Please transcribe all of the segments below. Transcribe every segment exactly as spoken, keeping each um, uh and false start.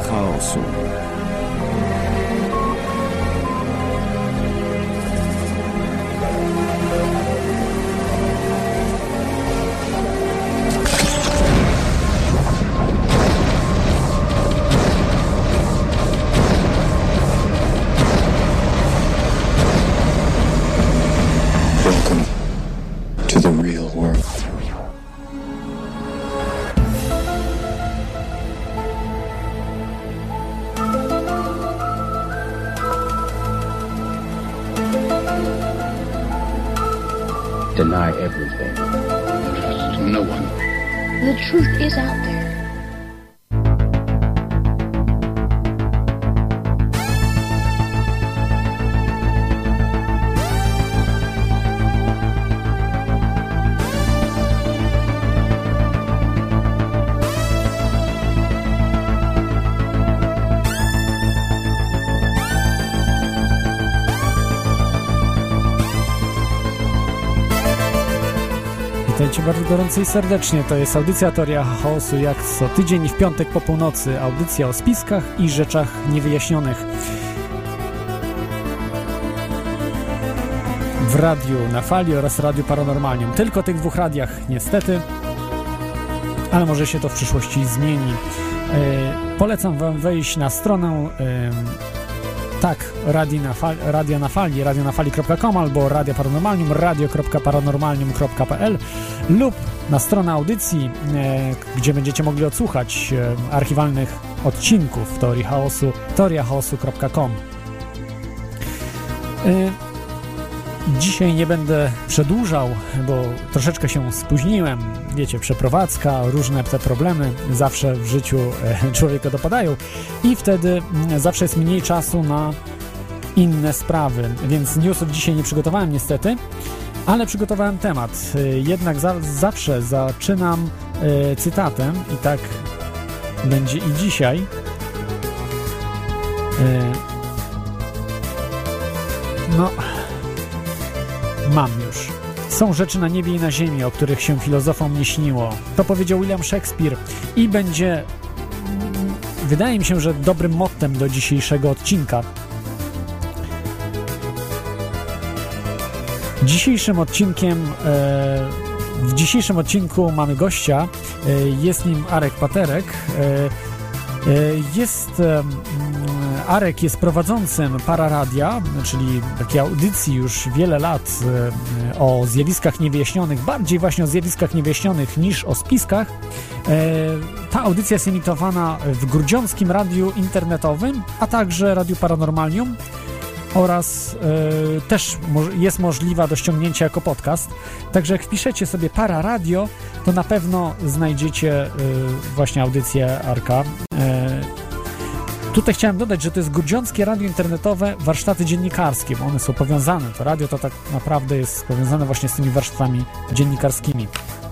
chaosu. Welcome to the real world. Deny everything. Trust no one. The truth is out there. Witajcie bardzo gorąco i serdecznie. To jest audycja Teoria Chaosu, jak co tydzień i w piątek po północy. Audycja o spiskach i rzeczach niewyjaśnionych. W radiu na fali oraz radiu Paranormalium. Tylko tych dwóch radiach niestety, ale może się to w przyszłości zmieni. Yy, polecam wam wejść na stronę yy, tak, radio na fali, radio na fali, radio na fali kropka com albo Radio Paranormalium, radio kropka paranormalium kropka p l lub na stronę audycji, e, gdzie będziecie mogli odsłuchać e, archiwalnych odcinków Teorii Chaosu, teoria chaosu kropka com. E, dzisiaj nie będę przedłużał, bo troszeczkę się spóźniłem. Wiecie, przeprowadzka, różne te problemy zawsze w życiu e, człowieka dopadają i wtedy m, zawsze jest mniej czasu na inne sprawy, więc newsów dzisiaj nie przygotowałem niestety, ale przygotowałem temat. E, jednak za, zawsze zaczynam e, cytatem i tak będzie i dzisiaj. E, no, mam już. Są rzeczy na niebie i na ziemi, o których się filozofom nie śniło. To powiedział William Shakespeare i będzie, wydaje mi się, że dobrym mottem do dzisiejszego odcinka. Dzisiejszym odcinkiem, e, w dzisiejszym odcinku mamy gościa, e, jest nim Arek Paterek. E, e, jest... E, Arek jest prowadzącym Pararadia, czyli takiej audycji już wiele lat e, o zjawiskach niewyjaśnionych, bardziej właśnie o zjawiskach niewyjaśnionych niż o spiskach. E, ta audycja jest emitowana w Grudziąckim Radiu Internetowym, a także Radiu Paranormalium oraz e, też mo- jest możliwa do ściągnięcia jako podcast. Także jak wpiszecie sobie Pararadio, to na pewno znajdziecie e, właśnie audycję Arka. E, Tutaj chciałem dodać, że to jest Grudziąckie Radio Internetowe, warsztaty dziennikarskie, bo one są powiązane. To radio to tak naprawdę jest powiązane właśnie z tymi warsztatami dziennikarskimi.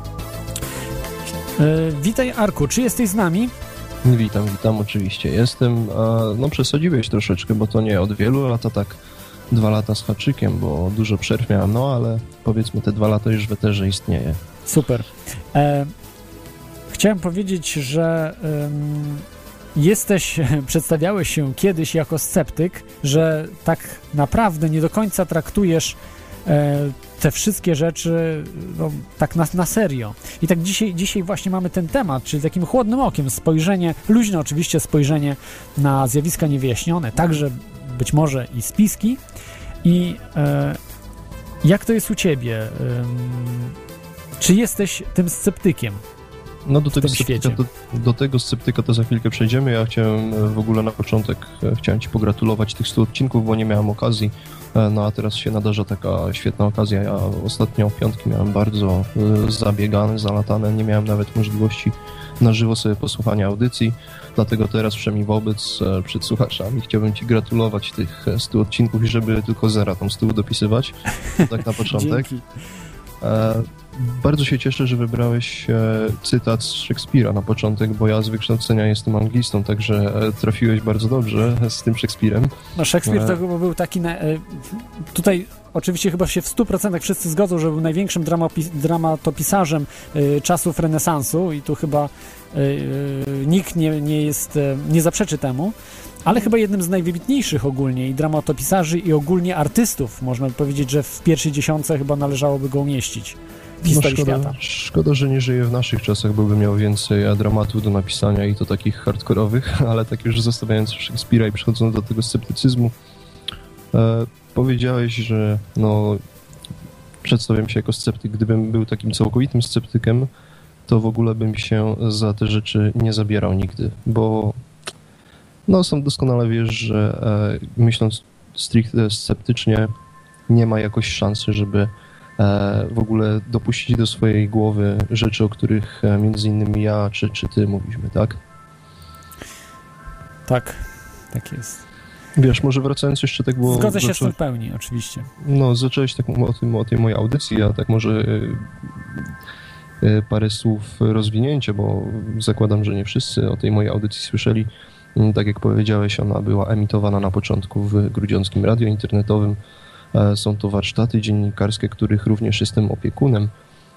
Yy, witaj Arku, czy jesteś z nami? Witam, witam, oczywiście jestem. No przesadziłeś troszeczkę, bo to nie od wielu lat, a tak dwa lata z haczykiem, bo dużo przerw miałem, no ale powiedzmy te dwa lata już w eterze istnieje. Super. E, chciałem powiedzieć, że... Ym, Jesteś, przedstawiałeś się kiedyś jako sceptyk, że tak naprawdę nie do końca traktujesz e, te wszystkie rzeczy no, tak na, na serio. I tak dzisiaj, dzisiaj właśnie mamy ten temat, czyli takim chłodnym okiem spojrzenie, luźne oczywiście spojrzenie na zjawiska niewyjaśnione, także być może i spiski. I e, jak to jest u ciebie? E, czy jesteś tym sceptykiem? No do tego, sceptyka, do, do tego sceptyka to za chwilkę przejdziemy. Ja chciałem w ogóle na początek chciałem Ci pogratulować tych stu odcinków, bo nie miałem okazji. No a teraz się nadarza taka świetna okazja. Ja ostatnio piątki miałem bardzo zabiegane, zalatane. Nie miałem nawet możliwości na żywo sobie posłuchania audycji. Dlatego teraz przynajmniej wobec przed słuchaczami chciałbym Ci gratulować tych stu odcinków i żeby tylko zera tam z tyłu dopisywać. To tak na początek. Dzięki. E, bardzo się cieszę, że wybrałeś e, cytat z Szekspira na początek, bo ja z wykształcenia jestem anglistą, także e, trafiłeś bardzo dobrze z tym Szekspirem. No Szekspir e... to chyba był taki... Na, e, tutaj oczywiście chyba się w stu procentach wszyscy zgodzą, że był największym dramopis- dramatopisarzem e, czasów renesansu i tu chyba e, e, nikt nie, nie jest, e, nie zaprzeczy temu. Ale chyba jednym z najwybitniejszych ogólnie i dramatopisarzy i ogólnie artystów, można by powiedzieć, że w pierwszej dziesiątce chyba należałoby go umieścić w historii no szkoda, świata. Szkoda, że nie żyje w naszych czasach, bo by miał więcej dramatów do napisania i to takich hardkorowych, ale tak już zostawiając Szekspira i przechodząc do tego sceptycyzmu, e, powiedziałeś, że no, przedstawiam się jako sceptyk. Gdybym był takim całkowitym sceptykiem, to w ogóle bym się za te rzeczy nie zabierał nigdy, bo no sam doskonale wiesz, że e, myśląc stricte sceptycznie nie ma jakoś szansy, żeby e, w ogóle dopuścić do swojej głowy rzeczy, o których e, między innymi ja czy, czy ty mówiliśmy, tak? Tak, tak jest. Wiesz, może wracając jeszcze tak, bo... Zgodzę się zaczą... z tym w pełni, oczywiście. No, zacząłeś tak o, tym, o tej mojej audycji, a tak może e, e, parę słów rozwinięcia, bo zakładam, że nie wszyscy o tej mojej audycji słyszeli. Tak jak powiedziałeś, ona była emitowana na początku w Grudziąckim Radiu Internetowym. Są to warsztaty dziennikarskie, których również jestem opiekunem.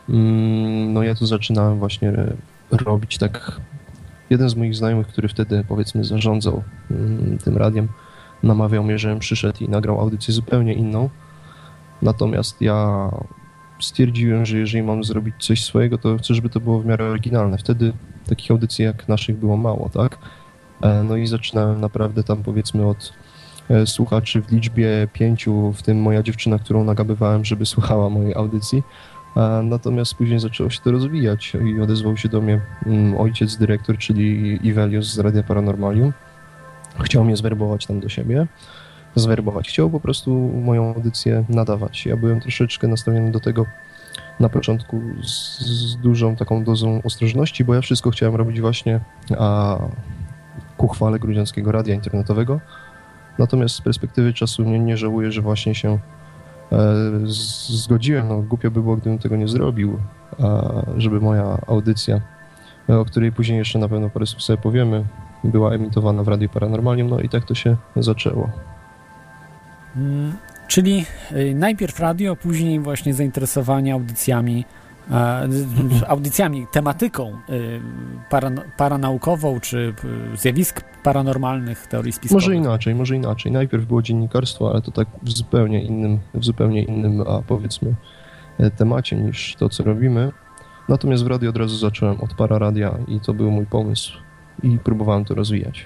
No ja tu zaczynałem właśnie robić tak... Jeden z moich znajomych, który wtedy, powiedzmy, zarządzał tym radiem, namawiał mnie, żebym przyszedł i nagrał audycję zupełnie inną. Natomiast ja stwierdziłem, że jeżeli mam zrobić coś swojego, to chcę, żeby to było w miarę oryginalne. Wtedy takich audycji jak naszych było mało, tak? No i zaczynałem naprawdę tam, powiedzmy, od słuchaczy w liczbie pięciu, w tym moja dziewczyna, którą nagabywałem, żeby słuchała mojej audycji. Natomiast później zaczęło się to rozwijać i odezwał się do mnie ojciec dyrektor, czyli Ivelios z Radia Paranormalium. Chciał mnie zwerbować tam do siebie. Zwerbować. Chciał po prostu moją audycję nadawać. Ja byłem troszeczkę nastawiony do tego na początku z, z dużą taką dozą ostrożności, bo ja wszystko chciałem robić właśnie a, ku chwale Grudziąckiego Radia Internetowego. Natomiast z perspektywy czasu nie, nie żałuję, że właśnie się e, z, zgodziłem. No, głupio by było, gdybym tego nie zrobił, a, żeby moja audycja, o której później jeszcze na pewno parę słów sobie powiemy, była emitowana w Radiu Paranormalium, no i tak to się zaczęło. Hmm, czyli y, najpierw radio, później właśnie zainteresowanie audycjami, e, audycjami, tematyką y, para, paranaukową, czy y, zjawisk paranormalnych, teorii spiskowych. Może inaczej, może inaczej. Najpierw było dziennikarstwo, ale to tak w zupełnie innym, w zupełnie innym, a powiedzmy, temacie niż to, co robimy. Natomiast w radiu od razu zacząłem od Pararadia i to był mój pomysł i próbowałem to rozwijać.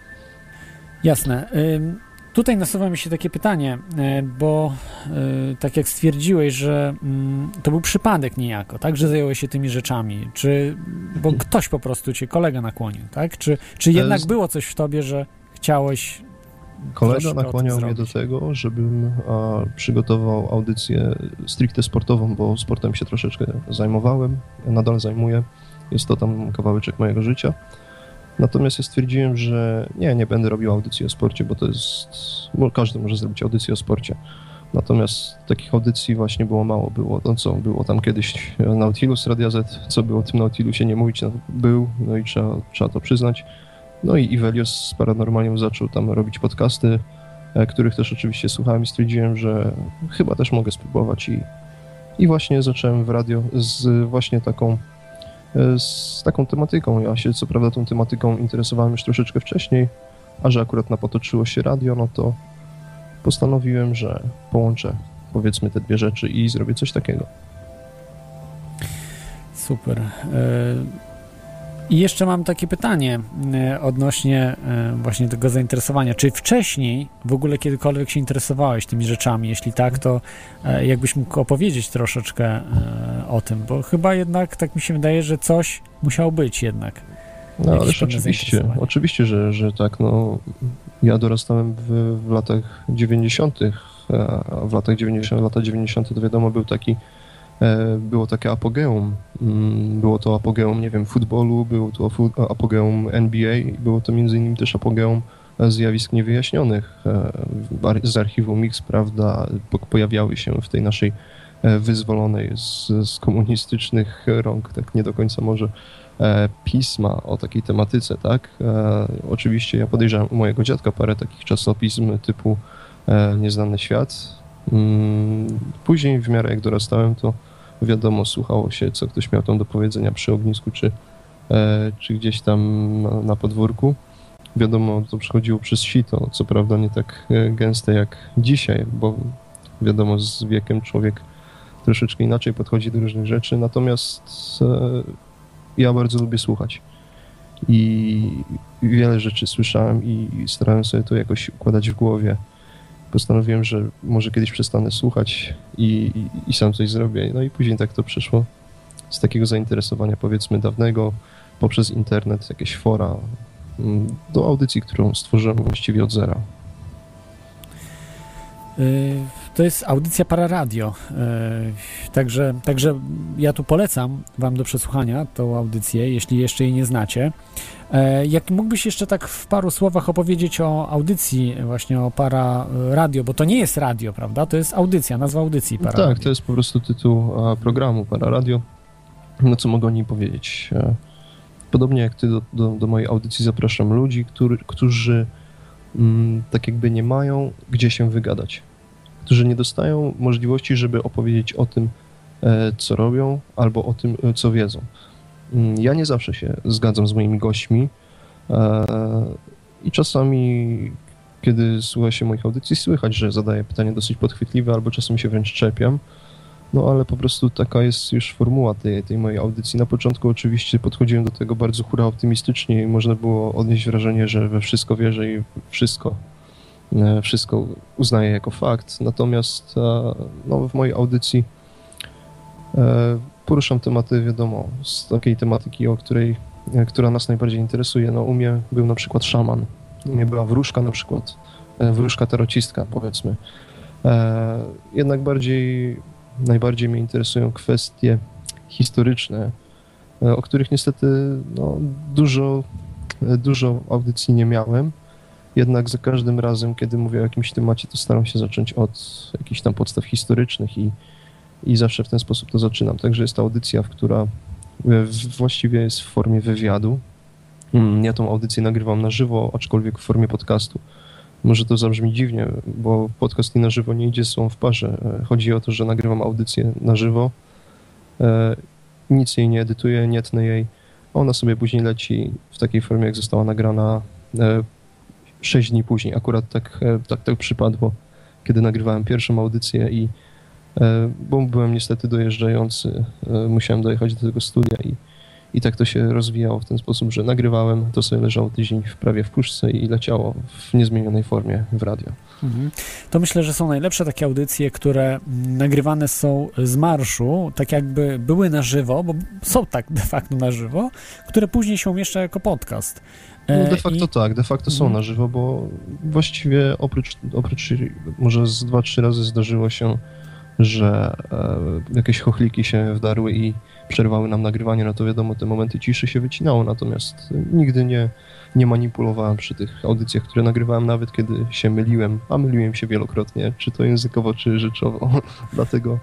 Jasne. Tutaj nasuwa mi się takie pytanie, bo tak jak stwierdziłeś, że to był przypadek niejako, tak, że zająłeś się tymi rzeczami, czy, bo ktoś po prostu cię, kolega nakłonił, tak, czy, czy jednak było coś w tobie, że chciałeś... Kolega nakłaniał mnie do tego, żebym a, przygotował audycję stricte sportową, bo sportem się troszeczkę zajmowałem, nadal zajmuję, jest to tam kawałeczek mojego życia. Natomiast ja stwierdziłem, że nie, nie będę robił audycji o sporcie, bo to jest... bo każdy może zrobić audycję o sporcie. Natomiast takich audycji właśnie było mało. Było to, co było tam kiedyś Nautilus Radia Z, co było o tym Nautilusie nie mówić, no, był, no i trzeba, trzeba to przyznać. No i Ivelios z Paranormalium zaczął tam robić podcasty, których też oczywiście słuchałem i stwierdziłem, że chyba też mogę spróbować i, i właśnie zacząłem w radio z właśnie taką z taką tematyką. Ja się co prawda tą tematyką interesowałem już troszeczkę wcześniej, a że akurat napotoczyło się radio, no to postanowiłem, że połączę powiedzmy te dwie rzeczy i zrobię coś takiego. Super. I jeszcze mam takie pytanie odnośnie właśnie tego zainteresowania. Czy wcześniej w ogóle kiedykolwiek się interesowałeś tymi rzeczami? Jeśli tak, to jakbyś mógł opowiedzieć troszeczkę o tym, bo chyba jednak tak mi się wydaje, że coś musiało być jednak. No ależ oczywiście, oczywiście, że, że tak, no ja dorastałem w, w latach dziewięćdziesiątych, a w latach dziewięćdziesiątych, lata dziewięćdziesiąte to wiadomo był taki było takie apogeum. Było to apogeum, nie wiem, futbolu, było to apogeum N B A, było to między innymi też apogeum zjawisk niewyjaśnionych z archiwum X, prawda, pojawiały się w tej naszej wyzwolonej z, z komunistycznych rąk, tak nie do końca może, pisma o takiej tematyce, tak? Oczywiście ja podejrzewam u mojego dziadka parę takich czasopism typu Nieznany Świat. Później w miarę jak dorastałem, to wiadomo, słuchało się, co ktoś miał tam do powiedzenia przy ognisku, czy, czy gdzieś tam na, na podwórku. Wiadomo, to przechodziło przez sito, co prawda nie tak gęste jak dzisiaj, bo wiadomo, z wiekiem człowiek troszeczkę inaczej podchodzi do różnych rzeczy, natomiast ja bardzo lubię słuchać i wiele rzeczy słyszałem i starałem sobie to jakoś układać w głowie. Postanowiłem, że może kiedyś przestanę słuchać i, i, i sam coś zrobię. No i później tak to przeszło z takiego zainteresowania, powiedzmy, dawnego, poprzez internet, jakieś fora, do audycji, którą stworzyłem właściwie od zera. To jest audycja Pararadio, także, także ja tu polecam wam do przesłuchania tą audycję, jeśli jeszcze jej nie znacie. Jak mógłbyś jeszcze tak w paru słowach opowiedzieć o audycji właśnie o Pararadio, bo to nie jest radio, prawda? To jest audycja, nazwa audycji Pararadio. Tak, to jest po prostu tytuł programu Pararadio. No co mogę o nim powiedzieć? Podobnie jak ty do, do, do mojej audycji zapraszam ludzi, który, którzy mm, tak jakby nie mają gdzie się wygadać, którzy nie dostają możliwości, żeby opowiedzieć o tym, e, co robią, albo o tym, e, co wiedzą. Mm, ja nie zawsze się zgadzam z moimi gośćmi e, i czasami, kiedy słucha się moich audycji, słychać, że zadaję pytania dosyć podchwytliwe, albo czasem się wręcz czepiam. No ale po prostu taka jest już formuła tej, tej mojej audycji. Na początku oczywiście podchodziłem do tego bardzo hura optymistycznie i można było odnieść wrażenie, że we wszystko wierzę i wszystko, wszystko uznaję jako fakt. Natomiast no, w mojej audycji poruszam tematy, wiadomo, z takiej tematyki, o której, która nas najbardziej interesuje. No u mnie był na przykład szaman, u mnie była wróżka na przykład, wróżka tarocistka powiedzmy. Jednak bardziej Najbardziej mnie interesują kwestie historyczne, o których niestety no, dużo, dużo audycji nie miałem. Jednak za każdym razem, kiedy mówię o jakimś temacie, to staram się zacząć od jakichś tam podstaw historycznych i, i zawsze w ten sposób to zaczynam. Także jest to audycja, która właściwie jest w formie wywiadu. Ja tą audycję nagrywam na żywo, aczkolwiek w formie podcastu. Może to zabrzmi dziwnie, bo podcast i na żywo nie idzie, są w parze. Chodzi o to, że nagrywam audycję na żywo, nic jej nie edytuję, nie tnę jej. Ona sobie później leci w takiej formie, jak została nagrana sześć dni później. Akurat tak, tak, tak przypadło, kiedy nagrywałem pierwszą audycję i bo byłem niestety dojeżdżający, musiałem dojechać do tego studia i I tak to się rozwijało w ten sposób, że nagrywałem, to sobie leżało tydzień w prawie w puszce i leciało w niezmienionej formie w radio. Mhm. To myślę, że są najlepsze takie audycje, które nagrywane są z marszu, tak jakby były na żywo, bo są tak de facto na żywo, które później się umieszcza jako podcast. No de facto I... tak, de facto są mhm. na żywo, bo właściwie oprócz, oprócz może z dwa, trzy razy zdarzyło się, że e, jakieś chochliki się wdarły i przerwały nam nagrywanie, no to wiadomo, te momenty ciszy się wycinało, natomiast nigdy nie, nie manipulowałem przy tych audycjach, które nagrywałem, nawet kiedy się myliłem, a myliłem się wielokrotnie, czy to językowo, czy rzeczowo, dlatego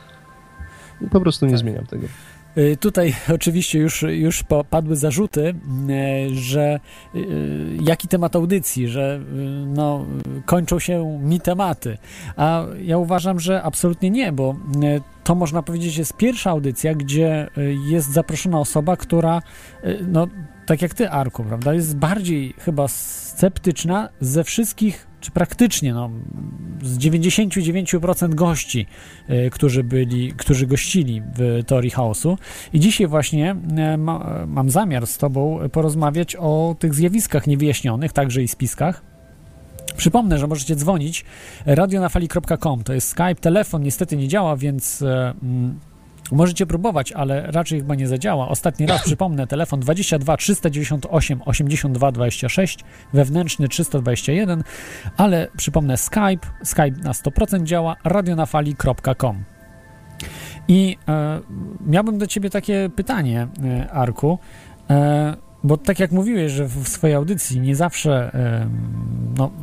po prostu nie tak. zmieniam tego. Tutaj oczywiście już, już padły zarzuty, że jaki temat audycji, że no, kończą się mi tematy, a ja uważam, że absolutnie nie, bo to można powiedzieć jest pierwsza audycja, gdzie jest zaproszona osoba, która, no tak jak ty, Arku, prawda, jest bardziej chyba sceptyczna ze wszystkich, czy praktycznie, no, z dziewięćdziesiąt dziewięć procent gości, y, którzy byli, którzy gościli w Teorii Chaosu. I dzisiaj właśnie y, ma, mam zamiar z tobą porozmawiać o tych zjawiskach niewyjaśnionych, także i spiskach. Przypomnę, że możecie dzwonić radionafali kropka com, to jest Skype, telefon niestety nie działa, więc y, y, możecie próbować, ale raczej chyba nie zadziała. Ostatni raz przypomnę, telefon dwadzieścia dwa trzysta dziewięćdziesiąt osiem osiemdziesiąt dwa dwadzieścia sześć, wewnętrzny trzysta dwadzieścia jeden, ale przypomnę Skype, Skype na sto procent działa, radionafali kropka com. I e, miałbym do ciebie takie pytanie, e, Arku, e, bo tak jak mówiłeś, że w swojej audycji nie zawsze e, no,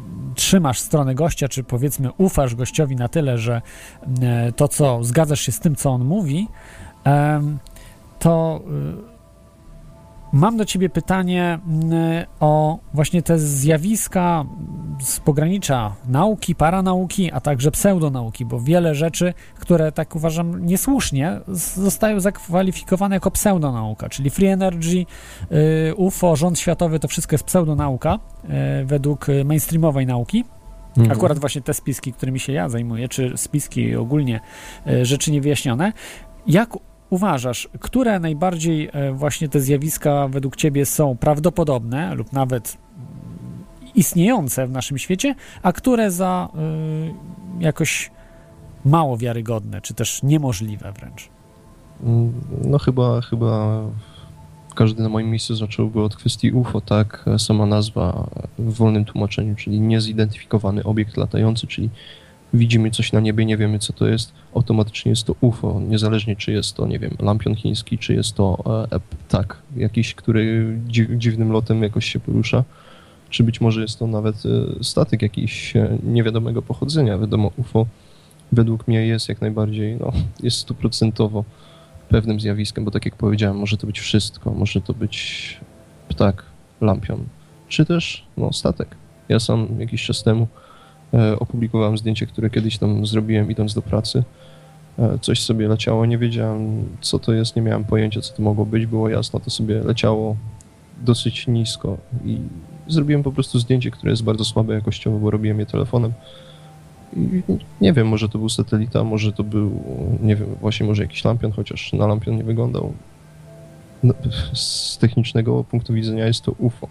trzymasz stronę gościa, czy powiedzmy ufasz gościowi na tyle, że e, to, co zgadzasz się z tym, co on mówi, e, to e, mam do ciebie pytanie e, o właśnie te zjawiska z pogranicza nauki, paranauki, a także pseudonauki, bo wiele rzeczy, które tak uważam niesłusznie, zostają zakwalifikowane jako pseudonauka, czyli free energy, y, U F O, rząd światowy, to wszystko jest pseudonauka y, według mainstreamowej nauki. Mhm. Akurat właśnie te spiski, którymi się ja zajmuję, czy spiski ogólnie y, rzeczy niewyjaśnione. Jak uważasz, które najbardziej y, właśnie te zjawiska według ciebie są prawdopodobne lub nawet istniejące w naszym świecie, a które za y, jakoś mało wiarygodne, czy też niemożliwe wręcz? No chyba, chyba każdy na moim miejscu zacząłby od kwestii U F O, tak? Sama nazwa w wolnym tłumaczeniu, czyli niezidentyfikowany obiekt latający, czyli widzimy coś na niebie, nie wiemy co to jest, automatycznie jest to U F O, niezależnie czy jest to, nie wiem, lampion chiński, czy jest to e, ptak jakiś, który dzi dziwnym lotem jakoś się porusza, czy być może jest to nawet statek jakiś niewiadomego pochodzenia. Wiadomo, U F O według mnie jest jak najbardziej, no, jest stuprocentowo pewnym zjawiskiem, bo tak jak powiedziałem, może to być wszystko, może to być ptak, lampion, czy też no, statek. Ja sam jakiś czas temu e, opublikowałem zdjęcie, które kiedyś tam zrobiłem idąc do pracy. E, coś sobie leciało, nie wiedziałem co to jest, nie miałem pojęcia co to mogło być, było jasno, to sobie leciało dosyć nisko i zrobiłem po prostu zdjęcie, które jest bardzo słabe jakościowo, bo robiłem je telefonem. I nie wiem, może to był satelita, może to był, nie wiem, właśnie może jakiś lampion, chociaż na lampion nie wyglądał. No, z technicznego punktu widzenia jest to U F O.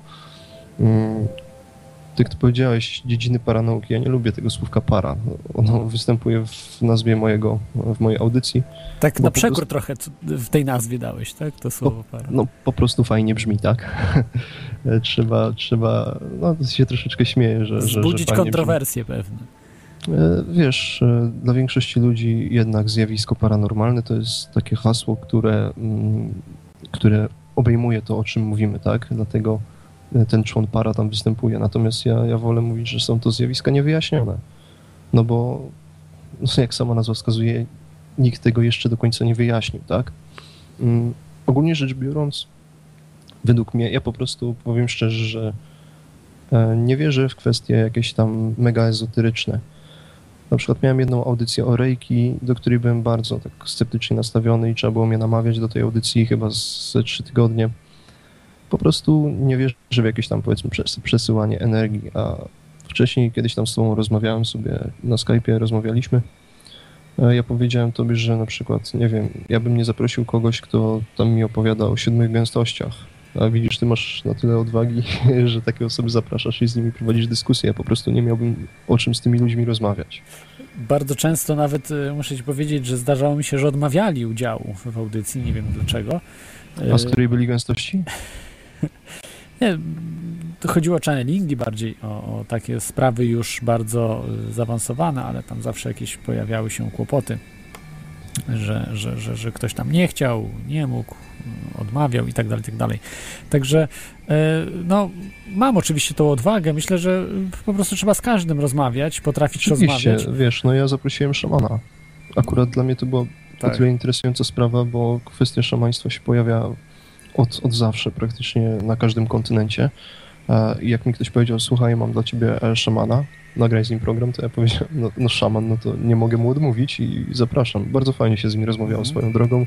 Tak jak powiedziałeś, dziedziny paranauki, ja nie lubię tego słówka para. Ono występuje w nazwie mojego, w mojej audycji. Tak na przekór prostu... trochę w tej nazwie dałeś, tak? To słowo para. No po prostu fajnie brzmi, tak? trzeba, trzeba, no to się troszeczkę śmieję, że... Zbudzić że, że kontrowersje brzmi. Pewne. Wiesz, dla większości ludzi jednak zjawisko paranormalne to jest takie hasło, które, które obejmuje to, o czym mówimy, tak? Dlatego ten człon para tam występuje. Natomiast ja, ja wolę mówić, że są to zjawiska niewyjaśnione. No bo, no jak sama nazwa wskazuje, nikt tego jeszcze do końca nie wyjaśnił, tak? Um, ogólnie rzecz biorąc, według mnie, ja po prostu powiem szczerze, że e, nie wierzę w kwestie jakieś tam mega ezoteryczne. Na przykład miałem jedną audycję o Reiki, do której byłem bardzo tak sceptycznie nastawiony i trzeba było mnie namawiać do tej audycji chyba ze trzy tygodnie. Po prostu nie wierzę w jakieś tam, powiedzmy, przesyłanie energii, a wcześniej kiedyś tam z tobą rozmawiałem sobie na Skype'ie, rozmawialiśmy. Ja powiedziałem tobie, że na przykład, nie wiem, ja bym nie zaprosił kogoś, kto tam mi opowiada o siódmych gęstościach. A widzisz, ty masz na tyle odwagi, że takie osoby zapraszasz i z nimi prowadzisz dyskusję. Ja po prostu nie miałbym o czym z tymi ludźmi rozmawiać. Bardzo często nawet, muszę ci powiedzieć, że zdarzało mi się, że odmawiali udziału w audycji, nie wiem dlaczego. A z której byli gęstości? Nie, to chodziło o channelingi bardziej, o, o takie sprawy już bardzo zaawansowane, ale tam zawsze jakieś pojawiały się kłopoty, że, że, że, że ktoś tam nie chciał, nie mógł, odmawiał i tak dalej, i tak dalej. Także no, mam oczywiście tą odwagę, myślę, że po prostu trzeba z każdym rozmawiać, potrafić Oczywiście, rozmawiać. Wiesz, no ja zaprosiłem szamana. Akurat dla mnie to była tak. o tyle interesująca sprawa, bo kwestia szamaństwa się pojawia Od, od zawsze, praktycznie na każdym kontynencie. I jak mi ktoś powiedział, słuchaj, mam dla ciebie szamana, nagraj z nim program, to ja powiedziałem, no, no szaman, no to nie mogę mu odmówić i zapraszam. Bardzo fajnie się z nim rozmawiało mm. swoją drogą.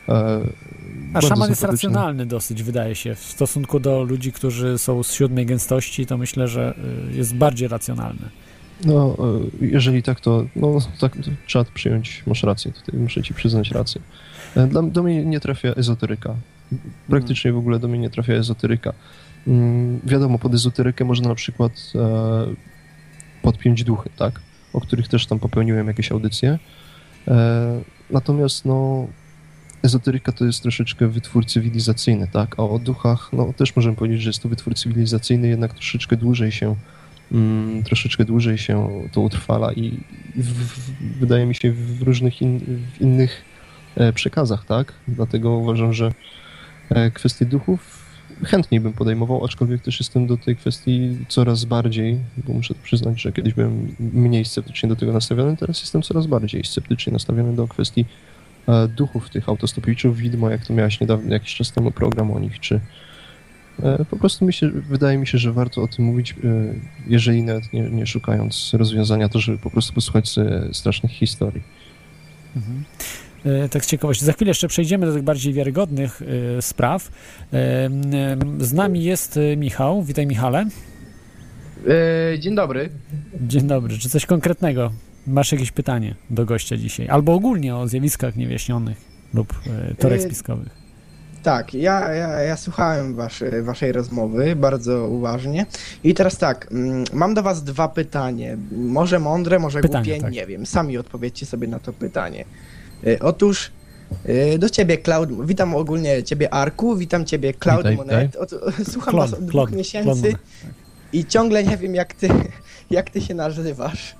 A szaman jest racjonalny dosyć, wydaje się. W stosunku do ludzi, którzy są z siódmej gęstości, to myślę, że jest bardziej racjonalny. No, jeżeli tak, to, no, tak, to trzeba to przyjąć, masz rację, tutaj muszę ci przyznać rację. Dla, do mnie nie trafia ezoteryka. Praktycznie w ogóle do mnie nie trafia ezoteryka. Hmm, wiadomo, pod ezoterykę można na przykład e, podpiąć duchy, tak? O których też tam popełniłem jakieś audycje. E, natomiast no, ezoteryka to jest troszeczkę wytwór cywilizacyjny, tak? A o duchach, no też możemy powiedzieć, że jest to wytwór cywilizacyjny, jednak troszeczkę dłużej się mm, troszeczkę dłużej się to utrwala i w, w, wydaje mi się w różnych in, w innych e, przekazach, tak? Dlatego uważam, że kwestie duchów chętniej bym podejmował, aczkolwiek też jestem do tej kwestii coraz bardziej, bo muszę przyznać, że kiedyś byłem mniej sceptycznie do tego nastawiony, teraz jestem coraz bardziej sceptycznie nastawiony do kwestii e, duchów tych autostopowiczów, widmo, jak to miałeś niedawno, jakiś czas temu program o nich, czy e, po prostu mi się, wydaje mi się, że warto o tym mówić, e, jeżeli nawet nie, nie szukając rozwiązania, to żeby po prostu posłuchać e, strasznych historii. Mhm. Tak z ciekawości. Za chwilę jeszcze przejdziemy do tych bardziej wiarygodnych y, spraw. Y, y, z nami jest Michał. Witaj, Michale. Yy, dzień dobry. Dzień dobry. Czy coś konkretnego? Masz jakieś pytanie do gościa dzisiaj? Albo ogólnie o zjawiskach niewyjaśnionych lub y, teoriach spiskowych. Yy, tak, ja, ja, ja słuchałem wasz, waszej rozmowy bardzo uważnie. I teraz tak, mam do was dwa pytania. Może mądre, może pytanie, głupie, tak. Nie wiem. Sami odpowiedzcie sobie na to pytanie. Otóż do ciebie, Cloud, witam ogólnie ciebie, Arku, witam ciebie, Cloud Monet. Słucham Klon, was od dwóch Klon, miesięcy Klon i ciągle nie wiem, jak ty, jak ty się nazywasz.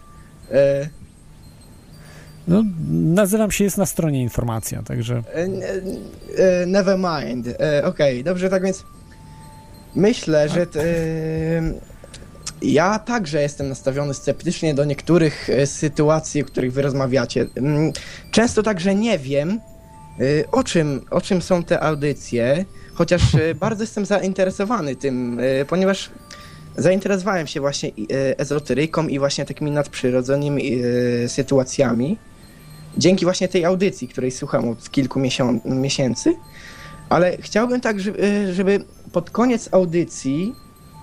No, nazywam się, jest na stronie informacja, także... Never mind. Okej, okay, dobrze, tak więc myślę, że... Ty, ja także jestem nastawiony sceptycznie do niektórych sytuacji, o których wy rozmawiacie. Często także nie wiem, o czym, o czym są te audycje, chociaż bardzo jestem zainteresowany tym, ponieważ zainteresowałem się właśnie ezoteryką i właśnie takimi nadprzyrodzonymi sytuacjami. Dzięki właśnie tej audycji, której słucham od kilku miesią- miesięcy. Ale chciałbym tak, żeby, żeby pod koniec audycji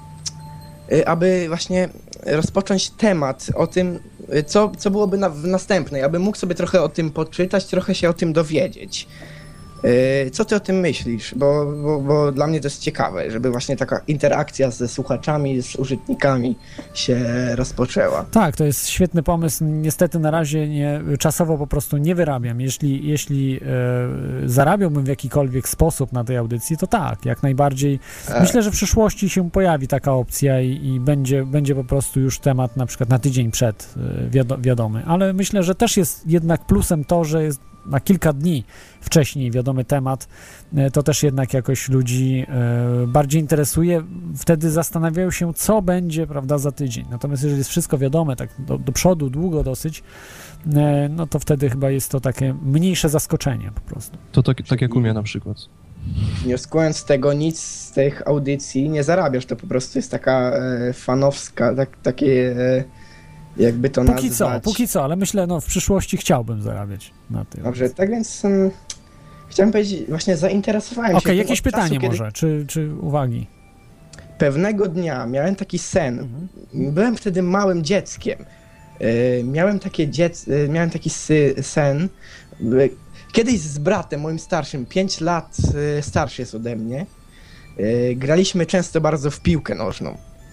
aby właśnie rozpocząć temat o tym, co, co byłoby na, w następnej, aby mógł sobie trochę o tym poczytać, trochę się o tym dowiedzieć. Co ty o tym myślisz? Bo, bo, bo dla mnie to jest ciekawe, żeby właśnie taka interakcja ze słuchaczami, z użytkami się rozpoczęła. Tak, to jest świetny pomysł. Niestety na razie nie, czasowo po prostu nie wyrabiam. Jeśli, jeśli e, zarabiałbym w jakikolwiek sposób na tej audycji, to tak, jak najbardziej. E. Myślę, że w przyszłości się pojawi taka opcja i, i będzie, będzie po prostu już temat na przykład na tydzień przed wiado, wiadomy. Ale myślę, że też jest jednak plusem to, że jest na kilka dni wcześniej wiadomy temat, to też jednak jakoś ludzi e, bardziej interesuje. Wtedy zastanawiają się, co będzie, prawda, za tydzień. Natomiast jeżeli jest wszystko wiadome, tak do, do przodu, długo dosyć, e, no to wtedy chyba jest to takie mniejsze zaskoczenie po prostu. To tak, tak jak u mnie na przykład. Wnioskując z tego, nic z tych audycji nie zarabiasz, to po prostu jest taka e, fanowska, tak, takie... E, jakby to Póki nazwać. co, póki co, ale myślę, no w przyszłości chciałbym zarabiać na tym. Dobrze, tak więc um, chciałem powiedzieć, właśnie zainteresowałem okay, się... Okej, jakieś pytanie czasu, może, czy, czy uwagi? Pewnego dnia miałem taki sen, mhm. byłem wtedy małym dzieckiem, yy, miałem, takie dziec, yy, miałem taki sy, sen, yy, kiedyś z bratem, moim starszym, pięć lat yy, starszy jest ode mnie, yy, graliśmy często bardzo w piłkę nożną.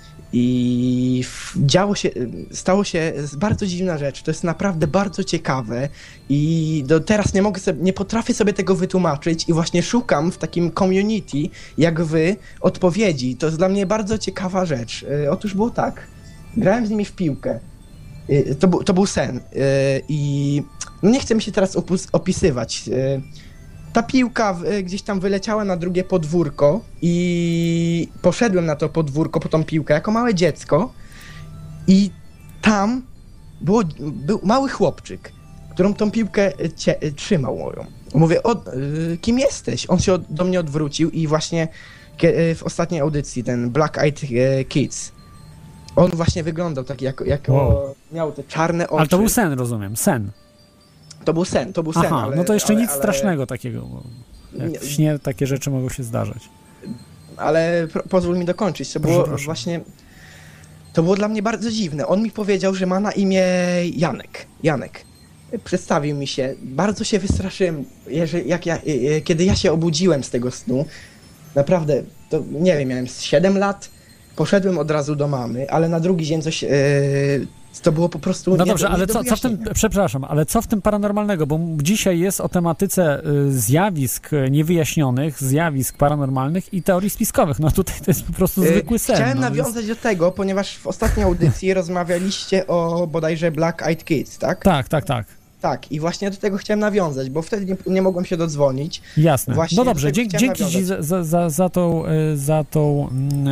I działo się, stało się bardzo dziwna rzecz, to jest naprawdę bardzo ciekawe i do teraz nie mogę sobie, nie potrafię sobie tego wytłumaczyć i właśnie szukam w takim community, jak wy, odpowiedzi. To jest dla mnie bardzo ciekawa rzecz. Otóż było tak, grałem z nimi w piłkę, to, bu, to był sen i no nie chcę mi się teraz opus, opisywać. Ta piłka gdzieś tam wyleciała na drugie podwórko i poszedłem na to podwórko po tą piłkę jako małe dziecko i tam było, był mały chłopczyk, którą tą piłkę cie, trzymał moją. Mówię, o, kim jesteś? On się od, do mnie odwrócił i właśnie w ostatniej audycji, ten Black Eyed Kids, on właśnie wyglądał tak, jak, jak wow. miał te czarne oczy. Ale to był sen, rozumiem, sen. To był sen, to był sen, Aha, ale... no to jeszcze ale, nic ale... strasznego takiego, bo jak w śnie takie rzeczy mogą się zdarzać. Ale pro, pozwól mi dokończyć, to było proszę. właśnie... To było dla mnie bardzo dziwne. On mi powiedział, że ma na imię Janek. Janek. Przedstawił mi się. Bardzo się wystraszyłem, jeżeli, jak ja, kiedy ja się obudziłem z tego snu. Naprawdę, to nie wiem, miałem siedem lat. Poszedłem od razu do mamy, ale na drugi dzień coś... Yy, to było po prostu... No nie, dobrze, nie ale co, co w tym, przepraszam, ale co w tym paranormalnego? Bo dzisiaj jest o tematyce zjawisk niewyjaśnionych, zjawisk paranormalnych i teorii spiskowych. No tutaj to jest po prostu zwykły sen. Chciałem no, nawiązać więc... do tego, ponieważ w ostatniej audycji rozmawialiście o bodajże Black Eyed Kids, tak? Tak, tak, tak. Tak, i właśnie do tego chciałem nawiązać, bo wtedy nie, nie mogłem się dodzwonić. Jasne. Właśnie No dobrze, do tego dzięki, chciałem dzięki Ci nawiązać. za, za, za, tą, e, za, tą, mm,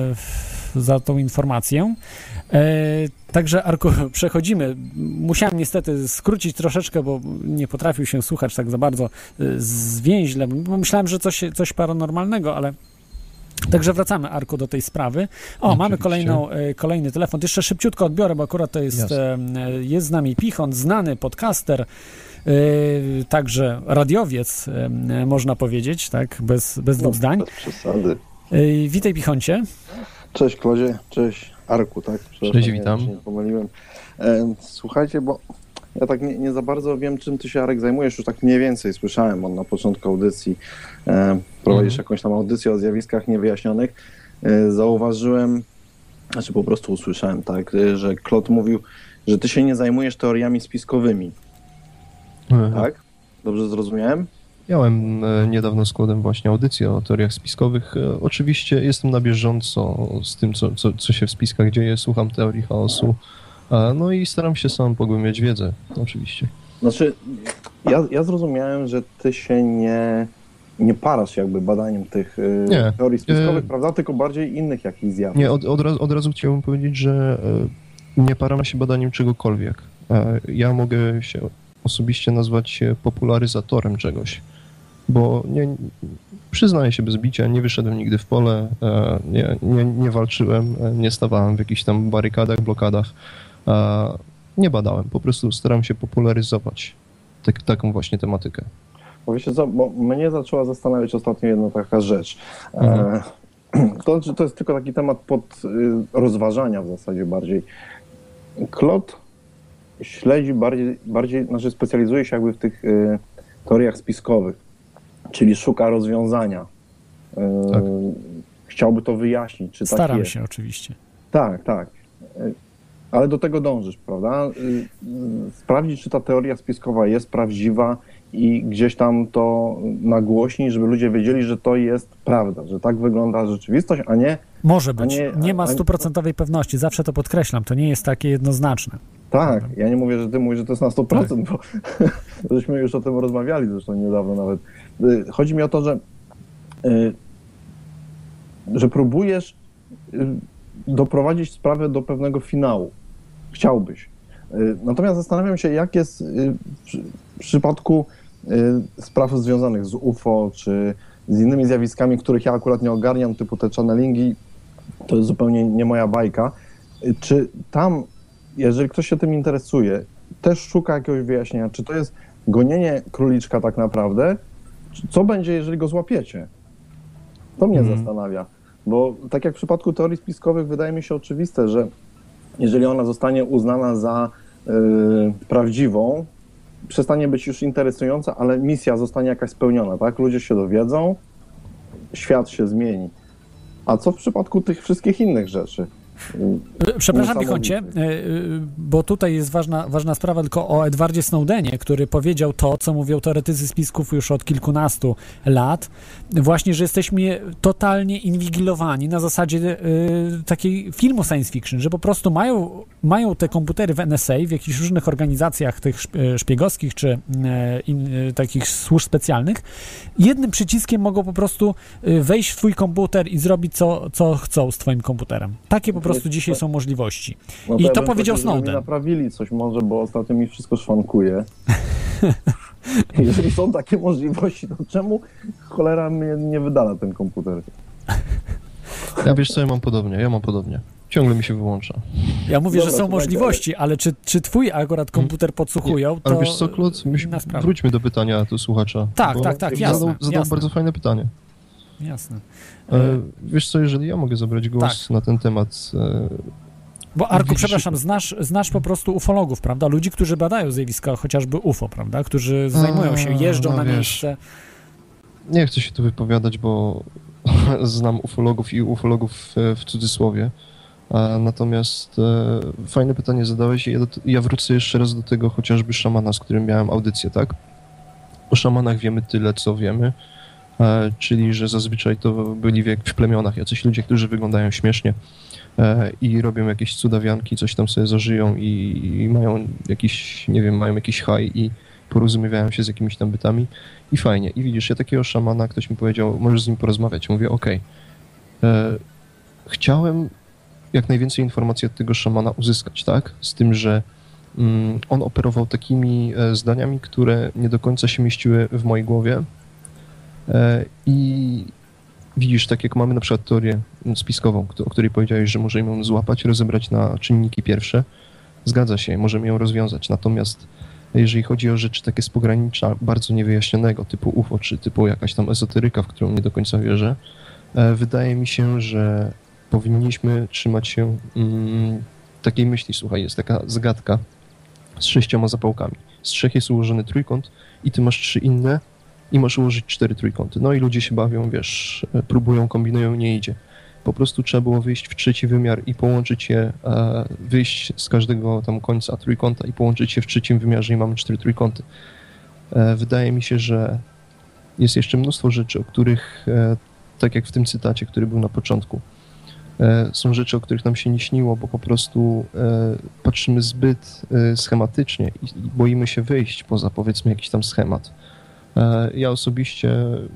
e, za tą informację. E, Także, Arku, przechodzimy. Musiałem niestety skrócić troszeczkę, bo nie potrafił się słuchać tak za bardzo e, zwięźle, bo myślałem, że coś, coś paranormalnego, ale... Także wracamy, Arku, do tej sprawy. O, Oczywiście. mamy kolejną, e, kolejny telefon. Jeszcze szybciutko odbiorę, bo akurat to jest, e, jest z nami Pichon, znany podcaster, e, także radiowiec, e, można powiedzieć, tak, bez, bez dwóch zdań. Bez przesady. E, witaj, Pichoncie. Cześć, Klodzie, cześć, Arku, tak? Cześć, witam. Nie, nie pomyliłem. E, słuchajcie, bo ja tak nie, nie za bardzo wiem, czym ty się, Arek, zajmujesz. Już tak mniej więcej słyszałem on na początku audycji. E, prowadzisz Mhm. jakąś tam audycję o zjawiskach niewyjaśnionych. E, zauważyłem, znaczy po prostu usłyszałem, tak, e, że Klot mówił, że ty się nie zajmujesz teoriami spiskowymi, Mhm. tak? Dobrze zrozumiałem? Miałem e, niedawno składem właśnie audycję o teoriach spiskowych. E, Oczywiście jestem na bieżąco z tym, co, co, co się w spiskach dzieje. Słucham teorii chaosu. E, No i staram się sam pogłębiać wiedzę, oczywiście. Znaczy, ja, ja zrozumiałem, że ty się nie, nie parasz jakby badaniem tych y, Nie. teorii spiskowych, Y- prawda? Tylko bardziej innych jakichś zjawisk. Nie, od, od, razu, od razu chciałbym powiedzieć, że e, nie param się badaniem czegokolwiek. E, Ja mogę się osobiście nazwać się popularyzatorem czegoś, bo nie, przyznaję się bez bicia, nie wyszedłem nigdy w pole, e, nie, nie, nie walczyłem, e, nie stawałem w jakichś tam barykadach, blokadach, e, nie badałem, po prostu staram się popularyzować tak, taką właśnie tematykę. Bo wiecie co, bo mnie zaczęła zastanawiać ostatnio jedna taka rzecz. Mhm. E, to, to jest tylko taki temat pod y, rozważania w zasadzie bardziej. Klot śledzi bardziej, bardziej, znaczy specjalizuje się jakby w tych y, teoriach spiskowych, czyli szuka rozwiązania. Y, Tak. Chciałby to wyjaśnić, czy tak Staram jest. się oczywiście. Tak, tak. Y, Ale do tego dążysz, prawda? Y, y, Sprawdzić, czy ta teoria spiskowa jest prawdziwa i gdzieś tam to nagłośnić, żeby ludzie wiedzieli, że to jest prawda, że tak wygląda rzeczywistość, a nie Może być. nie- Nie ma a- stuprocentowej pewności. Zawsze to podkreślam. To nie jest takie jednoznaczne. tak. Ja nie mówię, że ty mówisz, że to jest na sto procent, bo żeśmy już o tym rozmawiali zresztą niedawno nawet. Y, Chodzi mi o to, że, y, że próbujesz y, doprowadzić sprawę do pewnego finału. Chciałbyś. Y, Natomiast zastanawiam się, jak jest y, przy- w przypadku y, spraw związanych z U F O, czy z innymi zjawiskami, których ja akurat nie ogarniam, typu te channelingi, to jest zupełnie nie moja bajka. Y, Czy tam, jeżeli ktoś się tym interesuje, też szuka jakiegoś wyjaśnienia, czy to jest gonienie króliczka tak naprawdę, czy co będzie, jeżeli go złapiecie? To mnie Mhm. zastanawia, bo tak jak w przypadku teorii spiskowych wydaje mi się oczywiste, że jeżeli ona zostanie uznana za y, prawdziwą, przestanie być już interesująca, ale misja zostanie jakaś spełniona, tak? Ludzie się dowiedzą, świat się zmieni. A co w przypadku tych wszystkich innych rzeczy? Przepraszam, Niesamowite. Pichoncie, bo tutaj jest ważna, ważna sprawa tylko o Edwardzie Snowdenie, który powiedział to, co mówią teoretycy spisków już od kilkunastu lat, właśnie, że jesteśmy totalnie inwigilowani na zasadzie y, takiej filmu science fiction, że po prostu mają, mają te komputery w N S A, w jakichś różnych organizacjach tych szp- szpiegowskich czy y, in, y, takich służb specjalnych. Jednym przyciskiem mogą po prostu y, wejść w twój komputer i zrobić co, co chcą z twoim komputerem. Takie po prostu dzisiaj są możliwości. No I ja to bym powiedział prosił, żeby mi Snowden. naprawili coś może, bo ostatnio mi wszystko szwankuje. Jeżeli są takie możliwości, to czemu cholera mnie nie wydala ten komputer? Ja wiesz co, ja mam podobnie, ja mam podobnie. Ciągle mi się wyłącza. Ja mówię, Dobra, że są słuchajcie, możliwości, ale czy, czy twój akurat komputer podsłuchują, to Ale wiesz co, Klot, myśmy- inna sprawa. wróćmy do pytania tu słuchacza. Tak, bo tak, tak, zadał, jasne, zadał jasne. bardzo fajne pytanie. Jasne. E, wiesz co, jeżeli ja mogę zabrać głos Tak. na ten temat, e, Bo Arku, Widzisz- przepraszam, znasz, znasz po prostu ufologów, prawda? Ludzi, którzy badają zjawiska, chociażby U F O, prawda? Którzy zajmują się, jeżdżą no na wiesz. miejsce. nie chcę się tu wypowiadać, bo znam ufologów i ufologów w, w cudzysłowie. A, natomiast e, fajne pytanie zadałeś i ja, do, ja wrócę jeszcze raz do tego chociażby szamana, z którym miałem audycję, tak? O szamanach wiemy tyle, co wiemy. e, czyli że zazwyczaj to byli w, w plemionach jacyś ludzie, którzy wyglądają śmiesznie e, i robią jakieś cudawianki, coś tam sobie zażyją i, i mają jakiś, nie wiem, mają jakiś haj i porozumiewają się z jakimiś tam bytami i fajnie. I widzisz, ja takiego szamana, ktoś mi powiedział, możesz z nim porozmawiać. Mówię, okej. Okay. Chciałem jak najwięcej informacji od tego szamana uzyskać, tak? Z tym, że mm, on operował takimi e, zdaniami, które nie do końca się mieściły w mojej głowie. E, I widzisz, tak jak mamy na przykład teorię spiskową, o której powiedziałeś, że możemy ją złapać, rozebrać na czynniki pierwsze. Zgadza się, możemy ją rozwiązać. Natomiast jeżeli chodzi o rzeczy takie z pogranicza bardzo niewyjaśnionego, typu U F O, czy typu jakaś tam ezoteryka, w którą nie do końca wierzę, e, wydaje mi się, że powinniśmy trzymać się mm, takiej myśli. Słuchaj, jest taka zagadka z sześcioma zapałkami. Z trzech jest ułożony trójkąt i ty masz trzy inne i masz ułożyć cztery trójkąty. No i ludzie się bawią, wiesz, próbują, kombinują, nie idzie. Po prostu trzeba było wyjść w trzeci wymiar i połączyć je, e, wyjść z każdego tam końca trójkąta i połączyć je w trzecim wymiarze i mamy cztery trójkąty. E, wydaje mi się, że jest jeszcze mnóstwo rzeczy, o których, e, tak jak w tym cytacie, który był na początku, e, są rzeczy, o których nam się nie śniło, bo po prostu e, patrzymy zbyt e, schematycznie i, i boimy się wyjść poza, powiedzmy, jakiś tam schemat. E, ja osobiście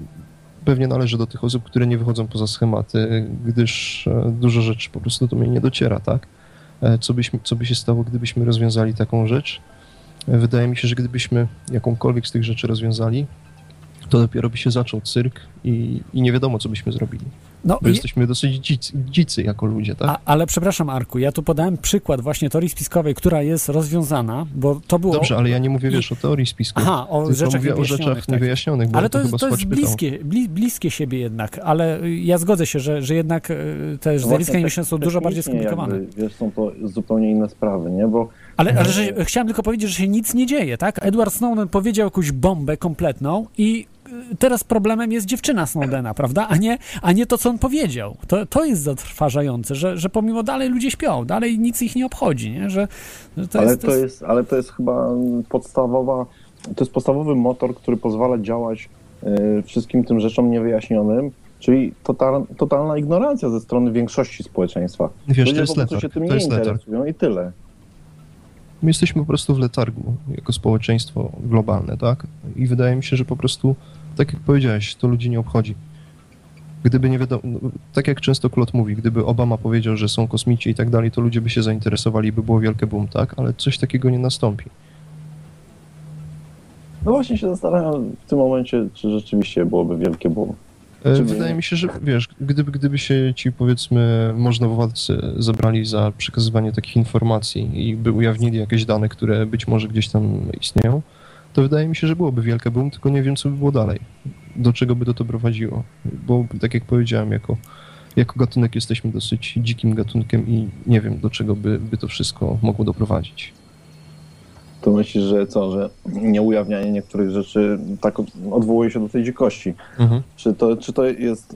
pewnie należę do tych osób, które nie wychodzą poza schematy, gdyż dużo rzeczy po prostu do mnie nie dociera, tak? Co, byśmy, co by się stało, gdybyśmy rozwiązali taką rzecz? Wydaje mi się, że gdybyśmy jakąkolwiek z tych rzeczy rozwiązali, to dopiero by się zaczął cyrk i, i nie wiadomo, co byśmy zrobili. No, bo i... jesteśmy dosyć dzicy, dzicy jako ludzie, tak? A, ale przepraszam, Arku, ja tu podałem przykład właśnie teorii spiskowej, która jest rozwiązana, bo to było... Dobrze, ale ja nie mówię, wiesz, o teorii spiskowej. Aha, o rzeczach mówię o rzeczach tak. niewyjaśnionych, bo ale to, to, jest, chyba to jest bliskie, bli, bliskie siebie jednak, ale ja zgodzę się, że, że jednak te no zjawiska niewyjaśnione są dużo bardziej skomplikowane. Jakby, wiesz, są to zupełnie inne sprawy, nie? Bo... Ale, ale że, chciałem tylko powiedzieć, że się nic nie dzieje, tak? Edward Snowden powiedział jakąś bombę kompletną i teraz problemem jest dziewczyna Snowdena, prawda? A nie, a nie to, co on powiedział. To, to jest zatrważające, że, że pomimo dalej ludzie śpią, dalej nic ich nie obchodzi, nie? Że, że to ale, jest, to to jest... jest, ale to jest chyba podstawowa, to jest podstawowy motor, który pozwala działać y, wszystkim tym rzeczom niewyjaśnionym, czyli total, totalna ignorancja ze strony większości społeczeństwa. Wiesz, ludzie to jest po prostu letarg. się tym to nie jest interesują letarg. I tyle. My jesteśmy po prostu w letargu jako społeczeństwo globalne, tak? I wydaje mi się, że po prostu, tak jak powiedziałeś, to ludzi nie obchodzi. Gdyby nie wiadomo, tak jak często Klot mówi, gdyby Obama powiedział, że są kosmici i tak dalej, to ludzie by się zainteresowali i by było wielkie boom, tak? Ale coś takiego nie nastąpi. No właśnie się zastanawiam w tym momencie, czy rzeczywiście byłoby wielkie boom. Czy Wydaje mi się, że wiesz, gdyby, gdyby się ci, powiedzmy, możnowładcy zabrali za przekazywanie takich informacji i by ujawnili jakieś dane, które być może gdzieś tam istnieją, to wydaje mi się, że byłoby wielkie boom, tylko nie wiem, co by było dalej. Do czego by to doprowadziło. Bo tak jak powiedziałem, jako, jako gatunek jesteśmy dosyć dzikim gatunkiem i nie wiem, do czego by, by to wszystko mogło doprowadzić. To myślisz, że co, że nieujawnianie niektórych rzeczy tak odwołuje się do tej dzikości? Mhm. Czy, to, czy to jest,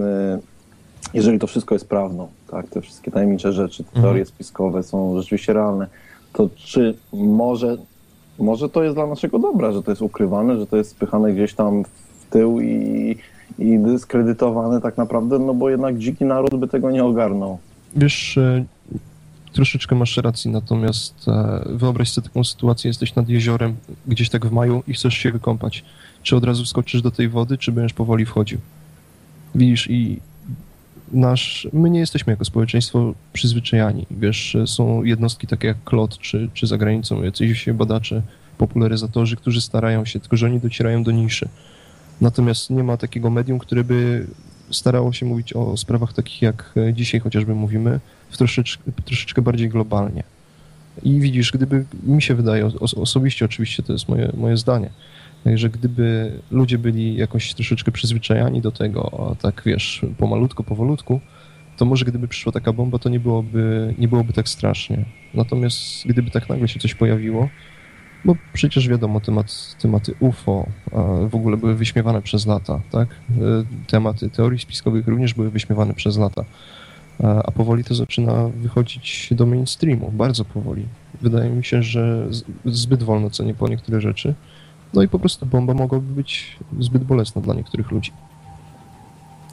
jeżeli to wszystko jest prawdą, tak, te wszystkie tajemnicze rzeczy, te teorie mhm. spiskowe są rzeczywiście realne, to czy może, może to jest dla naszego dobra, że to jest ukrywane, że to jest spychane gdzieś tam w tył i, i dyskredytowane tak naprawdę, no bo jednak dziki naród by tego nie ogarnął. Wiesz, troszeczkę masz racji, natomiast wyobraź sobie taką sytuację, jesteś nad jeziorem gdzieś tak w maju i chcesz się wykąpać. Czy od razu wskoczysz do tej wody, czy będziesz powoli wchodził? Widzisz, i nasz, my nie jesteśmy jako społeczeństwo przyzwyczajani. Wiesz, są jednostki takie jak Klot, czy, czy za granicą jacyś badacze, popularyzatorzy, którzy starają się, tylko że oni docierają do niszy. Natomiast nie ma takiego medium, które by starało się mówić o sprawach takich, jak dzisiaj chociażby mówimy, w troszeczkę, troszeczkę bardziej globalnie. I widzisz, gdyby, mi się wydaje, os- osobiście oczywiście to jest moje, moje zdanie, że gdyby ludzie byli jakoś troszeczkę przyzwyczajani do tego, a tak wiesz, pomalutku, powolutku, to może gdyby przyszła taka bomba, to nie byłoby, nie byłoby tak strasznie. Natomiast gdyby tak nagle się coś pojawiło, bo przecież wiadomo, temat, tematy U F O w ogóle były wyśmiewane przez lata, tak? Tematy teorii spiskowych również były wyśmiewane przez lata. A powoli to zaczyna wychodzić do mainstreamu, bardzo powoli. Wydaje mi się, że zbyt wolno cenię po niektóre rzeczy. No i po prostu bomba mogłaby być zbyt bolesna dla niektórych ludzi.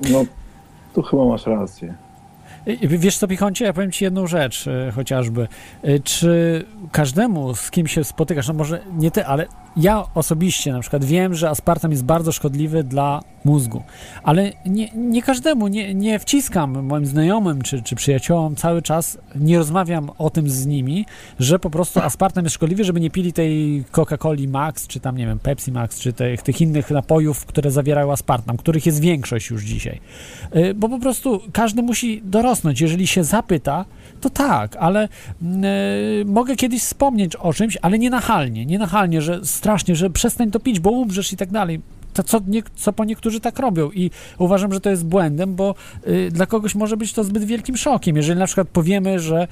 No, tu chyba masz rację. Wiesz co, Pichoncie, ja powiem ci jedną rzecz e, chociażby. E, czy każdemu, z kim się spotykasz, no może nie ty, ale ja osobiście na przykład wiem, że aspartam jest bardzo szkodliwy dla mózgu, ale nie, nie każdemu, nie, nie wciskam moim znajomym czy, czy przyjaciołom cały czas, nie rozmawiam o tym z nimi, że po prostu aspartam jest szkodliwy, żeby nie pili tej Coca-Coli Max, czy tam, nie wiem, Pepsi Max, czy tych, tych innych napojów, które zawierają aspartam, których jest większość już dzisiaj. E, bo po prostu każdy musi dorosnąć. Jeżeli się zapyta, to tak, ale yy, mogę kiedyś wspomnieć o czymś, ale nie nachalnie, nie nachalnie, że strasznie, że przestań to pić, bo umrzesz i tak dalej. To co, nie, co po niektórzy tak robią i uważam, że to jest błędem, bo y, dla kogoś może być to zbyt wielkim szokiem. Jeżeli na przykład powiemy, że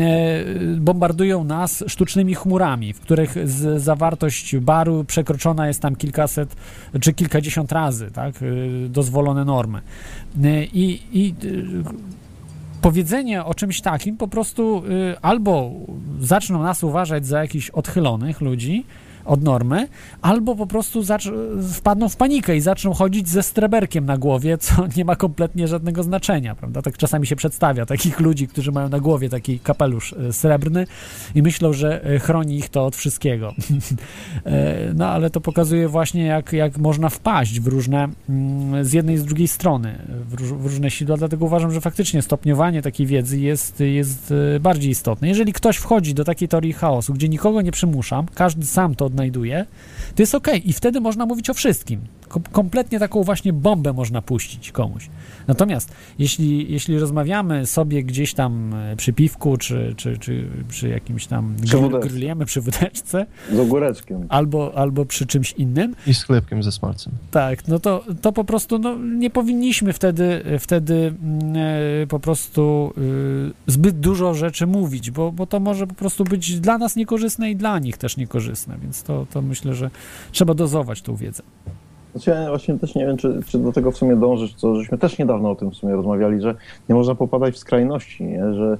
y, bombardują nas sztucznymi chmurami, w których z, zawartość baru przekroczona jest tam kilkaset czy kilkadziesiąt razy, tak, y, dozwolone normy. Y, I i y, powiedzenie o czymś takim po prostu y, albo zaczną nas uważać za jakichś odchylonych ludzi od normy, albo po prostu zacz- wpadną w panikę i zaczną chodzić ze streberkiem na głowie, co nie ma kompletnie żadnego znaczenia, prawda? Tak czasami się przedstawia takich ludzi, którzy mają na głowie taki kapelusz srebrny i myślą, że chroni ich to od wszystkiego. No, ale to pokazuje właśnie, jak, jak można wpaść w różne, z jednej i z drugiej strony, w, róż, w różne sidła, dlatego uważam, że faktycznie stopniowanie takiej wiedzy jest, jest bardziej istotne. Jeżeli ktoś wchodzi do takiej teorii chaosu, gdzie nikogo nie przymuszam, każdy sam to odnajduje, to jest okej. I wtedy można mówić o wszystkim. Kom- kompletnie taką właśnie bombę można puścić komuś. Natomiast jeśli, jeśli rozmawiamy sobie gdzieś tam przy piwku, czy, czy, czy przy jakimś tam grill, grillujemy przy wódeczce, z ogóreczkiem. Albo, albo przy czymś innym. I z chlebkiem ze smalcem. Tak, no to, to po prostu no, nie powinniśmy wtedy, wtedy yy, po prostu yy, zbyt dużo rzeczy mówić, bo, bo to może po prostu być dla nas niekorzystne i dla nich też niekorzystne, więc to, to myślę, że trzeba dozować tą wiedzę. Znaczy ja właśnie też nie wiem, czy, czy do tego w sumie dążysz, co żeśmy też niedawno o tym w sumie rozmawiali, że nie można popadać w skrajności, nie? Że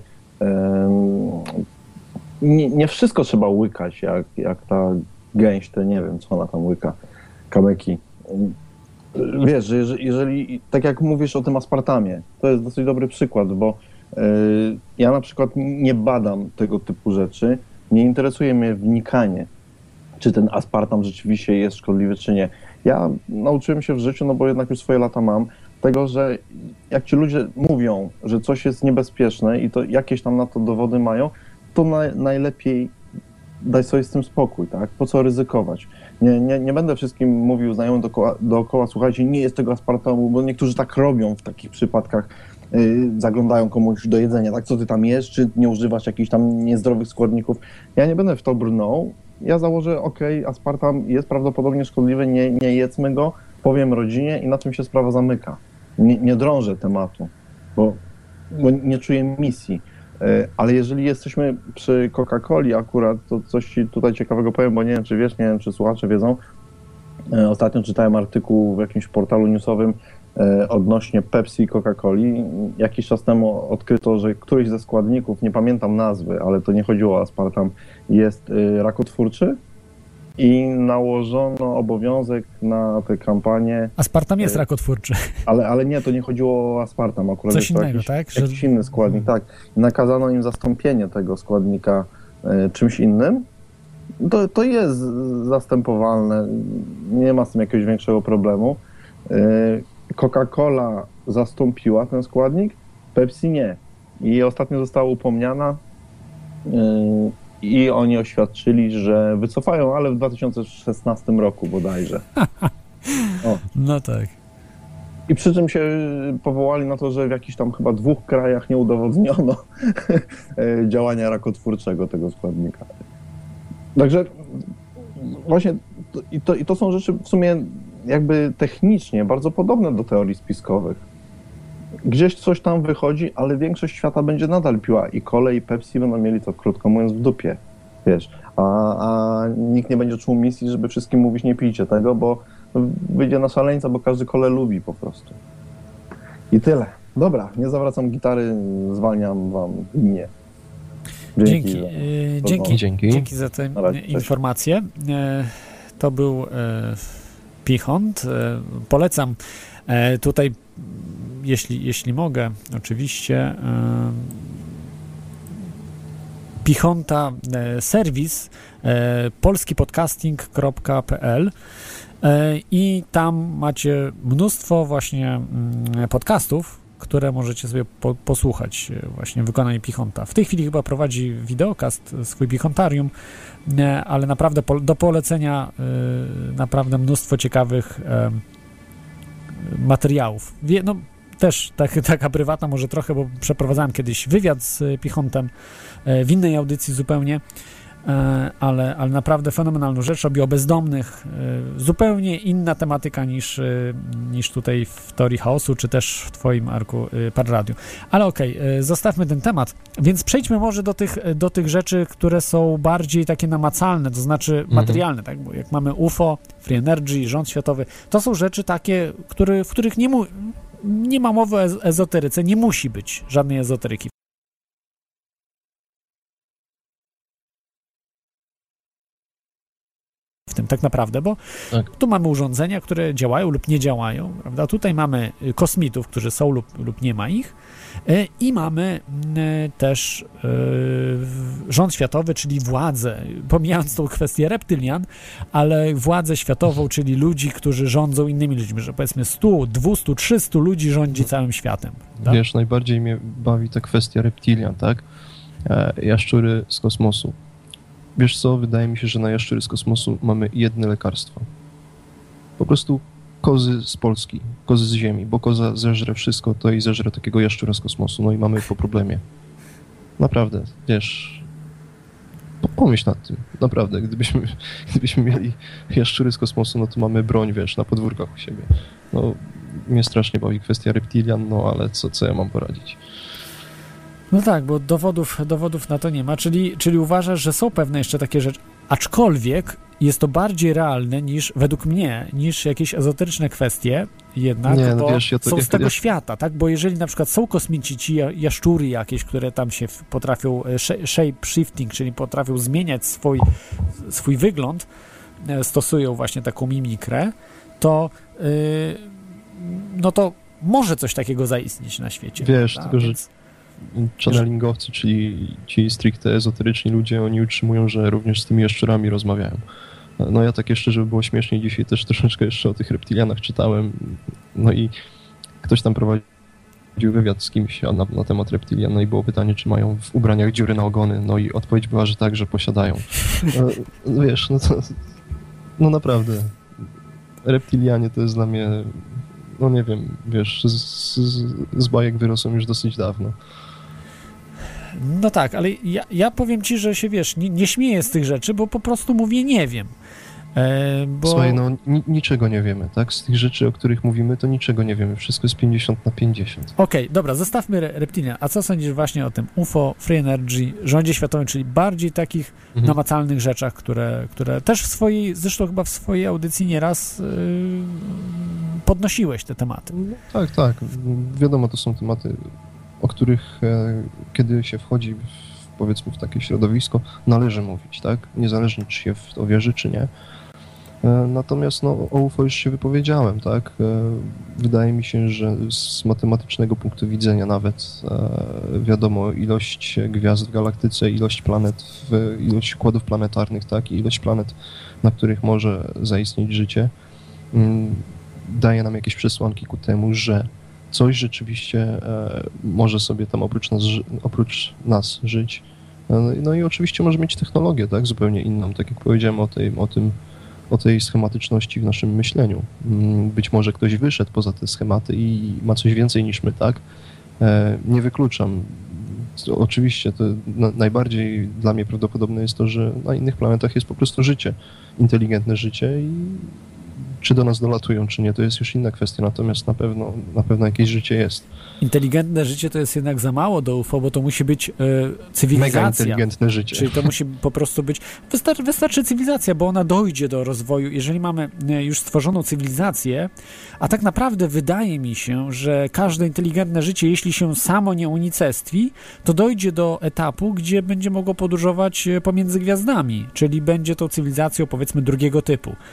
um, nie, nie wszystko trzeba łykać, jak, jak ta gęś, te nie wiem, co ona tam łyka, kamyki. Wiesz, że jeżeli, jeżeli, tak jak mówisz o tym aspartamie, to jest dosyć dobry przykład, bo yy, ja na przykład nie badam tego typu rzeczy, nie interesuje mnie wnikanie, czy ten aspartam rzeczywiście jest szkodliwy, czy nie. Ja nauczyłem się w życiu, no bo jednak już swoje lata mam, tego, że jak ci ludzie mówią, że coś jest niebezpieczne i to jakieś tam na to dowody mają, to na, najlepiej daj sobie z tym spokój, tak? Po co ryzykować? Nie, nie, nie będę wszystkim mówił znajomym dookoła, dookoła, słuchajcie, nie jest tego aspartamu, bo niektórzy tak robią w takich przypadkach, yy, zaglądają komuś do jedzenia, tak? Co ty tam jesz, czy nie używasz jakichś tam niezdrowych składników? Ja nie będę w to brnął. Ja założę, okej, okay, aspartam jest prawdopodobnie szkodliwy, nie, nie jedzmy go, powiem rodzinie i na tym się sprawa zamyka. Nie, nie drążę tematu, bo, bo nie czuję misji. Ale jeżeli jesteśmy przy Coca-Coli akurat, to coś ci tutaj ciekawego powiem, bo nie wiem, czy wiesz, nie wiem, czy słuchacze wiedzą. Ostatnio czytałem artykuł w jakimś portalu newsowym odnośnie Pepsi i Coca-Coli. Jakiś czas temu odkryto, że któryś ze składników, nie pamiętam nazwy, ale to nie chodziło o aspartam, jest rakotwórczy i nałożono obowiązek na tę kampanię. Aspartam jest rakotwórczy. Ale, ale nie, to nie chodziło o aspartam. Akurat coś innego, jakiś, tak? Jakiś że... inny składnik, hmm. tak. Nakazano im zastąpienie tego składnika y, czymś innym. To, to jest zastępowalne, nie ma z tym jakiegoś większego problemu. Y, Coca-Cola zastąpiła ten składnik, Pepsi nie. I ostatnio została upomniana yy, i oni oświadczyli, że wycofają, ale w dwa tysiące szesnastym roku bodajże. O. No tak. I przy czym się powołali na to, że w jakichś tam chyba dwóch krajach nie udowodniono działania rakotwórczego tego składnika. Także właśnie to, i, to, i to są rzeczy w sumie jakby technicznie bardzo podobne do teorii spiskowych. Gdzieś coś tam wychodzi, ale większość świata będzie nadal piła i Colę i Pepsi będą mieli to, krótko mówiąc, w dupie, wiesz. A, a nikt nie będzie czuł misji, żeby wszystkim mówić, nie pijcie tego, bo wyjdzie na szaleńca, bo każdy Colę lubi po prostu. I tyle. Dobra, nie zawracam gitary, zwalniam wam linię. Dzięki. Dzięki, za, dzięki, dzięki. dzięki za tę informację. To był Pichont. Polecam tutaj jeśli, jeśli mogę, oczywiście, Pichonta serwis polskipodcasting kropka p l i tam macie mnóstwo właśnie podcastów, które możecie sobie po, posłuchać właśnie wykonanie Pichonta. W tej chwili chyba prowadzi wideokast, swój Pichontarium, ale naprawdę po, do polecenia naprawdę mnóstwo ciekawych materiałów. Wie, no, też tak, taka prywatna może trochę, bo przeprowadzałem kiedyś wywiad z Pichontem w innej audycji zupełnie, ale, ale naprawdę fenomenalną rzecz. Robi o bezdomnych, zupełnie inna tematyka niż, niż tutaj w Teorii Chaosu, czy też w twoim, Arku, Parradiu. Ale okej, okay, zostawmy ten temat, więc przejdźmy może do tych, do tych rzeczy, które są bardziej takie namacalne, to znaczy mhm. materialne, tak? Bo jak mamy U F O, Free Energy, rząd światowy, to są rzeczy takie, które, w których nie, mu, nie ma mowy o ezoteryce, nie musi być żadnej ezoteryki w tym tak naprawdę, bo tak. Tu mamy urządzenia, które działają lub nie działają, prawda? Tutaj mamy kosmitów, którzy są lub, lub nie ma ich i mamy też rząd światowy, czyli władzę, pomijając tą kwestię reptylian, ale władzę światową, czyli ludzi, którzy rządzą innymi ludźmi, że powiedzmy sto, dwieście, trzysta ludzi rządzi całym światem. Tak? Wiesz, najbardziej mnie bawi ta kwestia reptylian, tak? Jaszczury z kosmosu. Wiesz co, wydaje mi się, że na jaszczury z kosmosu mamy jedno lekarstwo. Po prostu kozy z Polski, kozy z Ziemi, bo koza zeżre wszystko, to i zeżre takiego jaszczura z kosmosu, no i mamy po problemie. Naprawdę, wiesz, pomyśl nad tym, naprawdę, gdybyśmy, gdybyśmy mieli jaszczury z kosmosu, no to mamy broń, wiesz, na podwórkach u siebie. No, mnie strasznie bawi kwestia reptilian, no ale co, co ja mam poradzić? No tak, bo dowodów, dowodów na to nie ma, czyli, czyli uważasz, że są pewne jeszcze takie rzeczy, aczkolwiek jest to bardziej realne niż, według mnie, niż jakieś ezoteryczne kwestie jednak, nie, no bo wiesz, ja to, są ja, z tego ja... świata, tak, bo jeżeli na przykład są kosmici, ci jaszczury jakieś, które tam się potrafią shape shifting, czyli potrafią zmieniać swój, swój wygląd, stosują właśnie taką mimikrę, to yy, no to może coś takiego zaistnieć na świecie. Wiesz, prawda? tylko, Więc... że channelingowcy, czyli ci stricte ezoteryczni ludzie, oni utrzymują, że również z tymi jaszczurami rozmawiają. No ja tak jeszcze, żeby było śmieszniej, dzisiaj też troszeczkę jeszcze o tych reptilianach czytałem, no i ktoś tam prowadził wywiad z kimś na, na temat reptilian, no i było pytanie, czy mają w ubraniach dziury na ogony, no i odpowiedź była, że tak, że posiadają. No, wiesz, no to, no naprawdę, reptilianie to jest dla mnie, no nie wiem, wiesz, z, z, z bajek wyrosłem już dosyć dawno. No tak, ale ja, ja powiem ci, że się, wiesz, nie, nie śmieję z tych rzeczy, bo po prostu mówię nie wiem. E, bo... Słuchaj, no ni- niczego nie wiemy, tak? Z tych rzeczy, o których mówimy, to niczego nie wiemy. Wszystko jest pięćdziesiąt na pięćdziesiąt. Okej, okay, dobra, zostawmy re- reptilian. A co sądzisz właśnie o tym U F O, Free Energy, rządzie światowym, czyli bardziej takich mhm. namacalnych rzeczach, które, które też w swojej, zresztą chyba w swojej audycji nieraz yy, podnosiłeś te tematy. No, tak, tak. Wiadomo, to są tematy, o których e, kiedy się wchodzi w, powiedzmy w takie środowisko, należy mówić, tak? Niezależnie czy się w to wierzy, czy nie. E, natomiast no, o U F O już się wypowiedziałem, tak? E, wydaje mi się, że z matematycznego punktu widzenia nawet e, wiadomo, ilość gwiazd w galaktyce, ilość planet, w, ilość układów planetarnych, tak? I ilość planet, na których może zaistnieć życie, m, daje nam jakieś przesłanki ku temu, że coś rzeczywiście e, może sobie tam oprócz nas, oprócz nas żyć. E, no i oczywiście może mieć technologię, tak, zupełnie inną, tak jak powiedziałem o tej, o tym, o tej schematyczności w naszym myśleniu. Być może ktoś wyszedł poza te schematy i ma coś więcej niż my, tak? E, nie wykluczam. To oczywiście to na, najbardziej dla mnie prawdopodobne jest to, że na innych planetach jest po prostu życie, inteligentne życie i czy do nas dolatują, czy nie, to jest już inna kwestia, natomiast na pewno, na pewno jakieś życie jest. Inteligentne życie to jest jednak za mało do U F O, bo to musi być e, cywilizacja. Mega inteligentne życie. Czyli to musi po prostu być... Wystarczy, wystarczy cywilizacja, bo ona dojdzie do rozwoju. Jeżeli mamy już stworzoną cywilizację, a tak naprawdę wydaje mi się, że każde inteligentne życie, jeśli się samo nie unicestwi, to dojdzie do etapu, gdzie będzie mogło podróżować pomiędzy gwiazdami, czyli będzie to cywilizacją, powiedzmy, drugiego typu.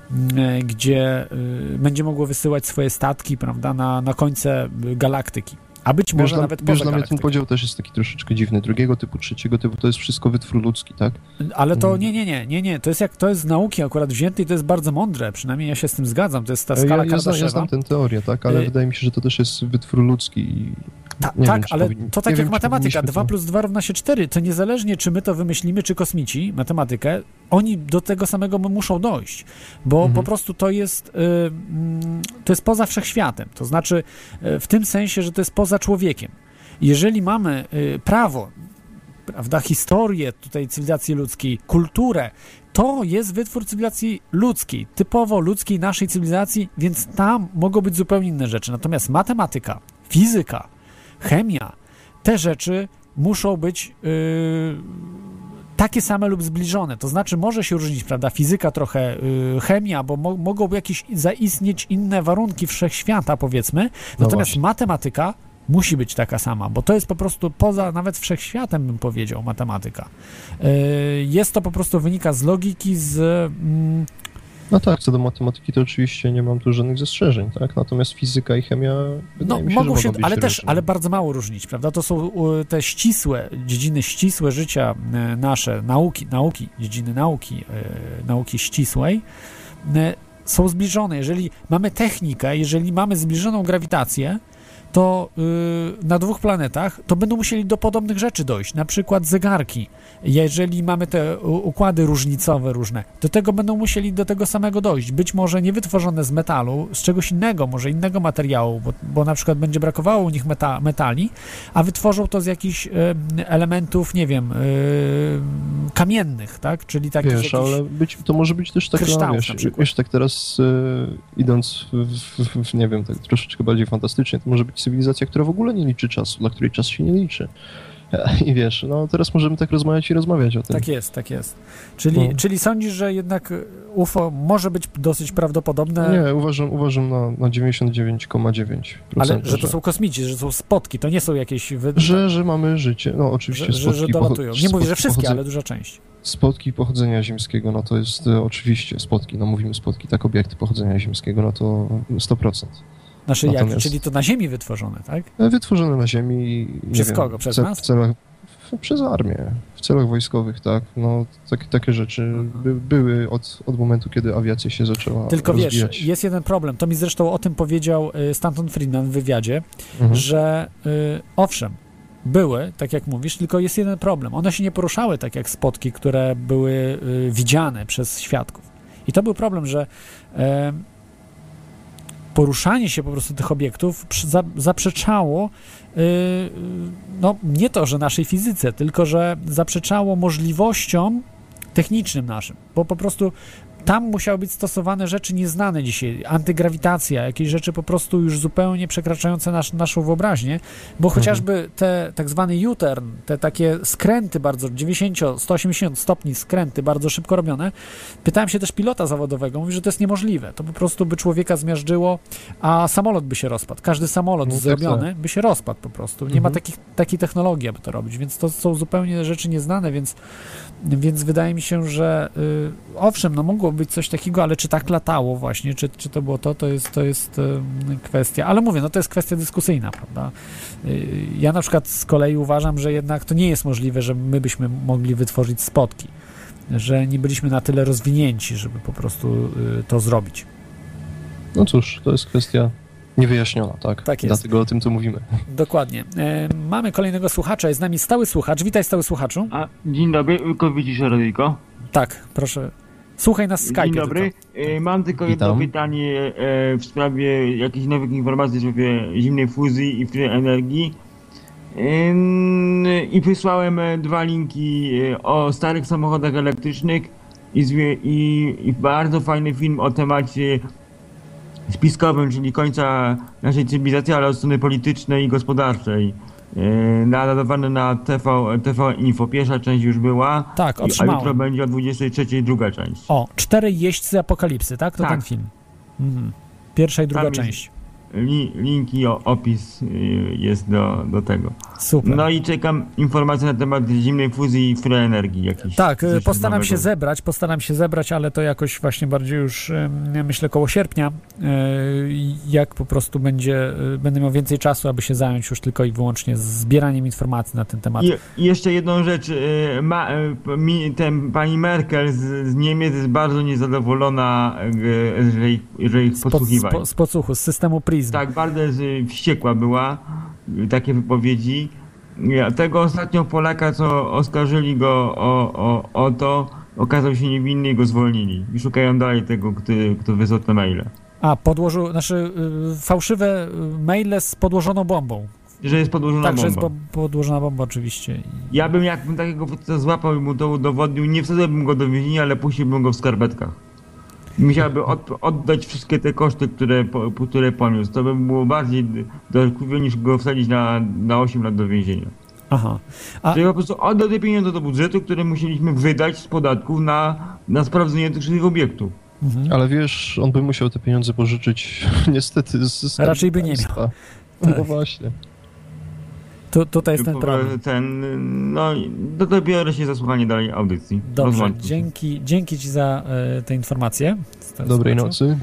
gdzie będzie mogło wysyłać swoje statki, prawda, na, na końce galaktyki. A być może wiesz, nawet wiesz, poza dla mnie ten podział też jest taki troszeczkę dziwny. Drugiego typu, trzeciego typu to jest wszystko wytwór ludzki, tak? Ale to nie, nie, nie, nie, nie. To jest jak to jest z nauki akurat wzięte i to jest bardzo mądre. Przynajmniej ja się z tym zgadzam. To jest ta skala ja, ja, znam, ja znam tę teorię, tak? Ale y- wydaje mi się, że to też jest wytwór ludzki. I Ta, nie tak, wiem, ale powin... to tak nie jak wiem, matematyka. dwa to... plus dwa równa się cztery. To niezależnie, czy my to wymyślimy, czy kosmici, matematykę, oni do tego samego muszą dojść. Bo mhm. po prostu to jest, y, to jest poza wszechświatem. To znaczy y, w tym sensie, że to jest poza człowiekiem. Jeżeli mamy y, prawo, prawda, historię tutaj cywilizacji ludzkiej, kulturę, to jest wytwór cywilizacji ludzkiej, typowo ludzkiej naszej cywilizacji, więc tam mogą być zupełnie inne rzeczy. Natomiast matematyka, fizyka, chemia, te rzeczy muszą być y, takie same lub zbliżone. To znaczy może się różnić, prawda, fizyka trochę, y, chemia, bo mo- mogą jakieś zaistnieć inne warunki wszechświata, powiedzmy. Natomiast no matematyka musi być taka sama, bo to jest po prostu poza nawet wszechświatem, bym powiedział, matematyka. Jest to po prostu, wynika z logiki, z... Mm... No tak, co do matematyki to oczywiście nie mam tu żadnych zastrzeżeń, tak? Natomiast fizyka i chemia wydaje no, mi się, mogą że się, mogą być ale też, różne. ale bardzo mało różnić, prawda? To są te ścisłe, dziedziny ścisłe życia nasze, nauki, nauki, dziedziny nauki, nauki ścisłej, są zbliżone. Jeżeli mamy technikę, jeżeli mamy zbliżoną grawitację, to yy, na dwóch planetach to będą musieli do podobnych rzeczy dojść, na przykład zegarki. Jeżeli mamy te układy różnicowe różne, do tego będą musieli do tego samego dojść. Być może nie wytworzone z metalu, z czegoś innego, może innego materiału, bo, bo na przykład będzie brakowało u nich meta, metali, a wytworzą to z jakichś y, elementów, nie wiem, y, kamiennych, tak? Czyli takich wiesz, jakichś ale być, to może być też tak, no, wiesz, wiesz, tak teraz y, idąc w, w, w, nie wiem, tak troszeczkę bardziej fantastycznie, to może być cywilizacja, która w ogóle nie liczy czasu, dla której czas się nie liczy. I wiesz, no teraz możemy tak rozmawiać i rozmawiać o tym. Tak jest, tak jest. Czyli, no. czyli sądzisz, że jednak U F O może być dosyć prawdopodobne? Nie, uważam, uważam na, na dziewięćdziesiąt dziewięć przecinek dziewięć procent. Ale że to są kosmici, że są spotki, to nie są jakieś... Wy... Że, że mamy życie, no oczywiście że, spotki... Że, że dolatują. Nie mówię, że wszystkie, pochodzenia, ale duża część. Spotki pochodzenia ziemskiego, no to jest e, oczywiście spotki, no mówimy spotki, tak, obiekty pochodzenia ziemskiego, no to sto procent. Znaczy jak? Czyli to na Ziemi wytworzone, tak? Wytworzone na Ziemi. Przez wiem, kogo? Przez w, nas? W celach, w, przez armię. W celach wojskowych, tak. No, tak, takie rzeczy by, były od, od momentu, kiedy awiacja się zaczęła Tylko rozwijać. wiesz, jest jeden problem. To mi zresztą o tym powiedział Stanton Friedman w wywiadzie, mhm. że y, owszem, były, tak jak mówisz, tylko jest jeden problem. One się nie poruszały tak jak spotki, które były y, widziane przez świadków. I to był problem, że y, poruszanie się po prostu tych obiektów za, zaprzeczało yy, no nie to, że naszej fizyce, tylko że zaprzeczało możliwościom technicznym naszym, bo po prostu tam musiały być stosowane rzeczy nieznane dzisiaj, antygrawitacja, jakieś rzeczy po prostu już zupełnie przekraczające nasz, naszą wyobraźnię, bo mhm. chociażby te tak zwany U-turn, te takie skręty bardzo, dziewięćdziesiąt sto osiemdziesiąt stopni skręty, bardzo szybko robione. Pytałem się też pilota zawodowego, mówi, że to jest niemożliwe, to po prostu by człowieka zmiażdżyło, a samolot by się rozpadł. Każdy samolot no, zrobiony tak. by się rozpadł po prostu. Nie mhm. ma takich, takiej technologii, aby to robić, więc to są zupełnie rzeczy nieznane, więc, więc wydaje mi się, że yy, owszem, no mogło być coś takiego, ale czy tak latało właśnie, czy, czy to było to, to jest, to jest y, kwestia, ale mówię, no to jest kwestia dyskusyjna, prawda? Y, ja na przykład z kolei uważam, że jednak to nie jest możliwe, że my byśmy mogli wytworzyć spotki, że nie byliśmy na tyle rozwinięci, żeby po prostu y, to zrobić. No cóż, to jest kwestia niewyjaśniona, tak? Tak jest. Dlatego o tym, co mówimy. Dokładnie. E, mamy kolejnego słuchacza, jest z nami stały słuchacz. Witaj, stały słuchaczu. A, dzień dobry, Łykowicisza Radyjko. Tak, proszę. Słuchaj nas w Skype'ie. Dzień dobry. Tylko. Mam tylko jedno Witam. pytanie w sprawie jakichś nowych informacji w sprawie zimnej fuzji i w energii. I wysłałem dwa linki o starych samochodach elektrycznych i, zwie, i, i bardzo fajny film o temacie spiskowym, czyli końca naszej cywilizacji, ale od strony politycznej i gospodarczej. Nadawany na T V, T V Info. Pierwsza część już była. Tak, otrzymałem. A jutro będzie o dwudziestej trzeciej druga część. O, cztery jeźdźcy apokalipsy, tak? To tak. ten film. Mhm. Pierwsza i druga Tam część. Jest, li, linki, o, opis y, jest do, do tego. Super. No i czekam informacji na temat zimnej fuzji i free energii jakiejś. Tak, coś postaram nowego. się zebrać, postaram się zebrać, ale to jakoś właśnie bardziej już em, myślę koło sierpnia, e, jak po prostu będzie, e, będę miał więcej czasu, aby się zająć już tylko i wyłącznie zbieraniem informacji na ten temat. I, i jeszcze jedną rzecz, y, ma, y, mi, ten, pani Merkel z, z Niemiec jest bardzo niezadowolona, y, że ich, że ich Z, pod, z, podsłuchiwań. po, z podsłuchu, z systemu PRISM. Tak, bardzo jest, y, wściekła była, y, takie wypowiedzi. Ja, tego ostatnio Polaka, co oskarżyli go o, o, o to, okazał się niewinny i go zwolnili. I szukają dalej tego, kto, kto wysłał te maile. A, podłożył, znaczy y, fałszywe y, maile z podłożoną bombą. Że jest podłożona Tak, bomba. że jest bo, podłożona bomba oczywiście. Ja bym, jakbym takiego faceta złapał i mu to udowodnił, nie wsadziłbym go do więzienia, ale puściłbym go w skarpetkach. Musiałby od, oddać wszystkie te koszty, które, po, które poniósł. To by było bardziej dotkliwe niż go wsadzić na, na osiem lat do więzienia. Aha. A, Czyli po prostu oddał te pieniądze do budżetu, które musieliśmy wydać z podatków na, na sprawdzenie tych wszystkich obiektów. mhm. Ale wiesz, on by musiał te pieniądze pożyczyć niestety z Skarbu Raczej by nie Państwa. miał. No Tak. właśnie. Tu, tutaj jest ten Po- problem. ten, no, to, to biorę się za słuchanie dalej audycji. Dobrze, Rozłączmy się. dzięki, dzięki Ci za e, te informacje. Stały Dobrej słuchaczu. nocy.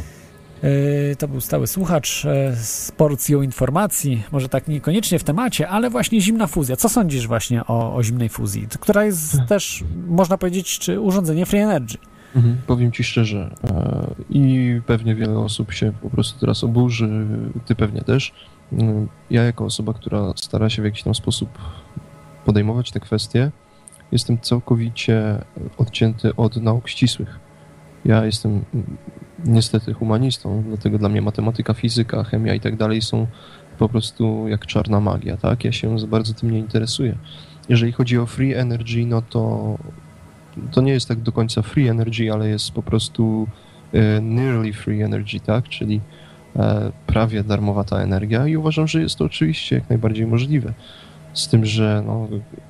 E, to był stały słuchacz e, z porcją informacji, może tak niekoniecznie w temacie, ale właśnie zimna fuzja. Co sądzisz właśnie o, o zimnej fuzji, która jest też, można powiedzieć, czy urządzenie free energy? Mhm. Powiem ci szczerze, e, i pewnie wiele osób się po prostu teraz oburzy, ty pewnie też. E, Ja jako osoba, która stara się w jakiś tam sposób podejmować te kwestie, jestem całkowicie odcięty od nauk ścisłych. Ja jestem mm, niestety humanistą, dlatego dla mnie matematyka, fizyka, chemia i tak dalej są po prostu jak czarna magia, tak? Ja się za bardzo tym nie interesuję. Jeżeli chodzi o free energy, no to to nie jest tak do końca free energy, ale jest po prostu e, nearly free energy, tak? Czyli e, prawie darmowa ta energia i uważam, że jest to oczywiście jak najbardziej możliwe. Z tym, że no,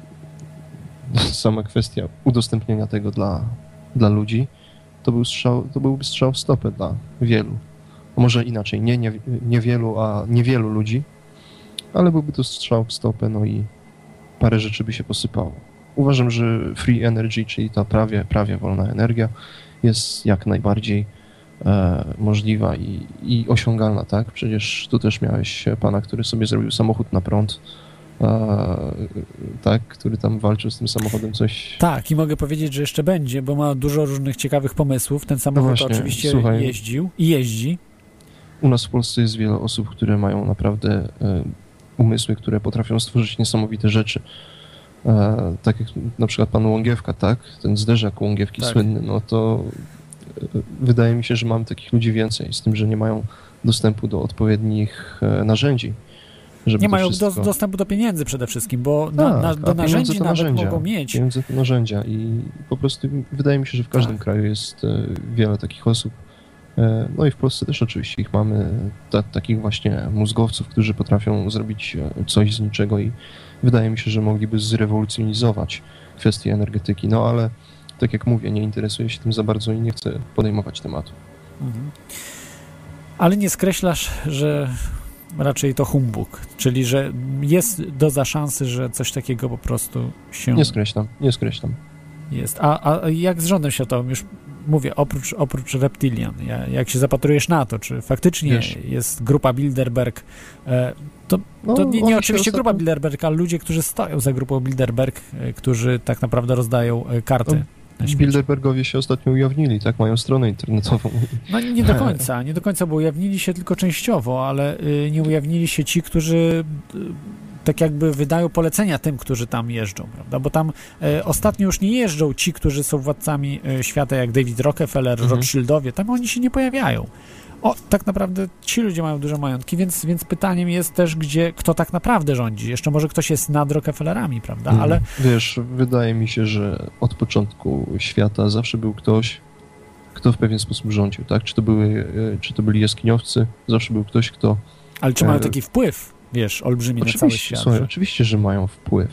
sama kwestia udostępnienia tego dla, dla ludzi to, był strzał, to byłby strzał w stopę dla wielu. A może inaczej, nie, nie, nie wielu, a niewielu ludzi, ale byłby to strzał w stopę, no i parę rzeczy by się posypało. Uważam, że free energy, czyli ta prawie, prawie wolna energia jest jak najbardziej e, możliwa i, i osiągalna, tak? Przecież tu też miałeś pana, który sobie zrobił samochód na prąd, e, tak? Który tam walczył z tym samochodem, coś... Tak, i mogę powiedzieć, że jeszcze będzie, bo ma dużo różnych ciekawych pomysłów. Ten samochód No właśnie, oczywiście słuchaj. jeździł i jeździ. U nas w Polsce jest wiele osób, które mają naprawdę e, umysły, które potrafią stworzyć niesamowite rzeczy. E, tak jak na przykład pan Łągiewka, tak? Ten zderzak Łągiewki Tak. słynny, no to e, wydaje mi się, że mam takich ludzi więcej, z tym, że nie mają dostępu do odpowiednich e, narzędzi. Żeby Nie to mają wszystko... do, dostępu do pieniędzy przede wszystkim, bo na, Tak, na, a do pieniądze narzędzi to nawet narzędzia. mogą mieć. Pieniądze to narzędzia i po prostu wydaje mi się, że w każdym Tak. kraju jest e, wiele takich osób. E, No i w Polsce też oczywiście ich mamy, ta, takich właśnie mózgowców, którzy potrafią zrobić e, coś z niczego i wydaje mi się, że mogliby zrewolucjonizować kwestie energetyki. No ale tak jak mówię, nie interesuję się tym za bardzo i nie chcę podejmować tematu. Mhm. Ale nie skreślasz, że raczej to humbug, czyli że jest doza szansy, że coś takiego po prostu się Nie skreślam, nie skreślam. jest. A, a jak z rządem światowym? Już mówię, oprócz, oprócz reptilian, ja, jak się zapatrujesz na to, czy faktycznie Wiesz. jest grupa Bilderberg, e, to, No, to nie, oni nie się oczywiście grupa ostatnio- Bilderberg, ale ludzie, którzy stoją za grupą Bilderberg, e, którzy tak naprawdę rozdają e, karty. No, na śmieci. Bilderbergowie się ostatnio ujawnili, tak? Mają stronę internetową. No nie do końca, nie do końca, bo ujawnili się tylko częściowo, ale y, nie ujawnili się ci, którzy y, tak jakby wydają polecenia tym, którzy tam jeżdżą, prawda? Bo tam y, ostatnio już nie jeżdżą ci, którzy są władcami y, świata, jak David Rockefeller, Mhm. Rothschildowie, tam oni się nie pojawiają. O, tak naprawdę ci ludzie mają duże majątki, więc, więc pytaniem jest też, gdzie, kto tak naprawdę rządzi. Jeszcze może ktoś jest nad Rockefellerami, prawda? Mhm. Ale Wiesz, wydaje mi się, że od początku świata zawsze był ktoś, kto w pewien sposób rządził, tak? Czy to były, e, czy to byli jaskiniowcy, zawsze był ktoś, kto... ale czy mają E, taki wpływ, wiesz, olbrzymi na cały Oczywiście, świat? słuchaj, że- oczywiście, że mają wpływ.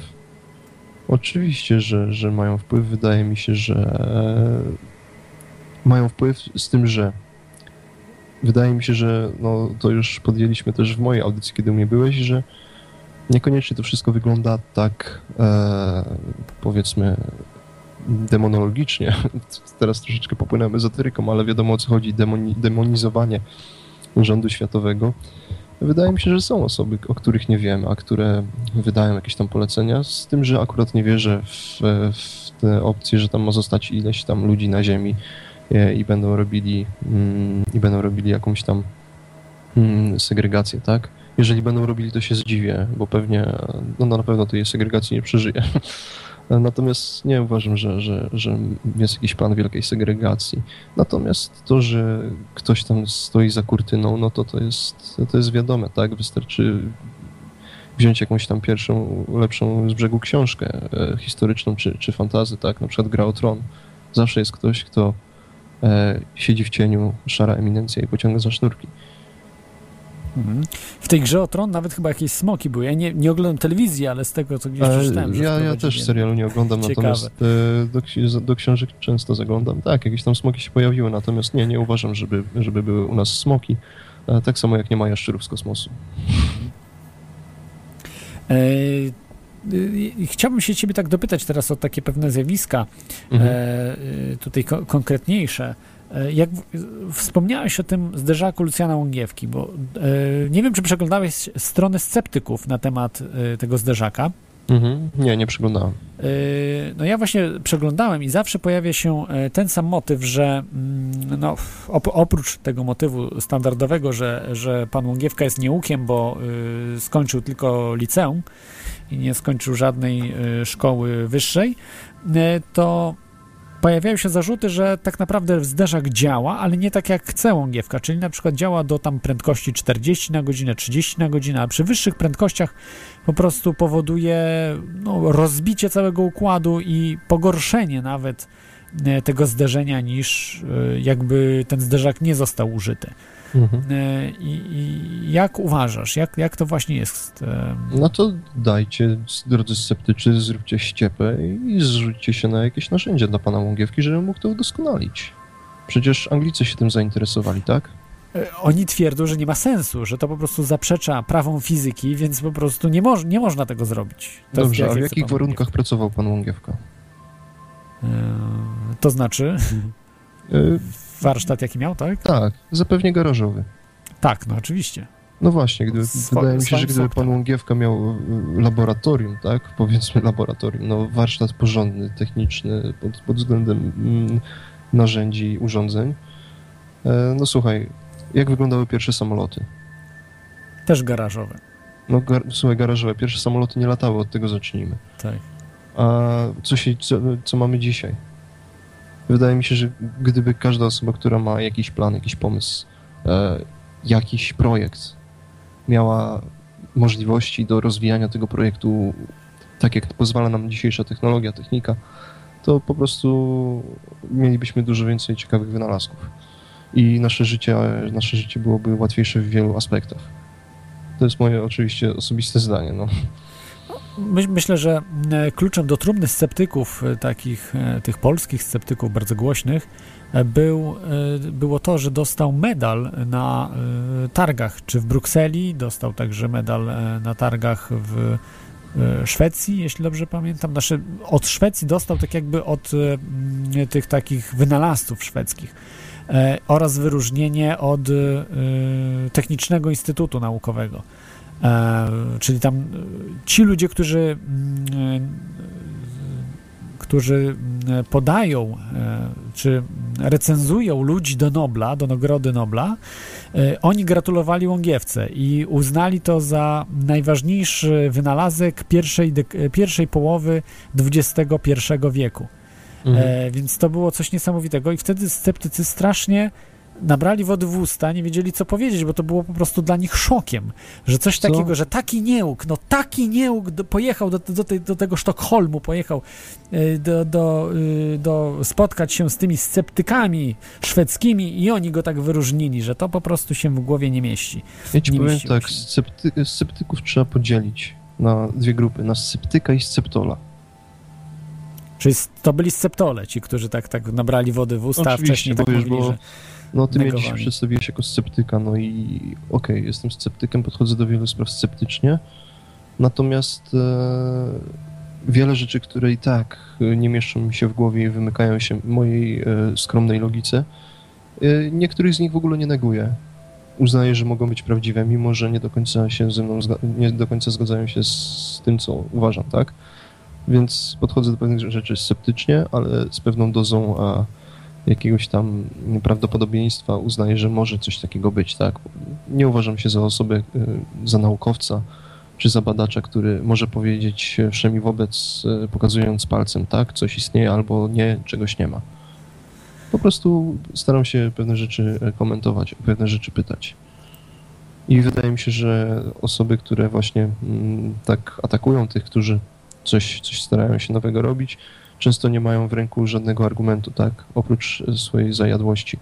Oczywiście, że, że mają wpływ. Wydaje mi się, że e, mają wpływ z tym, że wydaje mi się, że no, to już podjęliśmy też w mojej audycji, kiedy u mnie byłeś, że niekoniecznie to wszystko wygląda tak, e, powiedzmy, demonologicznie. Teraz troszeczkę popłynąłem ezoteryką, ale wiadomo, o co chodzi, demoni, demonizowanie rządu światowego. Wydaje mi się, że są osoby, o których nie wiemy, a które wydają jakieś tam polecenia, z tym, że akurat nie wierzę w, w te opcje, że tam ma zostać ileś tam ludzi na ziemi i będą robili mm, i będą robili jakąś tam mm, segregację, tak? Jeżeli będą robili, to się zdziwię, bo pewnie, no na pewno tej segregacji nie przeżyję. Natomiast nie uważam, że, że, że jest jakiś plan wielkiej segregacji. Natomiast to, że ktoś tam stoi za kurtyną, no to to jest, to jest wiadome, tak? Wystarczy wziąć jakąś tam pierwszą, lepszą z brzegu książkę e, historyczną czy, czy fantasy, tak? Na przykład Gra o Tron. Zawsze jest ktoś, kto e, siedzi w cieniu, szara eminencja i pociąga za sznurki. Mhm. W tej Grze o Tron nawet chyba jakieś smoki były. Ja nie, nie oglądam telewizji, ale z tego, co gdzieś przeczytałem. Ja, ja też serialu nie oglądam, ciekawe. Natomiast e, do, do książek często zaglądam. Tak, jakieś tam smoki się pojawiły, natomiast nie, nie uważam, żeby, żeby były u nas smoki. E, tak samo jak nie ma jaszczurów z kosmosu. E, e, chciałbym się ciebie tak dopytać teraz o takie pewne zjawiska, mhm. e, tutaj ko- konkretniejsze. Jak w, wspomniałeś o tym zderzaku Lucjana Łągiewki, bo e, nie wiem, czy przeglądałeś stronę sceptyków na temat e, tego zderzaka. Mhm. Nie, nie przeglądałem. E, no ja właśnie przeglądałem i zawsze pojawia się ten sam motyw, że mm, no, op, oprócz tego motywu standardowego, że, że pan Łągiewka jest nieukiem, bo y, skończył tylko liceum i nie skończył żadnej y, szkoły wyższej, y, to pojawiają się zarzuty, że tak naprawdę zderzak działa, ale nie tak jak chce Łągiewka, czyli na przykład działa do tam prędkości czterdzieści na godzinę, trzydzieści na godzinę, a przy wyższych prędkościach po prostu powoduje no, rozbicie całego układu i pogorszenie nawet tego zderzenia, niż jakby ten zderzak nie został użyty. Mhm. I, I jak uważasz? Jak, jak to właśnie jest? No to dajcie, drodzy sceptycy, zróbcie ściepę i zrzućcie się na jakieś narzędzie dla pana Łągiewki, żeby mógł to udoskonalić. Przecież Anglicy się tym zainteresowali, tak? Oni twierdzą, że nie ma sensu, że to po prostu zaprzecza prawom fizyki, więc po prostu nie, moż, nie można tego zrobić. To Dobrze, jak, a w jak jakich warunkach Łągiewka pracował pan Łągiewka? To znaczy... Warsztat jaki miał, tak? Tak, zapewne garażowy. Tak, no oczywiście. No właśnie, gdyby, Swo- wydaje mi się, że gdyby soktem. pan Łągiewka miał laboratorium, tak, powiedzmy laboratorium, no warsztat porządny, techniczny, pod, pod względem mm, narzędzi i urządzeń. E, no słuchaj, jak wyglądały pierwsze samoloty? Też garażowe. No gar- słuchaj, garażowe. Pierwsze samoloty nie latały, od tego zacznijmy. Tak. A co, się, co, co mamy dzisiaj? Wydaje mi się, że gdyby każda osoba, która ma jakiś plan, jakiś pomysł, e, jakiś projekt, miała możliwości do rozwijania tego projektu tak, jak pozwala nam dzisiejsza technologia, technika, to po prostu mielibyśmy dużo więcej ciekawych wynalazków. I nasze życie, nasze życie byłoby łatwiejsze w wielu aspektach. To jest moje oczywiście osobiste zdanie. No. My, myślę, że kluczem do trumny sceptyków, takich tych polskich sceptyków bardzo głośnych, był, było to, że dostał medal na targach, czy w Brukseli, dostał także medal na targach w Szwecji, jeśli dobrze pamiętam. Znaczy, od Szwecji dostał tak jakby od tych takich wynalazców szwedzkich oraz wyróżnienie od Technicznego Instytutu Naukowego. E, czyli tam ci ludzie, którzy, e, którzy podają e, czy recenzują ludzi do Nobla, do Nagrody Nobla, e, oni gratulowali Łągiewce i uznali to za najważniejszy wynalazek pierwszej, dek- pierwszej połowy dwudziestego pierwszego wieku. Mhm. E, więc to było coś niesamowitego i wtedy sceptycy strasznie nabrali wody w usta, nie wiedzieli co powiedzieć, bo to było po prostu dla nich szokiem, że coś co? takiego, że taki nieuk, no taki nieuk do, pojechał do, do, tej, do tego Sztokholmu, pojechał do, do, do spotkać się z tymi sceptykami szwedzkimi i oni go tak wyróżnili, że to po prostu się w głowie nie mieści. Ja ci nie powiem tak, scepty, sceptyków trzeba podzielić na dwie grupy, na sceptyka i sceptola. Czyli to byli sceptole, ci, którzy tak, tak nabrali wody w usta, a wcześniej tak wiesz, mówili, bo, że no ty mnie negowali. dzisiaj przedstawiłeś jako sceptyka, no i okej, okay, jestem sceptykiem, podchodzę do wielu spraw sceptycznie, natomiast e, wiele rzeczy, które i tak nie mieszczą mi się w głowie i wymykają się mojej e, skromnej logice, e, niektórych z nich w ogóle nie neguję. Uznaję, że mogą być prawdziwe, mimo że nie do końca się ze mną, nie do końca zgadzają się z tym, co uważam, tak? Więc podchodzę do pewnych rzeczy sceptycznie, ale z pewną dozą a, jakiegoś tam prawdopodobieństwa uznaję, że może coś takiego być, tak? Nie uważam się za osobę, za naukowca czy za badacza, który może powiedzieć wszemi wobec, pokazując palcem, tak? Coś istnieje albo nie, czegoś nie ma. Po prostu staram się pewne rzeczy komentować, o pewne rzeczy pytać. I wydaje mi się, że osoby, które właśnie mm, tak atakują tych, którzy coś, coś starają się nowego robić, często nie mają w ręku żadnego argumentu, tak, oprócz swojej zajadłości.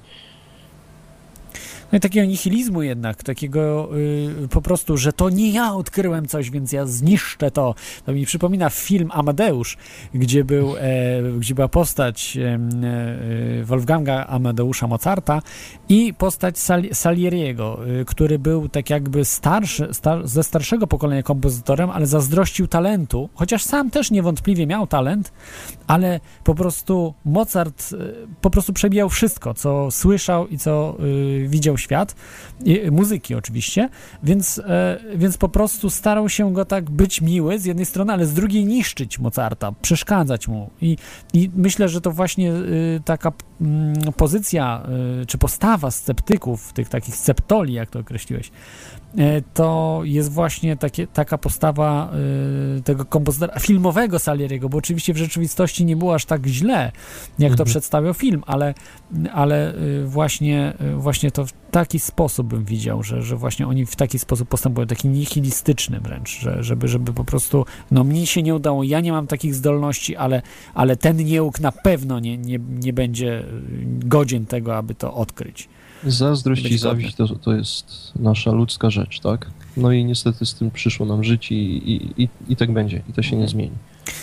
No i takiego nihilizmu jednak, takiego y, po prostu, że to nie ja odkryłem coś, więc ja zniszczę to. To mi przypomina film Amadeusz, gdzie, był, e, gdzie była postać e, e, Wolfganga Amadeusza Mozarta i postać Sal, Salieriego, y, który był tak jakby starszy, star, ze starszego pokolenia kompozytorem, ale zazdrościł talentu, chociaż sam też niewątpliwie miał talent, ale po prostu Mozart y, po prostu przebijał wszystko, co słyszał i co y, widział świat, i muzyki oczywiście, więc, e, więc po prostu starał się go tak być miły z jednej strony, ale z drugiej niszczyć Mozarta, przeszkadzać mu i, i myślę, że to właśnie y, taka y, pozycja, y, czy postawa sceptyków, tych takich sceptoli, jak to określiłeś, y, to jest właśnie takie, taka postawa y, tego kompozytora filmowego Salieriego, bo oczywiście w rzeczywistości nie było aż tak źle, jak to przedstawiał film, ale, ale y, właśnie, y, właśnie to w taki sposób bym widział, że, że właśnie oni w taki sposób postępują, taki nihilistyczny wręcz, że, żeby, żeby po prostu, no mnie się nie udało, ja nie mam takich zdolności, ale, ale ten nieuk na pewno nie, nie, nie będzie godzien tego, aby to odkryć. Zazdrość i zawiść to, to jest nasza ludzka rzecz, tak? No i niestety z tym przyszło nam żyć i, i, i, i tak będzie, i to się nie zmieni.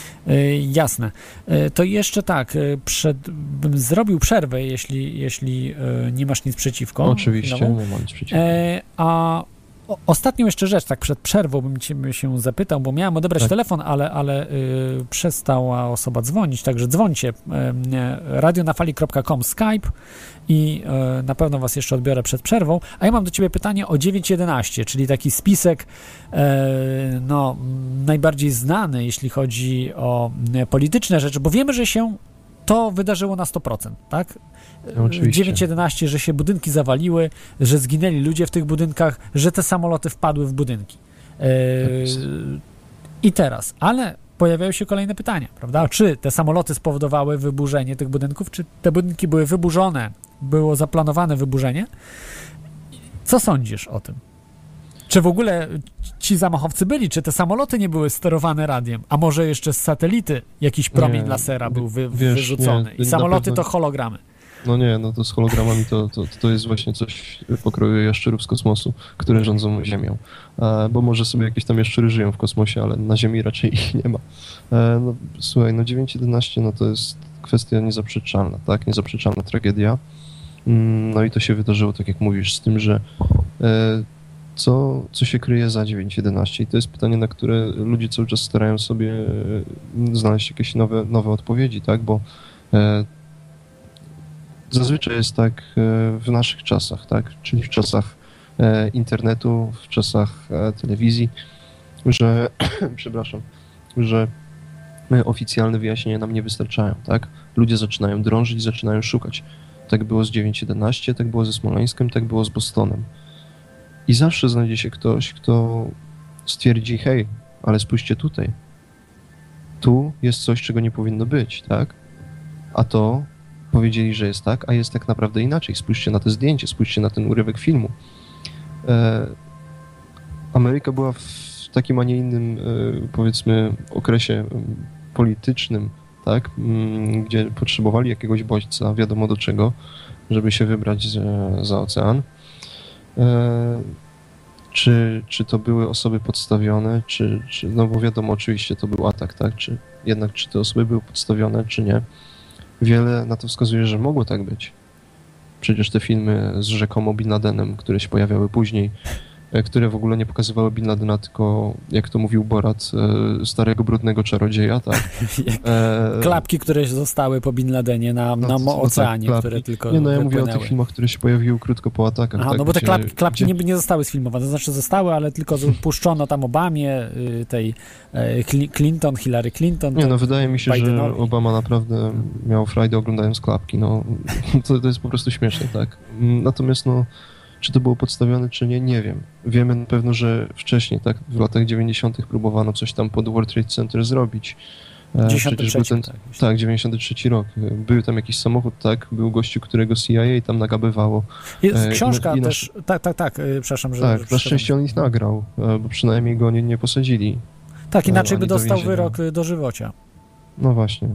Jasne. To jeszcze tak, przed, bym zrobił przerwę, jeśli, jeśli nie masz nic przeciwko. Oczywiście, chwilową. Nie mam nic przeciwko. A o, ostatnią jeszcze rzecz, tak przed przerwą bym cię się zapytał, bo miałem odebrać tak. telefon, ale, ale y, przestała osoba dzwonić, także dzwońcie. Y, radionafali kropka com Skype i y, na pewno was jeszcze odbiorę przed przerwą. A ja mam do ciebie pytanie o dziewięć jedenaście, czyli taki spisek y, no, najbardziej znany, jeśli chodzi o y, polityczne rzeczy, bo wiemy, że się to wydarzyło na sto procent, tak? Oczywiście. dziewięć jedenaście, że się budynki zawaliły, że zginęli ludzie w tych budynkach, że te samoloty wpadły w budynki. Yy, I teraz, ale pojawiają się kolejne pytania, prawda? Czy te samoloty spowodowały wyburzenie tych budynków, czy te budynki były wyburzone, było zaplanowane wyburzenie? Co sądzisz o tym? Czy w ogóle ci zamachowcy byli, czy te samoloty nie były sterowane radiem, a może jeszcze z satelity jakiś promień nie, lasera był wy, wiesz, wyrzucony nie, i samoloty pewno... to hologramy? No nie, no to z hologramami to, to, to jest właśnie coś pokroju jaszczurów z kosmosu, które rządzą Ziemią. E, bo może sobie jakieś tam jaszczury żyją w kosmosie, ale na Ziemi raczej ich nie ma. E, no, słuchaj, no dziewięć jedenaście no to jest kwestia niezaprzeczalna, tak? Niezaprzeczalna tragedia. Mm, no i to się wydarzyło, tak jak mówisz, z tym, że e, co, co się kryje za dziewięć jedenaście? I to jest pytanie, na które ludzie cały czas starają sobie znaleźć jakieś nowe, nowe odpowiedzi, tak? Bo e, zazwyczaj jest tak w naszych czasach, tak? Czyli w czasach e, internetu, w czasach e, telewizji, że, przepraszam, że oficjalne wyjaśnienia nam nie wystarczają, tak? Ludzie zaczynają drążyć, zaczynają szukać. Tak było z dziewięć jedenaście, tak było ze Smoleńskiem, tak było z Bostonem. I zawsze znajdzie się ktoś, kto stwierdzi, hej, ale spójrzcie tutaj. Tu jest coś, czego nie powinno być, tak? A to powiedzieli, że jest tak, a jest tak naprawdę inaczej. Spójrzcie na to zdjęcie, spójrzcie na ten urywek filmu. E, Ameryka była w takim, a nie innym, e, powiedzmy, okresie politycznym, tak? M, gdzie potrzebowali jakiegoś bodźca, wiadomo do czego, żeby się wybrać z, za ocean. E, czy, czy to były osoby podstawione, czy, czy, no bo wiadomo, oczywiście to był atak, tak, czy jednak czy te osoby były podstawione, czy nie. Wiele na to wskazuje, że mogło tak być. Przecież te filmy z rzekomo Bin Ladenem, które się pojawiały później, które w ogóle nie pokazywały Bin Ladena, tylko, jak to mówił Borat, starego, brudnego czarodzieja, tak? E... Klapki, które zostały po Bin Ladenie na, no, na no, oceanie, tak, które tylko Nie, no ja wypłynęły. mówię o tych filmach, które się pojawiły krótko po atakach. Aha, tak, no bo te gdzie, klapki, klapki gdzie... nie, nie zostały sfilmowane, to znaczy zostały, ale tylko puszczono tam Obamie, tej Clinton, Hillary Clinton. Nie, no wydaje mi się, Bidenowi. że Obama naprawdę miał frajdę oglądając klapki, no to, to jest po prostu śmieszne, tak? Natomiast no czy to było podstawione, czy nie, nie wiem. Wiemy na pewno, że wcześniej, tak, w latach dziewięćdziesiątych próbowano coś tam pod World Trade Center zrobić. dziewięćdziesiąty trzeci, ten, tak, tak, dziewięćdziesiąty trzeci rok. Był tam jakiś samochód, tak, był gościu, którego C I A tam nagabywało. Jest książka I na, też, i na, tak, tak, tak, przepraszam, że... Tak, że na szczęście on ich nagrał, bo przynajmniej go nie, nie posadzili. Tak, inaczej by dostał do wyrok dożywocia. No właśnie.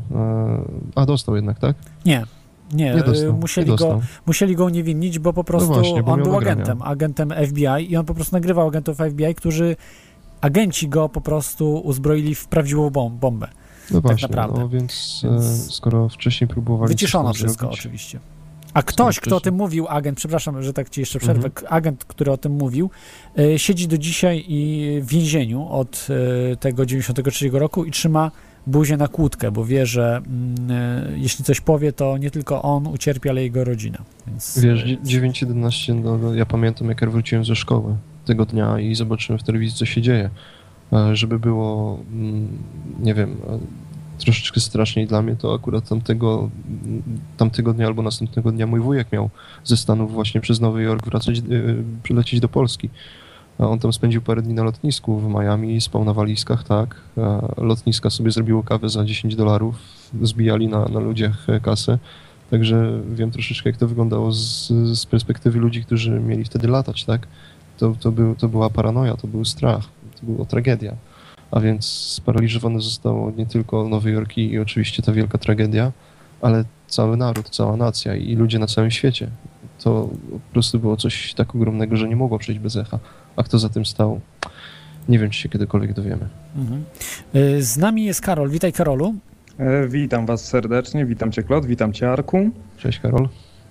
A dostał jednak, tak? Nie. Nie, nie dostał, musieli, nie go, musieli go uniewinnić, bo po prostu no właśnie, bo on był nagrania. agentem, agentem F B I i on po prostu nagrywał agentów F B I, którzy, agenci go po prostu uzbroili w prawdziwą bom- bombę. No właśnie, tak naprawdę. No więc, więc skoro wcześniej próbowali... Wyciszono wszystko zrobić, oczywiście. A ktoś, kto o tym mówił, agent, przepraszam, że tak ci jeszcze przerwę, mhm. agent, który o tym mówił, y, siedzi do dzisiaj i w więzieniu od y, tego dziewięćdziesiątego trzeciego roku i trzyma buzię na kłódkę, bo wie, że y, jeśli coś powie, to nie tylko on ucierpi, ale jego rodzina. Więc, Wiesz, dziewięć jedenaście, no, no, ja pamiętam, jak ja wróciłem ze szkoły tego dnia i zobaczyłem w telewizji, co się dzieje. Żeby było, nie wiem, troszeczkę straszniej dla mnie, to akurat tamtego, tamtego dnia albo następnego dnia mój wujek miał ze Stanów właśnie przez Nowy Jork wracać, przylecieć do Polski. A on tam spędził parę dni na lotnisku w Miami, spał na walizkach, tak. A lotniska sobie zrobiło kawę za dziesięć dolarów, zbijali na, na ludziach kasę. Także wiem troszeczkę, jak to wyglądało z, z perspektywy ludzi, którzy mieli wtedy latać, tak. To, to, był, to była paranoja, to był strach, to była tragedia. A więc sparaliżowane zostało nie tylko Nowy Jork i oczywiście ta wielka tragedia, ale cały naród, cała nacja i ludzie na całym świecie. To po prostu było coś tak ogromnego, że nie mogło przejść bez echa. A kto za tym stał? Nie wiem, czy się kiedykolwiek dowiemy. Mhm. Z nami jest Karol. Witaj, Karolu. E, witam was serdecznie, witam cię, Klot, witam cię, Arku. Cześć, Karol.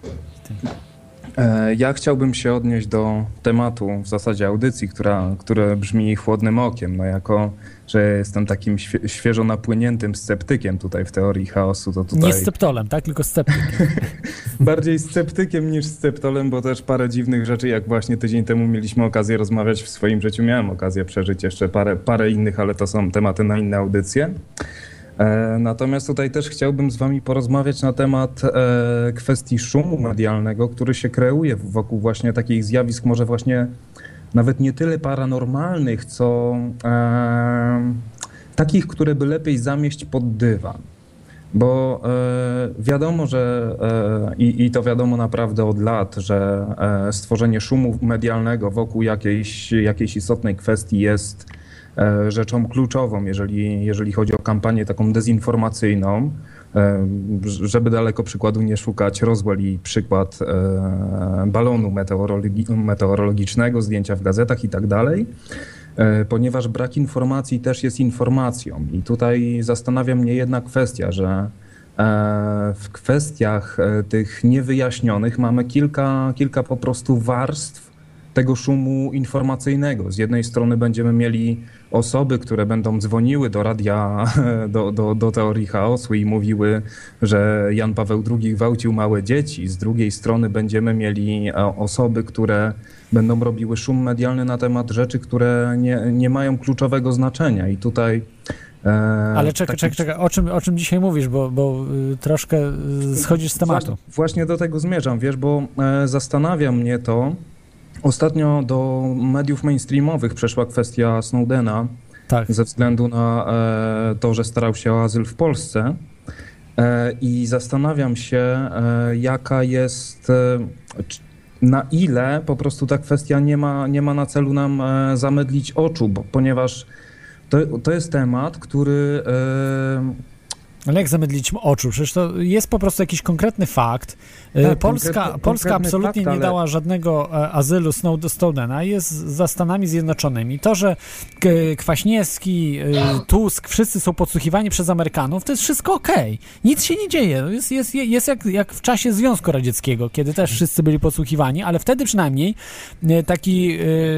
E, ja chciałbym się odnieść do tematu, w zasadzie audycji, która, które brzmi chłodnym okiem. No jako, że jestem takim świe- świeżo napłyniętym sceptykiem tutaj w teorii chaosu, to tutaj... Nie sceptolem, tak? Tylko sceptykiem. Bardziej sceptykiem niż sceptolem, bo też parę dziwnych rzeczy, jak właśnie tydzień temu mieliśmy okazję rozmawiać w swoim życiu, miałem okazję przeżyć jeszcze parę, parę innych, ale to są tematy na inne audycje. E, natomiast tutaj też chciałbym z wami porozmawiać na temat e, kwestii szumu medialnego, który się kreuje wokół właśnie takich zjawisk, może właśnie nawet nie tyle paranormalnych, co e, takich, które by lepiej zamieść pod dywan. Bo e, wiadomo, że e, i, i to wiadomo naprawdę od lat, że e, stworzenie szumu medialnego wokół jakiejś, jakiejś istotnej kwestii jest e, rzeczą kluczową, jeżeli, jeżeli chodzi o kampanię taką dezinformacyjną. E, żeby daleko przykładu nie szukać, Roswell i przykład e, balonu meteorologi- meteorologicznego, zdjęcia w gazetach i tak dalej. Ponieważ brak informacji też jest informacją. I tutaj zastanawia mnie jedna kwestia, że w kwestiach tych niewyjaśnionych mamy kilka, kilka po prostu warstw tego szumu informacyjnego. Z jednej strony będziemy mieli osoby, które będą dzwoniły do radia, do, do, do teorii chaosu i mówiły, że Jan Paweł drugi gwałcił małe dzieci. Z drugiej strony będziemy mieli osoby, które będą robiły szum medialny na temat rzeczy, które nie, nie mają kluczowego znaczenia. I tutaj... E, Ale czekaj, taki... czekaj, czekaj. O czym, o czym dzisiaj mówisz, bo, bo y, troszkę y, schodzisz z tematu. Właśnie, właśnie do tego zmierzam, wiesz, bo e, zastanawia mnie to. Ostatnio do mediów mainstreamowych przeszła kwestia Snowdena, tak. Ze względu na e, to, że starał się o azyl w Polsce. E, I zastanawiam się, e, jaka jest... E, na ile po prostu ta kwestia nie ma, nie ma na celu nam e, zamydlić oczu, bo, ponieważ to, to jest temat, który... E, Ale jak zamydlić oczu? Przecież to jest po prostu jakiś konkretny fakt. Tak, Polska, konkretny, Polska konkretny absolutnie fakt, ale... nie dała żadnego azylu Snowdena, jest za Stanami Zjednoczonymi. To, że Kwaśniewski, Tusk, wszyscy są podsłuchiwani przez Amerykanów, to jest wszystko okej. Okay. Nic się nie dzieje. Jest, jest, jest jak, jak w czasie Związku Radzieckiego, kiedy też wszyscy byli podsłuchiwani, ale wtedy przynajmniej taki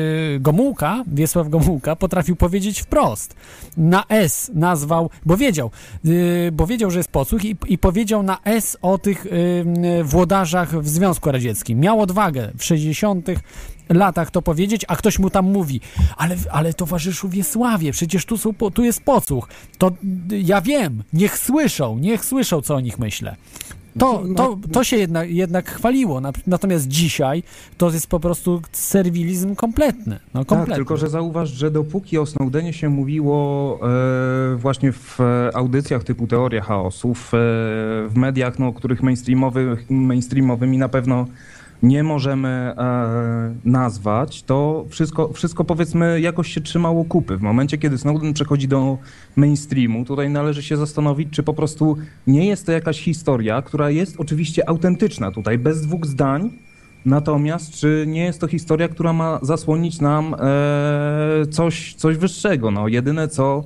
Gomułka, Wiesław Gomułka, potrafił powiedzieć wprost. Na S nazwał, bo wiedział, bo wiedział, że jest podsłuch i, i powiedział na S o tych y, włodarzach w Związku Radzieckim. Miał odwagę w sześćdziesiątych latach to powiedzieć, a ktoś mu tam mówi, ale, ale towarzyszu Wiesławie, przecież tu, są, tu jest podsłuch. To ja wiem, niech słyszą, niech słyszą, co o nich myślę. To, to, to się jednak, jednak chwaliło, natomiast dzisiaj to jest po prostu serwilizm kompletny. No, kompletny. Tak, tylko że zauważ, że dopóki o Snowdenie się mówiło e, właśnie w audycjach typu Teoria Chaosu, w, w mediach, no, których mainstreamowych, mainstreamowymi na pewno nie możemy e, nazwać, to wszystko, wszystko powiedzmy jakoś się trzymało kupy. W momencie, kiedy Snowden przechodzi do mainstreamu, tutaj należy się zastanowić, czy po prostu nie jest to jakaś historia, która jest oczywiście autentyczna tutaj, bez dwóch zdań, natomiast czy nie jest to historia, która ma zasłonić nam e, coś, coś wyższego. No, jedyne, co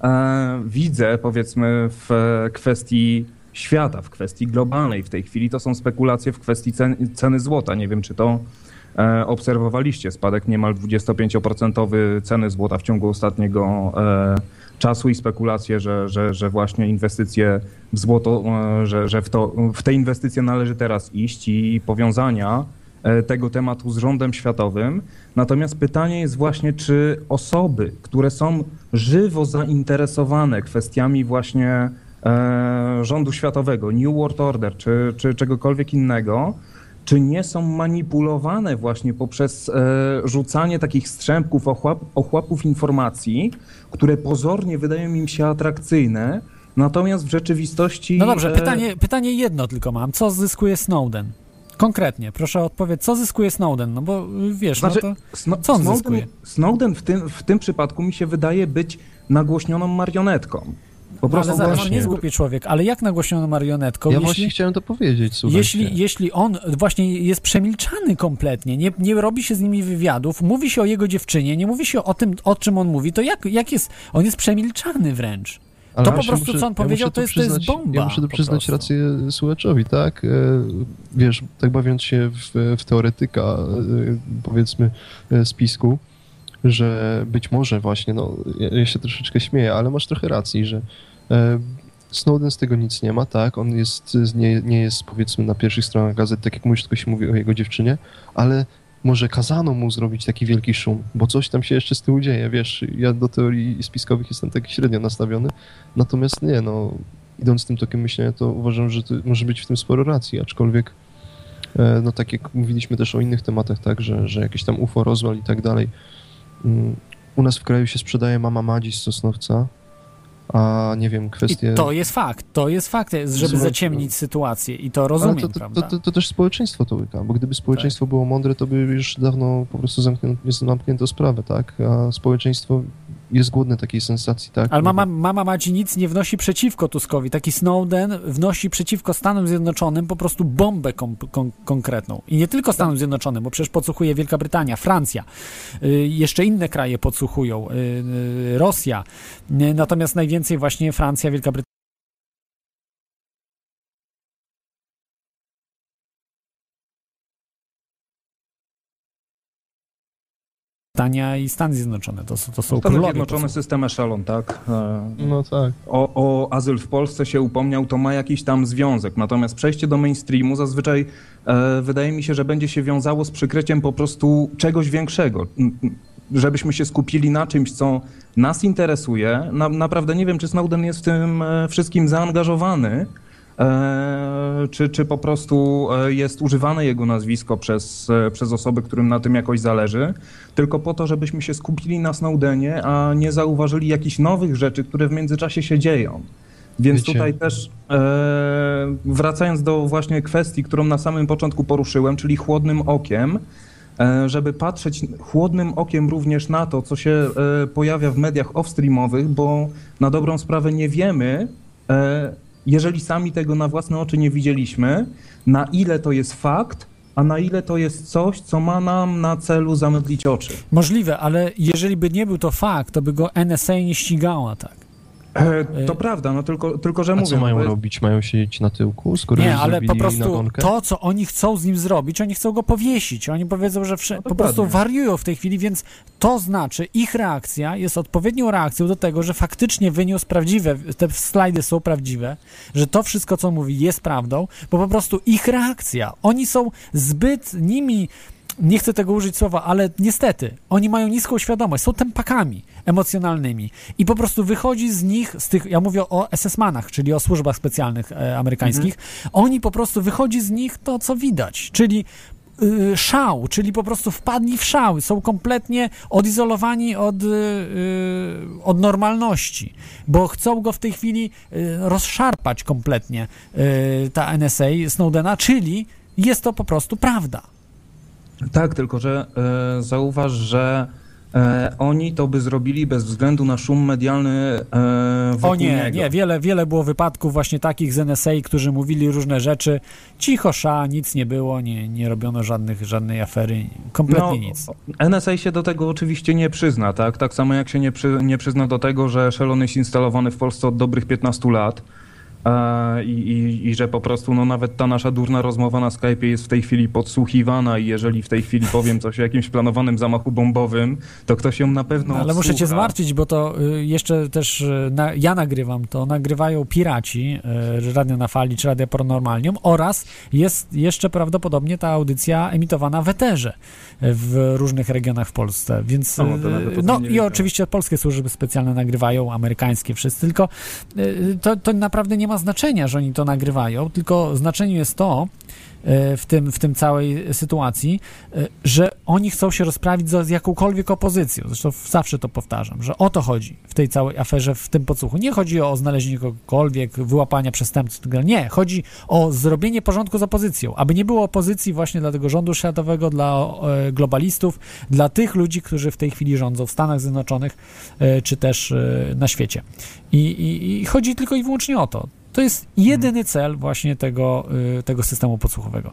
e, widzę, powiedzmy, w kwestii świata, w kwestii globalnej w tej chwili, to są spekulacje w kwestii cen, ceny złota. Nie wiem, czy to e, obserwowaliście. Spadek niemal dwudziestopięcioprocentowy ceny złota w ciągu ostatniego e, czasu i spekulacje, że, że, że właśnie inwestycje w złoto, e, że, że w, to, w te inwestycje należy teraz iść i powiązania e, tego tematu z rządem światowym. Natomiast pytanie jest właśnie, czy osoby, które są żywo zainteresowane kwestiami właśnie rządu światowego, New World Order, czy, czy czegokolwiek innego, czy nie są manipulowane właśnie poprzez e, rzucanie takich strzępków, ochłap, ochłapów informacji, które pozornie wydają im się atrakcyjne, natomiast w rzeczywistości... No dobrze, pytanie, pytanie jedno tylko mam. Co zyskuje Snowden? Konkretnie, proszę o odpowiedź, co zyskuje Snowden? No bo wiesz, znaczy, no to co on Snowden, zyskuje? Snowden w tym, w tym przypadku mi się wydaje być nagłośnioną marionetką. Po prostu ale zaraz, on nie jest głupi człowiek, ale jak nagłośniono marionetką? Ja jeśli, właśnie chciałem to powiedzieć, słuchajcie. Jeśli, jeśli on właśnie jest przemilczany kompletnie, nie, nie robi się z nimi wywiadów, mówi się o jego dziewczynie, nie mówi się o tym, o czym on mówi, to jak, jak jest, on jest przemilczany wręcz. Ale to po prostu, muszę, co on powiedział, ja to, jest, przyznać, to jest bomba. Ja muszę tu przyznać rację słuchaczowi, tak? Wiesz, tak bawiąc się w, w teoretyka, powiedzmy, spisku, że być może właśnie, no ja, ja się troszeczkę śmieję, ale masz trochę racji, że e, Snowden z tego nic nie ma, tak, on jest, nie, nie jest powiedzmy na pierwszych stronach gazet, tak jak mówisz, tylko się mówi o jego dziewczynie, ale może kazano mu zrobić taki wielki szum, bo coś tam się jeszcze z tyłu dzieje, wiesz, ja do teorii spiskowych jestem tak średnio nastawiony, natomiast nie, no, idąc tym tokiem myślenia, to uważam, że to może być w tym sporo racji, aczkolwiek e, no tak jak mówiliśmy też o innych tematach, tak, że, że jakieś tam U F O, rozwal i tak dalej. U nas w kraju się sprzedaje mama Madzi z Sosnowca, a nie wiem, kwestie... I to jest fakt, to jest fakt, żeby Słuchaj, zaciemnić sytuację i to rozumiem, ale to, to, prawda? To, to, to też społeczeństwo to łyka, bo gdyby społeczeństwo tak. było mądre, to by już dawno po prostu zamknięto, zamknięto sprawę, tak? A społeczeństwo jest głodne takiej sensacji, tak? Ale mama, mama Madzi nic nie wnosi przeciwko Tuskowi. Taki Snowden wnosi przeciwko Stanom Zjednoczonym po prostu bombę kom, kon, konkretną. I nie tylko Stanom Zjednoczonym, bo przecież podsłuchuje Wielka Brytania, Francja. Y, jeszcze inne kraje podsłuchują. Y, y, Rosja. Y, natomiast najwięcej właśnie Francja, Wielka Brytania. Brytania i Stany Zjednoczone, to, to są Stany królowie. Zjednoczone system Echelon, tak? No tak. O, o azyl w Polsce się upomniał, to ma jakiś tam związek, natomiast przejście do mainstreamu zazwyczaj e, wydaje mi się, że będzie się wiązało z przykryciem po prostu czegoś większego. Żebyśmy się skupili na czymś, co nas interesuje. Na, naprawdę nie wiem, czy Snowden jest w tym e, wszystkim zaangażowany, E, czy, czy po prostu jest używane jego nazwisko przez, przez osoby, którym na tym jakoś zależy, tylko po to, żebyśmy się skupili na Snowdenie, a nie zauważyli jakichś nowych rzeczy, które w międzyczasie się dzieją. Więc Wiecie. tutaj też e, wracając do właśnie kwestii, którą na samym początku poruszyłem, czyli chłodnym okiem, e, żeby patrzeć chłodnym okiem również na to, co się e, pojawia w mediach off-streamowych, bo na dobrą sprawę nie wiemy, e, jeżeli sami tego na własne oczy nie widzieliśmy, na ile to jest fakt, a na ile to jest coś, co ma nam na celu zamydlić oczy. Możliwe, ale jeżeli by nie był to fakt, to by go N S A nie ścigała, tak? E, to prawda, no tylko, tylko że A mówię... co mają no, robić? Mają siedzieć na tyłku, skoro nie, już ale po zrobili prostu nagonkę? to, co oni chcą z nim zrobić, oni chcą go powiesić. Oni powiedzą, że wszy- No po prostu dokładnie. wariują w tej chwili, więc to znaczy, ich reakcja jest odpowiednią reakcją do tego, że faktycznie wyniósł prawdziwe, te slajdy są prawdziwe, że to wszystko, co mówi, jest prawdą, bo po prostu ich reakcja. Oni są zbyt nimi... Nie chcę tego użyć słowa, ale niestety, oni mają niską świadomość, są tempakami emocjonalnymi i po prostu wychodzi z nich, z tych, ja mówię o es es manach, czyli o służbach specjalnych e, amerykańskich, mhm. oni po prostu, wychodzi z nich to, co widać, czyli y, szał, czyli po prostu wpadli w szał, są kompletnie odizolowani od, y, od normalności, bo chcą go w tej chwili y, rozszarpać kompletnie y, ta N S A Snowdena, czyli jest to po prostu prawda. Tak, tylko że e, zauważ, że e, oni to by zrobili bez względu na szum medialny e, wokół O nie, niego. nie, wiele, wiele było wypadków właśnie takich z N S A, którzy mówili różne rzeczy. Cicho, sza, nic nie było, nie, nie robiono żadnych, żadnej afery, kompletnie no, nic. N S A się do tego oczywiście nie przyzna, tak? Tak samo jak się nie, przy, nie przyzna do tego, że Shelon jest instalowany w Polsce od dobrych piętnastu lat. I, i, I że po prostu no nawet ta nasza durna rozmowa na Skype'ie jest w tej chwili podsłuchiwana i jeżeli w tej chwili powiem coś o jakimś planowanym zamachu bombowym, to ktoś ją na pewno Ale odsłucha. muszę cię zmartwić, bo to y, jeszcze też y, na, ja nagrywam to, nagrywają piraci, y, Radio na Fali czy Radio Paranormalium oraz jest jeszcze prawdopodobnie ta audycja emitowana w eterze w różnych regionach w Polsce, więc O, to nawet o tym no nie i wiedziałem. oczywiście polskie służby specjalne nagrywają, amerykańskie wszyscy, tylko y, to, to naprawdę nie ma znaczenia, że oni to nagrywają, tylko znaczenie jest to w tym, w tym całej sytuacji, że oni chcą się rozprawić z jakąkolwiek opozycją. Zresztą zawsze to powtarzam, że o to chodzi w tej całej aferze, w tym podsłuchu. Nie chodzi o znalezienie kogokolwiek, wyłapania przestępców. Nie, chodzi o zrobienie porządku z opozycją, aby nie było opozycji właśnie dla tego rządu światowego, dla globalistów, dla tych ludzi, którzy w tej chwili rządzą w Stanach Zjednoczonych, czy też na świecie. I, i, i chodzi tylko i wyłącznie o to. To jest jedyny cel właśnie tego, tego systemu podsłuchowego.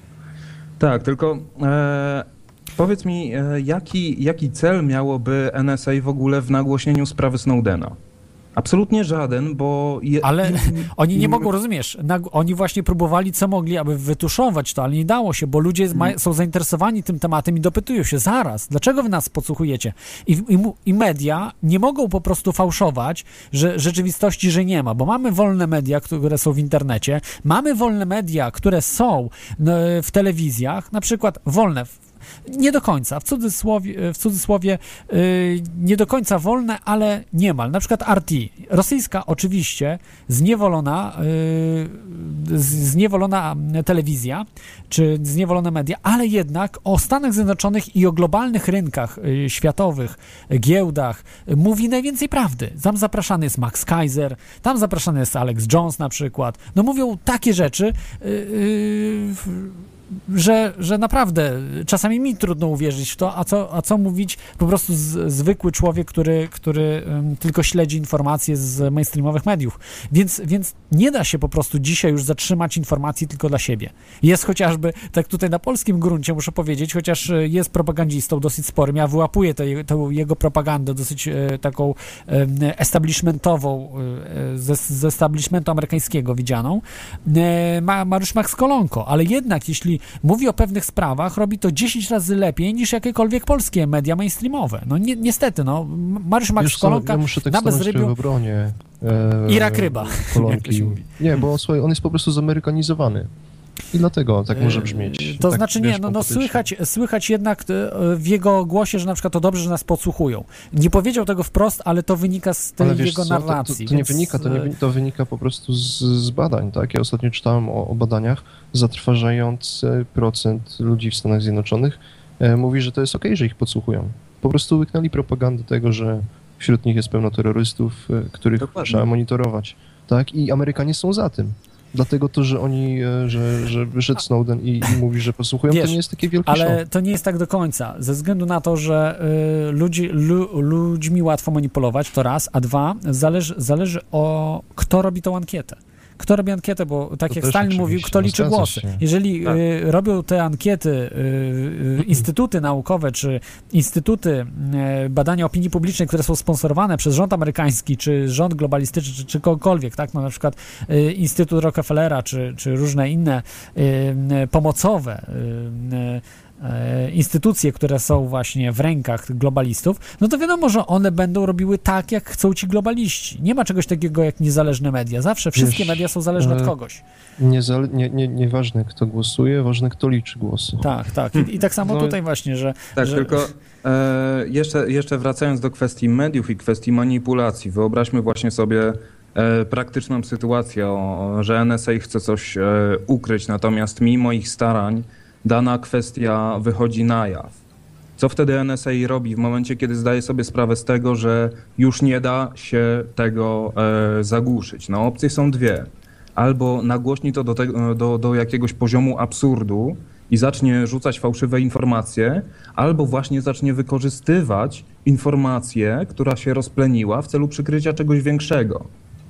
Tak, tylko e, powiedz mi, e, jaki, jaki cel miałoby N S A w ogóle w nagłośnieniu sprawy Snowdena? Absolutnie żaden, bo... Je, ale im, oni nie im... mogą, rozumiesz, nag- oni właśnie próbowali co mogli, aby wytuszować to, ale nie dało się, bo ludzie Hmm. ma- są zainteresowani tym tematem i dopytują się, zaraz, dlaczego wy nas podsłuchujecie? I, i, I media nie mogą po prostu fałszować, że rzeczywistości, że nie ma, bo mamy wolne media, które są w internecie, mamy wolne media, które są no, w telewizjach, na przykład wolne nie do końca, w cudzysłowie, w cudzysłowie yy, nie do końca wolne, ale niemal. Na przykład R T, rosyjska oczywiście zniewolona, yy, zniewolona telewizja, czy zniewolone media, ale jednak o Stanach Zjednoczonych i o globalnych rynkach yy, światowych, giełdach yy, mówi najwięcej prawdy. Tam zapraszany jest Max Kaiser, tam zapraszany jest Alex Jones na przykład. No mówią takie rzeczy, yy, yy, Że, że naprawdę czasami mi trudno uwierzyć w to, a co, a co mówić po prostu z, zwykły człowiek, który, który um, tylko śledzi informacje z mainstreamowych mediów. Więc, więc nie da się po prostu dzisiaj już zatrzymać informacji tylko dla siebie. Jest chociażby, tak tutaj na polskim gruncie muszę powiedzieć, chociaż jest propagandzistą dosyć sporym, ja wyłapuję tę, tę jego propagandę dosyć e, taką e, establishmentową, e, ze, z establishmentu amerykańskiego widzianą, e, Ma, Mariusz Max Kolonko, ale jednak jeśli mówi o pewnych sprawach, robi to dziesięć razy lepiej niż jakiekolwiek polskie media mainstreamowe. No ni- niestety, no. Mariusz Max Kolonka ja muszę tak na stanąć bezrybiu... w obronie e, Irak Ryba. Kolonki. Nie, bo słuchaj, on jest po prostu zamerykanizowany. I dlatego tak może brzmieć. To tak, znaczy nie, wiesz, no, no słychać, słychać jednak w jego głosie, że na przykład to dobrze, że nas podsłuchują. Nie powiedział tego wprost, ale to wynika z tej ale jego co, narracji. To, to, to więc... nie wynika, to, nie, to wynika po prostu z, z badań, tak? Ja ostatnio czytałem o, o badaniach, zatrważający procent ludzi w Stanach Zjednoczonych e, mówi, że to jest okej, że ich podsłuchują. Po prostu łyknęli propagandę tego, że wśród nich jest pełno terrorystów, e, których Dokładnie. trzeba monitorować, tak? I Amerykanie są za tym. Dlatego to, że oni, że, że wyszedł Snowden i, i mówi, że posłuchują, Wiesz, to nie jest takie wielkie ale show. to nie jest tak do końca, ze względu na to, że y, ludzi, lu, ludźmi łatwo manipulować, to raz, a dwa, zależy, zależy o kto robi tą ankietę. Kto robi ankietę, bo tak To jak też Stalin mówił, oczywiście, kto no liczy zgadza głosy. się. Jeżeli Tak. y, robią te ankiety y, y, instytuty naukowe, czy instytuty y, badania opinii publicznej, które są sponsorowane przez rząd amerykański, czy rząd globalistyczny, czy, czy kogokolwiek, tak, no na przykład y, Instytut Rockefellera, czy, czy różne inne y, y, pomocowe y, y, instytucje, które są właśnie w rękach globalistów, no to wiadomo, że one będą robiły tak, jak chcą ci globaliści. Nie ma czegoś takiego jak niezależne media. Zawsze wszystkie Wiesz, media są zależne e, od kogoś. Niezale- nie, nie, nieważne, kto głosuje, ważne, kto liczy głosy. Tak, tak. I, i tak samo No, tutaj właśnie, że... Tak, że... tylko e, jeszcze, jeszcze wracając do kwestii mediów i kwestii manipulacji, wyobraźmy właśnie sobie e, praktyczną sytuację, o, że N S A chce coś e, ukryć, natomiast mimo ich starań dana kwestia wychodzi na jaw. Co wtedy N S A robi w momencie, kiedy zdaje sobie sprawę z tego, że już nie da się tego e, zagłuszyć? No opcje są dwie. Albo nagłośni to do, te, do, do jakiegoś poziomu absurdu i zacznie rzucać fałszywe informacje, albo właśnie zacznie wykorzystywać informację, która się rozpleniła w celu przykrycia czegoś większego.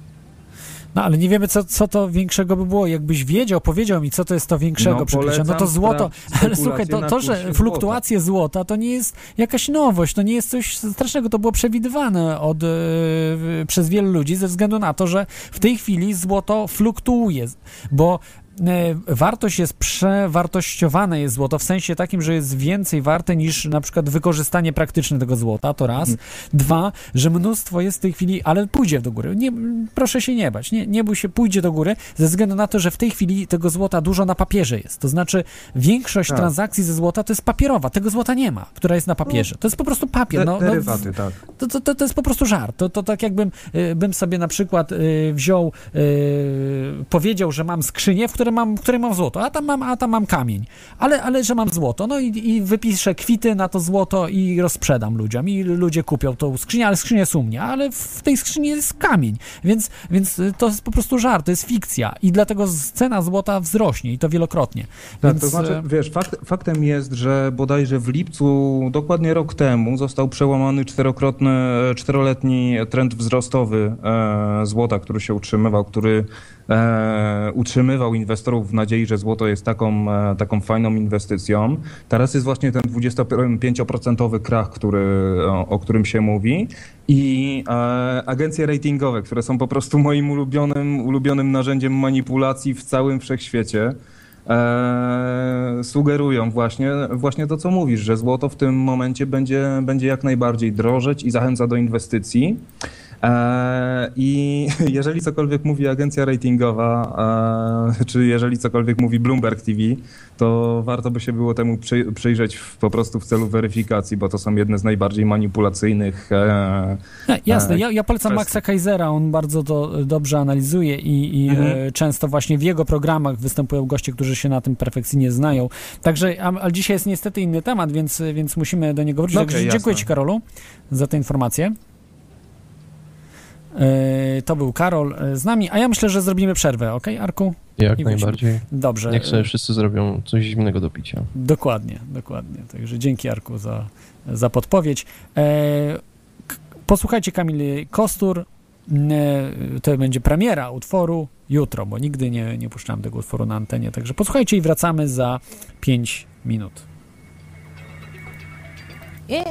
No ale nie wiemy, co, co to większego by było. Jakbyś wiedział, powiedział mi, co to jest to większego No, przykrycia. No to polecam złoto, sprawdzić ale słuchaj, to, spekulacje to na że kursie fluktuacje złota, to nie jest jakaś nowość, to nie jest coś strasznego, to było przewidywane od, e, przez wielu ludzi ze względu na to, że w tej chwili złoto fluktuuje, bo wartość jest przewartościowane jest złoto, w sensie takim, że jest więcej warte niż na przykład wykorzystanie praktyczne tego złota, to raz. Mhm. Dwa, że mnóstwo jest w tej chwili, ale pójdzie do góry. Nie, proszę się nie bać, nie, nie bój się, pójdzie do góry, ze względu na to, że w tej chwili tego złota dużo na papierze jest. To znaczy większość tak. transakcji ze złota to jest papierowa, tego złota nie ma, która jest na papierze. To jest po prostu papier. No, Derywaty, no, tak. To, to, to, to jest po prostu żart. To, to tak jakbym bym sobie na przykład y, wziął, y, powiedział, że mam skrzynię, w której mam, w której mam złoto, a tam mam, a tam mam kamień, ale, ale że mam złoto, no i, i wypiszę kwity na to złoto i rozprzedam ludziom i ludzie kupią tą skrzynię, ale skrzynia jest u mnie, ale w tej skrzyni jest kamień, więc, więc to jest po prostu żart, to jest fikcja i dlatego cena złota wzrośnie i to wielokrotnie. Tak, więc... to znaczy, wiesz, fakt, faktem jest, że bodajże w lipcu, dokładnie rok temu, został przełamany czterokrotny, czteroletni trend wzrostowy e, złota, który się utrzymywał, który e, utrzymywał inwestorów w nadziei, że złoto jest taką, e, taką fajną inwestycją. Teraz jest właśnie ten dwudziestopięcioprocentowy krach, który, o, o którym się mówi i e, agencje ratingowe, które są po prostu moim ulubionym, ulubionym narzędziem manipulacji w całym wszechświecie. E, sugerują właśnie, właśnie to, co mówisz, że złoto w tym momencie będzie, będzie jak najbardziej drożeć i zachęca do inwestycji. E, I jeżeli cokolwiek mówi agencja ratingowa, e, czy jeżeli cokolwiek mówi Bloomberg T V, to warto by się było temu przy, przyjrzeć w, po prostu w celu weryfikacji, bo to są jedne z najbardziej manipulacyjnych e, ja, Jasne, e, ja, ja polecam kwestii. Maxa Kaisera, on bardzo to dobrze analizuje i, i mhm. e, często właśnie w jego programach występują goście, którzy się na tym perfekcyjnie znają. Także, a, ale dzisiaj jest niestety inny temat, więc, więc musimy do niego wrócić. Okay, Także dziękuję Ci, Karolu, za tę informację. To był Karol z nami, a ja myślę, że zrobimy przerwę, ok, Arku? Jak I najbardziej. Dobrze. Niech sobie wszyscy zrobią coś zimnego do picia. Dokładnie, dokładnie. Także dzięki, Arku, za, za podpowiedź. Posłuchajcie Kamili Kostur. To będzie premiera utworu jutro, bo nigdy nie, nie puszczałem tego utworu na antenie, także posłuchajcie i wracamy za pięć minut. Yeah.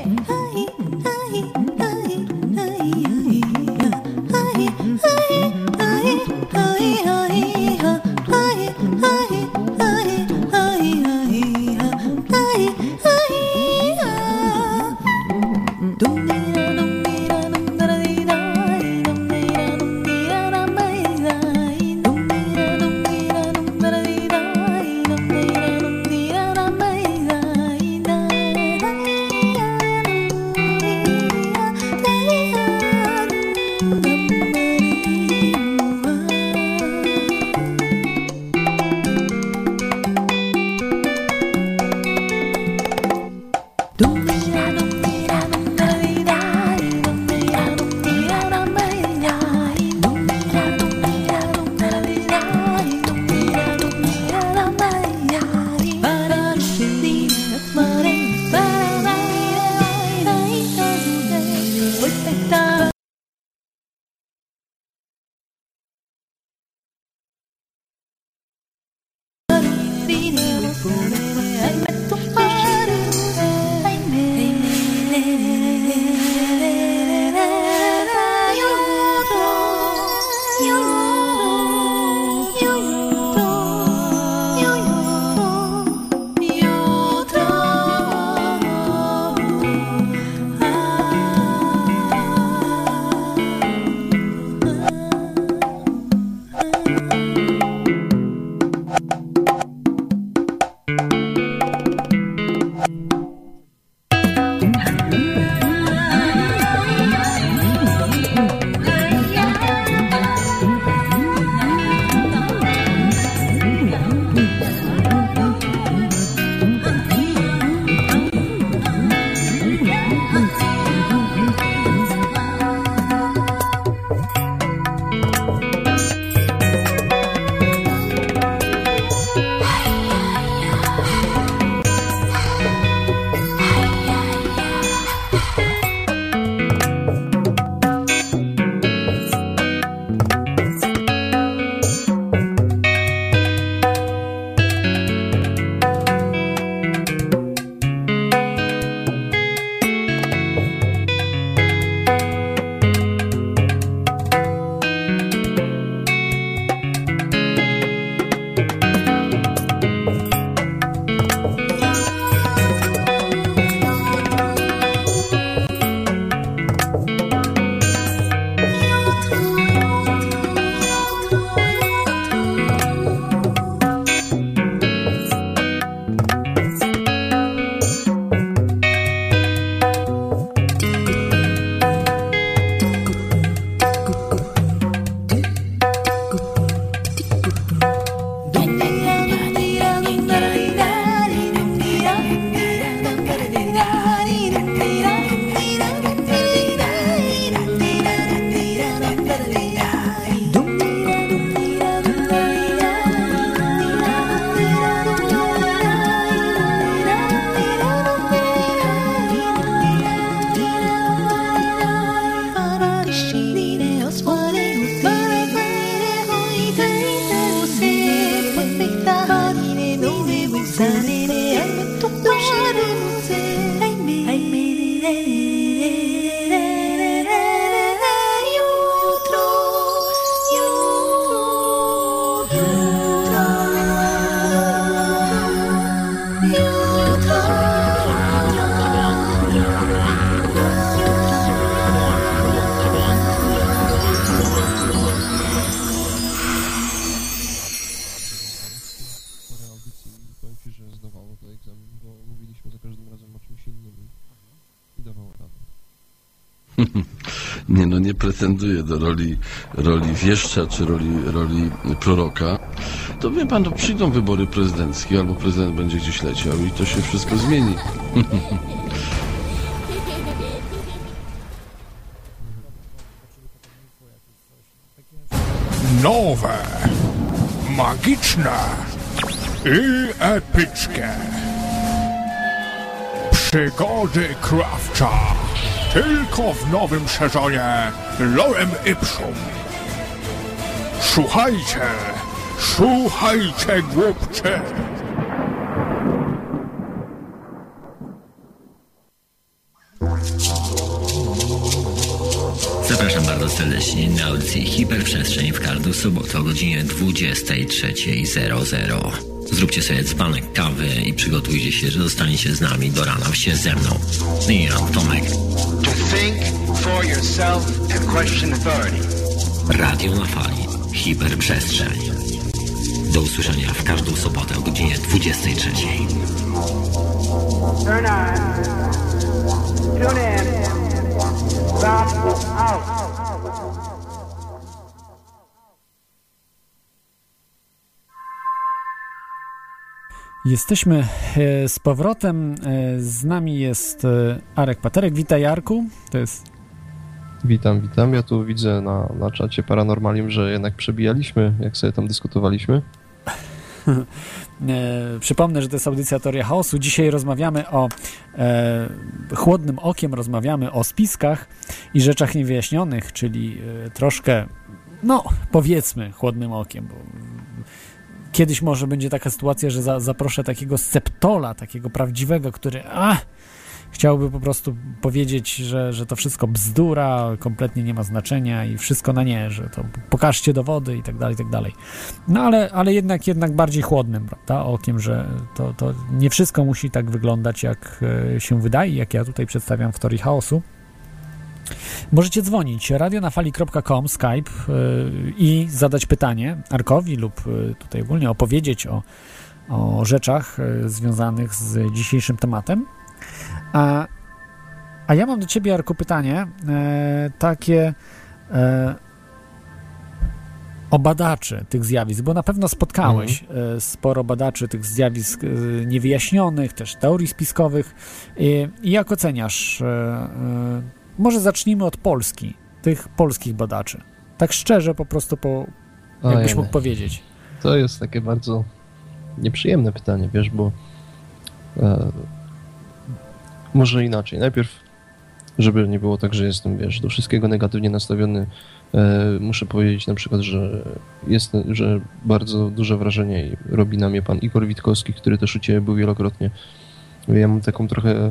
Nie, no nie pretenduję do roli, roli wieszcza czy roli, roli proroka. To wie pan, to przyjdą wybory prezydenckie, albo prezydent będzie gdzieś leciał i to się wszystko zmieni. Nowe, magiczne i epickie przygody Krawcza. Tylko w nowym sezonie Lorem Ipsum. Słuchajcie, słuchajcie, głupcy. Zapraszam bardzo serdecznie na audycję Hiperprzestrzeń w każdą sobotę o godzinie dwudziestej trzeciej zero zero. Zróbcie sobie dzbanek kawy i przygotujcie się, że zostaniecie z nami do rana wście ze mną. I ja, Tomek. To think for yourself and question authority. Radio na fali. Hiperprzestrzeń. Do usłyszenia w każdą sobotę o godzinie dwudziestej trzeciej. Turn on. Tune in. Stop out. Jesteśmy z powrotem. Z nami jest Arek Paterek. Witaj, Arku. To jest... Witam, witam. Ja tu widzę na, na czacie Paranormalium, że jednak przebijaliśmy, jak sobie tam dyskutowaliśmy. Przypomnę, że to jest audycja Teoria Chaosu. Dzisiaj rozmawiamy o e, chłodnym okiem, rozmawiamy o spiskach i rzeczach niewyjaśnionych, czyli e, troszkę, no powiedzmy chłodnym okiem, bo kiedyś może będzie taka sytuacja, że za, zaproszę takiego sceptola, takiego prawdziwego, który a, chciałby po prostu powiedzieć, że, że to wszystko bzdura, kompletnie nie ma znaczenia i wszystko na nie, że to pokażcie dowody i tak dalej, i tak dalej. No ale, ale jednak, jednak bardziej chłodnym, prawda, okiem, że to, to nie wszystko musi tak wyglądać, jak się wydaje, jak ja tutaj przedstawiam w Teorii Chaosu. Możecie dzwonić radionafali kropka com, Skype yy, i zadać pytanie Arkowi lub yy, tutaj ogólnie opowiedzieć o, o rzeczach yy, związanych z dzisiejszym tematem. A, a ja mam do ciebie, Arku, pytanie yy, takie yy, o badaczy tych zjawisk, bo na pewno spotkałeś mhm. yy, sporo badaczy tych zjawisk yy, niewyjaśnionych, też teorii spiskowych. Yy, I jak oceniasz yy, yy, może zacznijmy od Polski, tych polskich badaczy. Tak szczerze po prostu, po, jakbyś mógł powiedzieć. To jest takie bardzo nieprzyjemne pytanie, wiesz, bo e, może inaczej. Najpierw, żeby nie było tak, że jestem, wiesz, do wszystkiego negatywnie nastawiony, e, muszę powiedzieć na przykład, że jest, że bardzo duże wrażenie robi na mnie pan Igor Witkowski, który też u ciebie był wielokrotnie. Ja mam taką trochę e,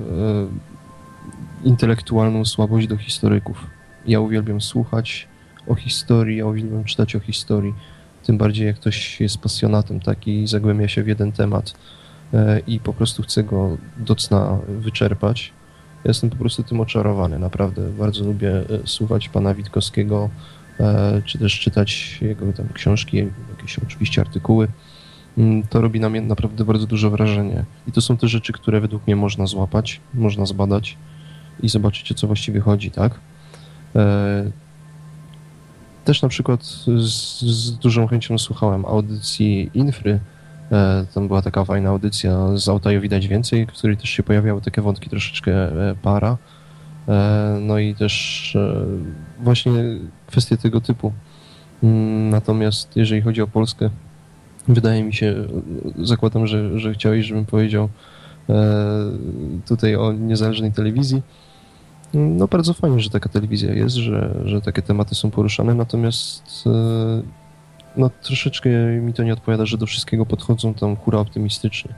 intelektualną słabość do historyków. Ja uwielbiam słuchać o historii, ja uwielbiam czytać o historii, tym bardziej jak ktoś jest pasjonatem taki i zagłębia się w jeden temat e, i po prostu chce go do cna wyczerpać. Ja jestem po prostu tym oczarowany, naprawdę. Bardzo lubię e, słuchać pana Witkowskiego, e, czy też czytać jego tam książki, jakieś oczywiście artykuły. To robi na mnie naprawdę bardzo duże wrażenie. I to są te rzeczy, które według mnie można złapać, można zbadać i zobaczyć, o co właściwie chodzi, tak? E, też na przykład z, z dużą chęcią słuchałem audycji Infry. E, tam była taka fajna audycja z Auta widać więcej, w której też się pojawiały takie wątki troszeczkę e, para. E, no i też e, właśnie kwestie tego typu. Natomiast jeżeli chodzi o Polskę, wydaje mi się, zakładam, że, że chciałeś, żebym powiedział e, tutaj o niezależnej telewizji. No bardzo fajnie, że taka telewizja jest, że, że takie tematy są poruszane, natomiast e, no troszeczkę mi to nie odpowiada, że do wszystkiego podchodzą tam hura optymistycznie.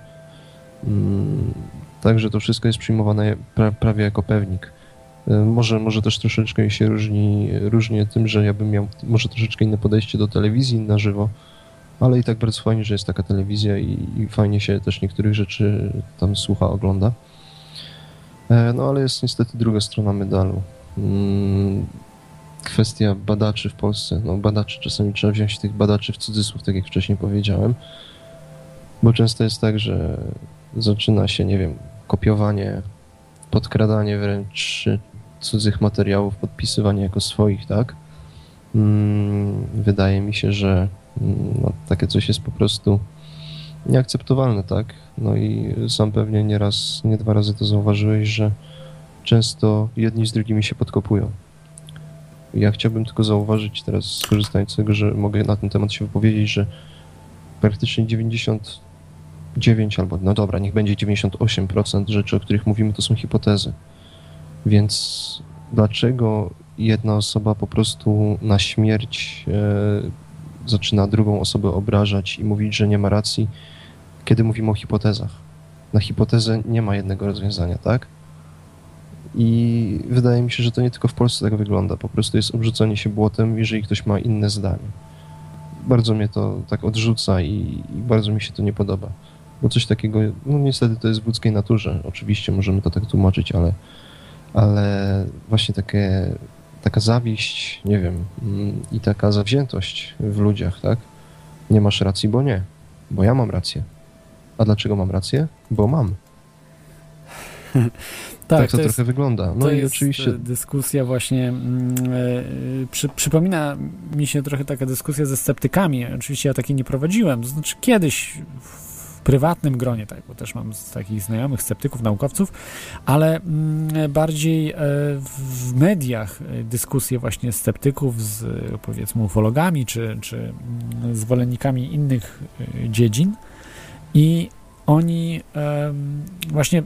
Mm, także to wszystko jest przyjmowane pra, prawie jako pewnik. E, może, może też troszeczkę się różni, różni tym, że ja bym miał może troszeczkę inne podejście do telewizji na żywo, ale i tak bardzo fajnie, że jest taka telewizja i, i fajnie się też niektórych rzeczy tam słucha, ogląda. E, no ale jest niestety druga strona medalu. Mm, kwestia badaczy w Polsce. No badaczy, czasami trzeba wziąć tych badaczy w cudzysłów, tak jak wcześniej powiedziałem, bo często jest tak, że zaczyna się, nie wiem, kopiowanie, podkradanie wręcz cudzych materiałów, podpisywanie jako swoich, tak? Mm, wydaje mi się, że no, takie coś jest po prostu nieakceptowalne, tak? No i sam pewnie nie raz, nie dwa razy to zauważyłeś, że często jedni z drugimi się podkopują. Ja chciałbym tylko zauważyć teraz, skorzystając z tego, że mogę na ten temat się wypowiedzieć, że praktycznie dziewięćdziesiąt dziewięć albo, no dobra, niech będzie dziewięćdziesiąt osiem procent rzeczy, o których mówimy, to są hipotezy. Więc dlaczego jedna osoba po prostu na śmierć e, zaczyna drugą osobę obrażać i mówić, że nie ma racji, kiedy mówimy o hipotezach? Na hipotezę nie ma jednego rozwiązania, tak? I wydaje mi się, że to nie tylko w Polsce tak wygląda. Po prostu jest obrzucanie się błotem, jeżeli ktoś ma inne zdanie. Bardzo mnie to tak odrzuca i, i bardzo mi się to nie podoba. Bo coś takiego, no niestety to jest w ludzkiej naturze. Oczywiście możemy to tak tłumaczyć, ale, ale właśnie takie, taka zawiść, nie wiem, i taka zawziętość w ludziach, tak? Nie masz racji, bo nie. Bo ja mam rację. A dlaczego mam rację? Bo mam. Tak, tak to, to trochę jest, wygląda. No to i jest oczywiście dyskusja właśnie, yy, przy, przypomina mi się trochę taka dyskusja ze sceptykami. Oczywiście ja takiej nie prowadziłem, to znaczy kiedyś w prywatnym gronie, tak, bo też mam z takich znajomych sceptyków, naukowców, ale yy, bardziej yy, w mediach dyskusje właśnie sceptyków z, powiedzmy, ufologami, czy, czy yy, zwolennikami innych yy, dziedzin i oni yy, właśnie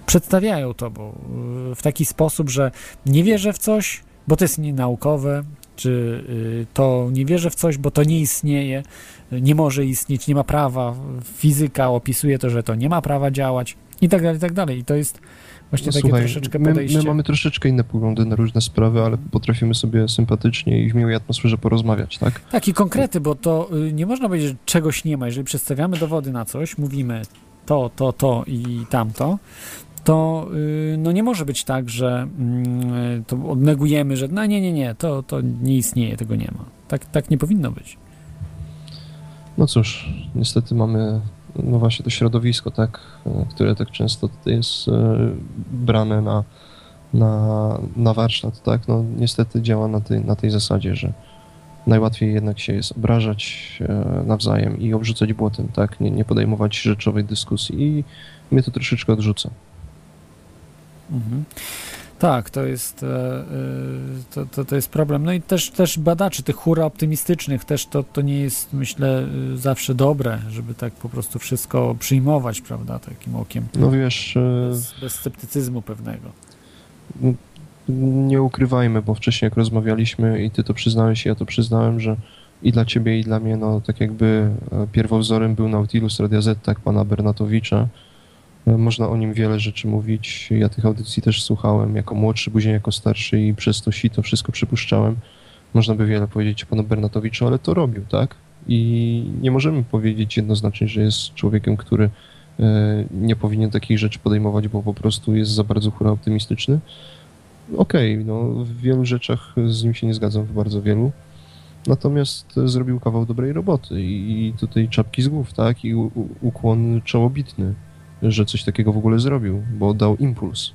przedstawiają to bo w taki sposób, że nie wierzę w coś, bo to jest nienaukowe, czy y, to nie wierzę w coś, bo to nie istnieje, nie może istnieć, nie ma prawa, fizyka opisuje to, że to nie ma prawa działać i tak dalej, i tak dalej. I to jest właśnie no, takie słuchaj, troszeczkę my, podejście. my mamy troszeczkę inne poglądy na różne sprawy, ale potrafimy sobie sympatycznie i w miłej atmosferze porozmawiać, tak? Tak, i konkrety, bo to y, nie można powiedzieć, że czegoś nie ma. Jeżeli przedstawiamy dowody na coś, mówimy to, to, to i tamto, to y, no nie może być tak, że y, to odnegujemy, że no nie, nie, nie, to, to nie istnieje, tego nie ma. Tak, tak nie powinno być. No cóż, niestety mamy no właśnie to środowisko, tak, które tak często tutaj jest brane na, na, na warsztat, tak, no niestety działa na tej, na tej zasadzie, że najłatwiej jednak się jest obrażać nawzajem i obrzucać błotem, tak, nie, nie podejmować rzeczowej dyskusji i mnie to troszeczkę odrzuca. Mhm. Tak, to jest, to, to, to jest problem. No i też, też badaczy, tych hura optymistycznych, też to, to nie jest, myślę, zawsze dobre, żeby tak po prostu wszystko przyjmować, prawda, takim okiem. No wiesz... Bez, bez sceptycyzmu pewnego. Nie ukrywajmy, bo wcześniej jak rozmawialiśmy i ty to przyznałeś, ja to przyznałem, że i dla ciebie, i dla mnie, no tak jakby pierwowzorem był Nautilus Radia Z, tak, pana Bernatowicza. Można o nim wiele rzeczy mówić. Ja tych audycji też słuchałem jako młodszy, później jako starszy i przez to sito wszystko przypuszczałem. Można by wiele powiedzieć o panu Bernatowiczu, ale to robił, tak? I nie możemy powiedzieć jednoznacznie, że jest człowiekiem, który nie powinien takich rzeczy podejmować, bo po prostu jest za bardzo hura optymistyczny. Okej, okay, no w wielu rzeczach z nim się nie zgadzam, w bardzo wielu. Natomiast zrobił kawał dobrej roboty i tutaj czapki z głów, tak? I u- ukłon czołobitny, że coś takiego w ogóle zrobił, bo dał impuls.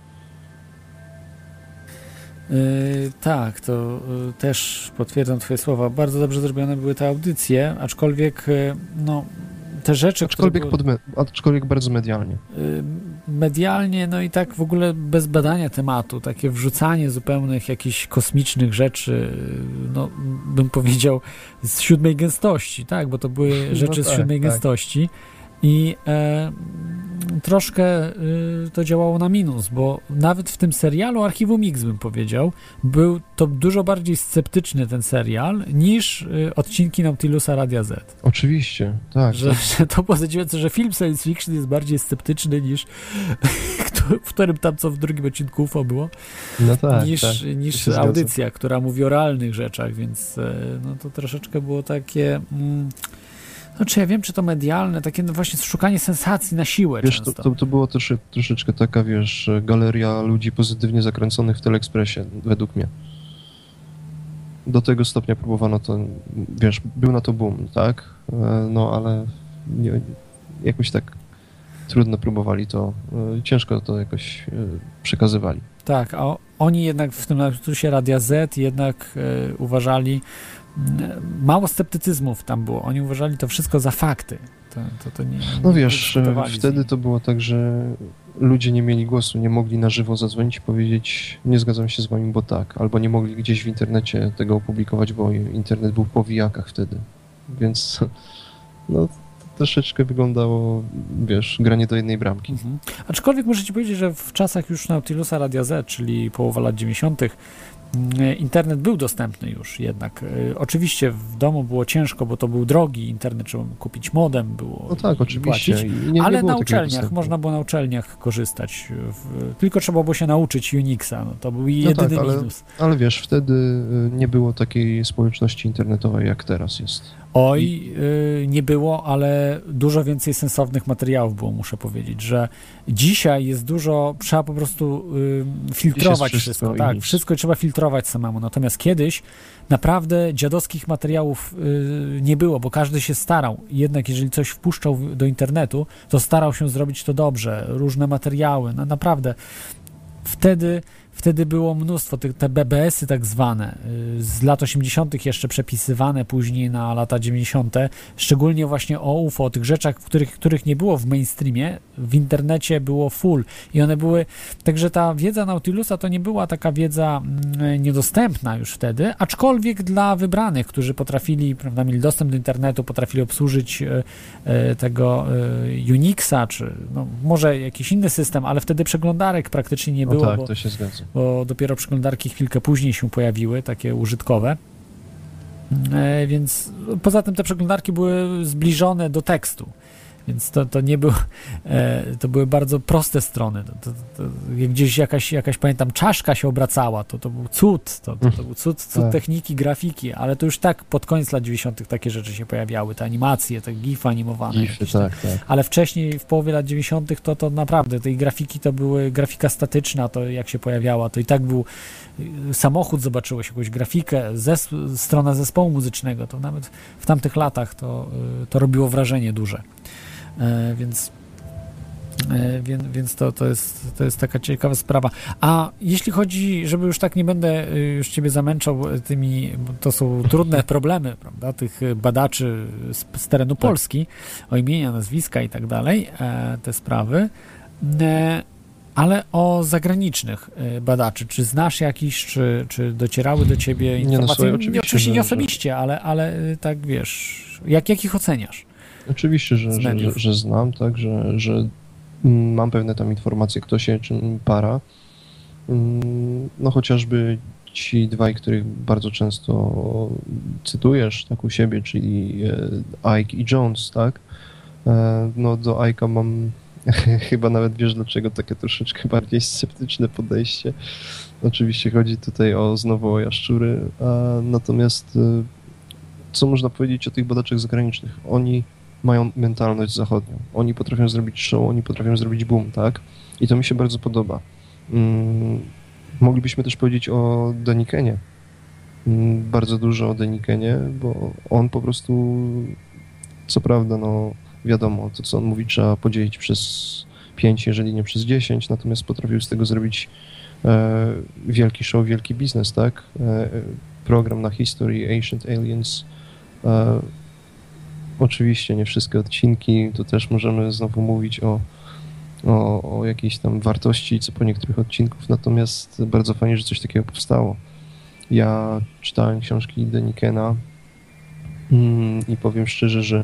Yy, tak, to yy, też potwierdzam twoje słowa. Bardzo dobrze zrobione były te audycje, aczkolwiek yy, no, te rzeczy, aczkolwiek, które były, podme- aczkolwiek bardzo medialnie. Yy, medialnie, no i tak w ogóle bez badania tematu, takie wrzucanie zupełnych jakichś kosmicznych rzeczy, no bym powiedział z siódmej gęstości, tak, bo to były rzeczy no tak, z siódmej tak. gęstości. I e, troszkę y, to działało na minus, bo nawet w tym serialu Archiwum X, bym powiedział, był to dużo bardziej sceptyczny ten serial niż y, odcinki Nautilusa Radia Z. Oczywiście, tak. Że, tak. że to było zadziwiające, że film science fiction jest bardziej sceptyczny niż w którym tam co w drugim odcinku U F O było, no tak, niż, tak. niż audycja, która mówi o realnych rzeczach, więc no to troszeczkę było takie... Mm, no czy ja wiem, czy to medialne, takie no właśnie szukanie sensacji na siłę wiesz, często. To, to, to było trosze, troszeczkę taka, wiesz, galeria ludzi pozytywnie zakręconych w Teleekspresie, według mnie. Do tego stopnia próbowano to, wiesz, był na to boom, tak? No ale nie, jakoś tak trudno próbowali to, ciężko to jakoś przekazywali. Tak, a oni jednak w tym Nautilusie Radia Z jednak e, uważali, mało sceptycyzmów tam było. Oni uważali to wszystko za fakty. To, to, to nie, nie no wiesz, wtedy to było tak, że ludzie nie mieli głosu, nie mogli na żywo zadzwonić i powiedzieć nie zgadzam się z wami, bo tak. Albo nie mogli gdzieś w internecie tego opublikować, bo internet był po wijakach wtedy. Więc no troszeczkę wyglądało, wiesz, granie do jednej bramki. Mhm. Aczkolwiek muszę ci powiedzieć, że w czasach już Nautilusa Radia Z, czyli połowa lat dziewięćdziesiątych, internet był dostępny już jednak. Oczywiście w domu było ciężko, bo to był drogi internet, trzeba kupić modem, było no tak, oczywiście. Płacić, nie, ale nie było na uczelniach, można było na uczelniach korzystać. W, tylko trzeba było się nauczyć Unixa, no to był jedyny no tak, ale, minus. Ale wiesz, wtedy nie było takiej społeczności internetowej, jak teraz jest. Oj, yy, nie było, ale dużo więcej sensownych materiałów było, muszę powiedzieć, że dzisiaj jest dużo, trzeba po prostu yy, filtrować wszystko, wszystko tak, nic. Wszystko trzeba filtrować samemu, natomiast kiedyś naprawdę dziadowskich materiałów yy, nie było, bo każdy się starał, jednak jeżeli coś wpuszczał do internetu, to starał się zrobić to dobrze, różne materiały, no naprawdę, wtedy Wtedy było mnóstwo, te, te B B S-y tak zwane, z lat osiemdziesiątych jeszcze przepisywane później na lata dziewięćdziesiąte, szczególnie właśnie o U F O, o tych rzeczach, których, których nie było w mainstreamie, w internecie było full i one były, także ta wiedza Nautilusa to nie była taka wiedza niedostępna już wtedy, aczkolwiek dla wybranych, którzy potrafili, prawda, mieli dostęp do internetu, potrafili obsłużyć e, e, tego e, Unixa, czy no, może jakiś inny system, ale wtedy przeglądarek praktycznie nie było. No tak, bo, to się zgadza. bo dopiero przeglądarki chwilkę później się pojawiły, takie użytkowe. E, więc poza tym te przeglądarki były zbliżone do tekstu, więc to, to nie był, e, to były bardzo proste strony. To, to, to, jak gdzieś jakaś, jakaś, pamiętam, czaszka się obracała, to, to był cud, to, to, to był cud, cud tak. techniki, grafiki, ale to już tak pod koniec lat dziewięćdziesiątych takie rzeczy się pojawiały, te animacje, te gify animowane. Gify, tak, tak. Ale wcześniej, w połowie lat dziewięćdziesiątych to, to naprawdę, tej grafiki to były, grafika statyczna, to jak się pojawiała, to i tak był samochód, zobaczyłeś jakąś grafikę, zes- strona zespołu muzycznego, to nawet w tamtych latach to, to robiło wrażenie duże. E, więc e, więc, więc to, to, jest, to jest taka ciekawa sprawa. A jeśli chodzi, żeby już tak nie będę już ciebie zamęczał tymi, bo to są trudne problemy, prawda, tych badaczy z, z terenu Polski, o imienia, nazwiska i tak dalej, e, te sprawy, e, ale o zagranicznych badaczy. Czy znasz jakiś, czy, czy docierały do ciebie informacje? Nie, no, oczywiście, oczywiście nie że, osobiście, ale, ale tak wiesz, jak, jak ich oceniasz? Oczywiście, że, że, że, że znam, tak, że, że mam pewne tam informacje, kto się czym para. No chociażby ci dwaj, których bardzo często cytujesz tak u siebie, czyli Ike i Jones, tak? No do Ike'a mam chyba nawet wiesz dlaczego takie troszeczkę bardziej sceptyczne podejście. Oczywiście chodzi tutaj o znowu o jaszczury, a natomiast co można powiedzieć o tych badaczach zagranicznych? Oni mają mentalność zachodnią. Oni potrafią zrobić show, oni potrafią zrobić boom, tak? I to mi się bardzo podoba. Hmm, moglibyśmy też powiedzieć o Denikenie. Hmm, bardzo dużo o Denikenie, bo on po prostu, co prawda, no wiadomo, to co on mówi trzeba podzielić przez pięć, jeżeli nie przez dziesięć, natomiast potrafił z tego zrobić e, wielki show, wielki biznes, tak? E, program na History, Ancient Aliens. E, oczywiście nie wszystkie odcinki, tu też możemy znowu mówić o, o, o jakiejś tam wartości, co po niektórych odcinków, natomiast bardzo fajnie, że coś takiego powstało. Ja czytałem książki Denikena mm, i powiem szczerze, że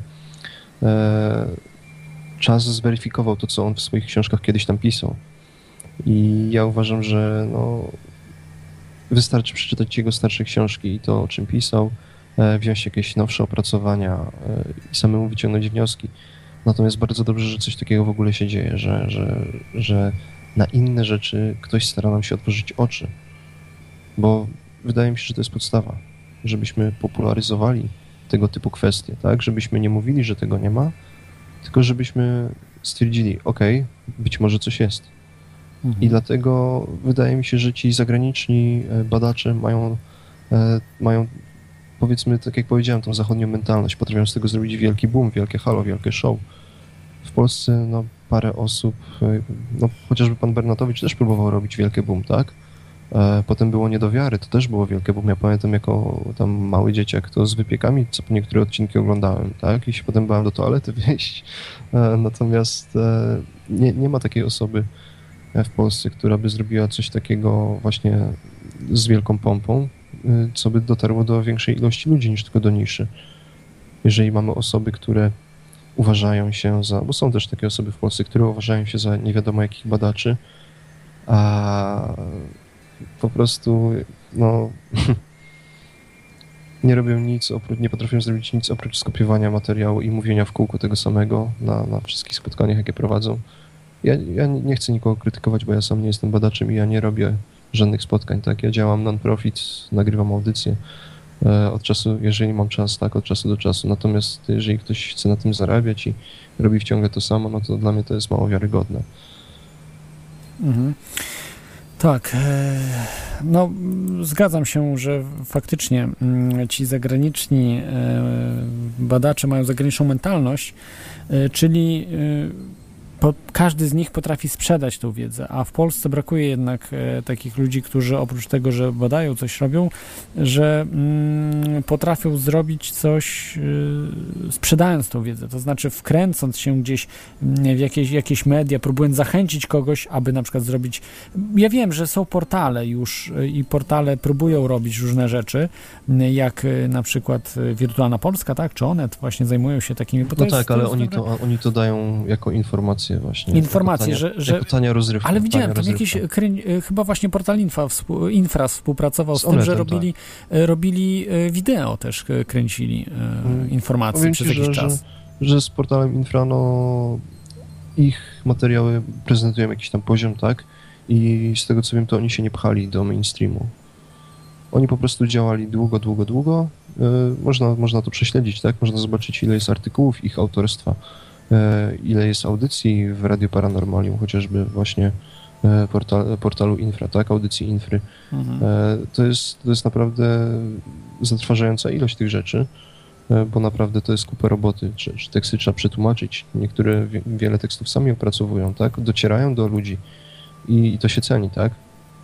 e, czas zweryfikował to, co on w swoich książkach kiedyś tam pisał. I ja uważam, że no, wystarczy przeczytać jego starsze książki i to, o czym pisał, e, wziąć jakieś nowsze opracowania e, i samemu wyciągnąć wnioski. Natomiast bardzo dobrze, że coś takiego w ogóle się dzieje, że, że, że na inne rzeczy ktoś stara nam się otworzyć oczy. Bo wydaje mi się, że to jest podstawa, żebyśmy popularyzowali tego typu kwestie, tak? Żebyśmy nie mówili, że tego nie ma, tylko żebyśmy stwierdzili, ok, być może coś jest. Mhm. I dlatego wydaje mi się, że ci zagraniczni badacze mają, mają, powiedzmy, tak jak powiedziałem, tą zachodnią mentalność, potrafią z tego zrobić wielki boom, wielkie halo, wielkie show. W Polsce no, parę osób, no, chociażby pan Bernatowicz też próbował robić wielkie boom, tak? Potem było Nie do wiary, to też było wielkie, bo ja pamiętam jako tam mały dzieciak, to z wypiekami, co po niektóre odcinki oglądałem, tak? I się potem bałem do toalety wyjść. Natomiast nie, nie ma takiej osoby w Polsce, która by zrobiła coś takiego właśnie z wielką pompą, co by dotarło do większej ilości ludzi niż tylko do niszy. Jeżeli mamy osoby, które uważają się za, bo są też takie osoby w Polsce, które uważają się za nie wiadomo jakich badaczy, a po prostu, no, nie robią nic, oprócz, nie potrafią zrobić nic oprócz skopiowania materiału i mówienia w kółku tego samego na, na wszystkich spotkaniach, jakie prowadzą. Ja, ja nie chcę nikogo krytykować, bo ja sam nie jestem badaczem i ja nie robię żadnych spotkań, tak? Ja działam non-profit, nagrywam audycje e, od czasu, jeżeli mam czas, tak, od czasu do czasu. Natomiast jeżeli ktoś chce na tym zarabiać i robi ciągle to samo, no to dla mnie to jest mało wiarygodne. Mhm. Tak, no zgadzam się, że faktycznie ci zagraniczni badacze mają zagraniczną mentalność, czyli po, każdy z nich potrafi sprzedać tą wiedzę, a w Polsce brakuje jednak e, takich ludzi, którzy oprócz tego, że badają, coś robią, że mm, potrafią zrobić coś e, sprzedając tą wiedzę, to znaczy wkręcąc się gdzieś w jakieś, jakieś media, próbując zachęcić kogoś, aby na przykład zrobić, ja wiem, że są portale już e, i portale próbują robić różne rzeczy, jak e, na przykład Wirtualna Polska, tak, czy Onet właśnie zajmują się takimi... No tak, ale oni to, oni to dają jako informację informacje właśnie. Informacje, jako tania, że... że jako tania rozrywka. Ale widziałem, tam rozrywka. jakiś, kręć, chyba właśnie portal Infra, współ, Infra współpracował z, z tym, Onetem, że robili, tak. robili wideo też, kręcili hmm. informacje Powiem przez ci, jakiś że, czas. Że, że z portalem Infra, no ich materiały prezentują jakiś tam poziom, tak? I z tego co wiem, to oni się nie pchali do mainstreamu. Oni po prostu działali długo, długo, długo. Yy, można, można to prześledzić, tak? Można zobaczyć, ile jest artykułów ich autorstwa, yy, ile jest audycji w Radio Paranormalium, chociażby właśnie yy, portal, portalu Infra, tak? Audycji Infry. Mhm. Yy, to jest, to jest naprawdę zatrważająca ilość tych rzeczy, yy, bo naprawdę to jest kupę roboty. Czy, czy teksty trzeba przetłumaczyć. Niektóre, wie, wiele tekstów sami opracowują, tak? Docierają do ludzi i, i to się ceni, tak?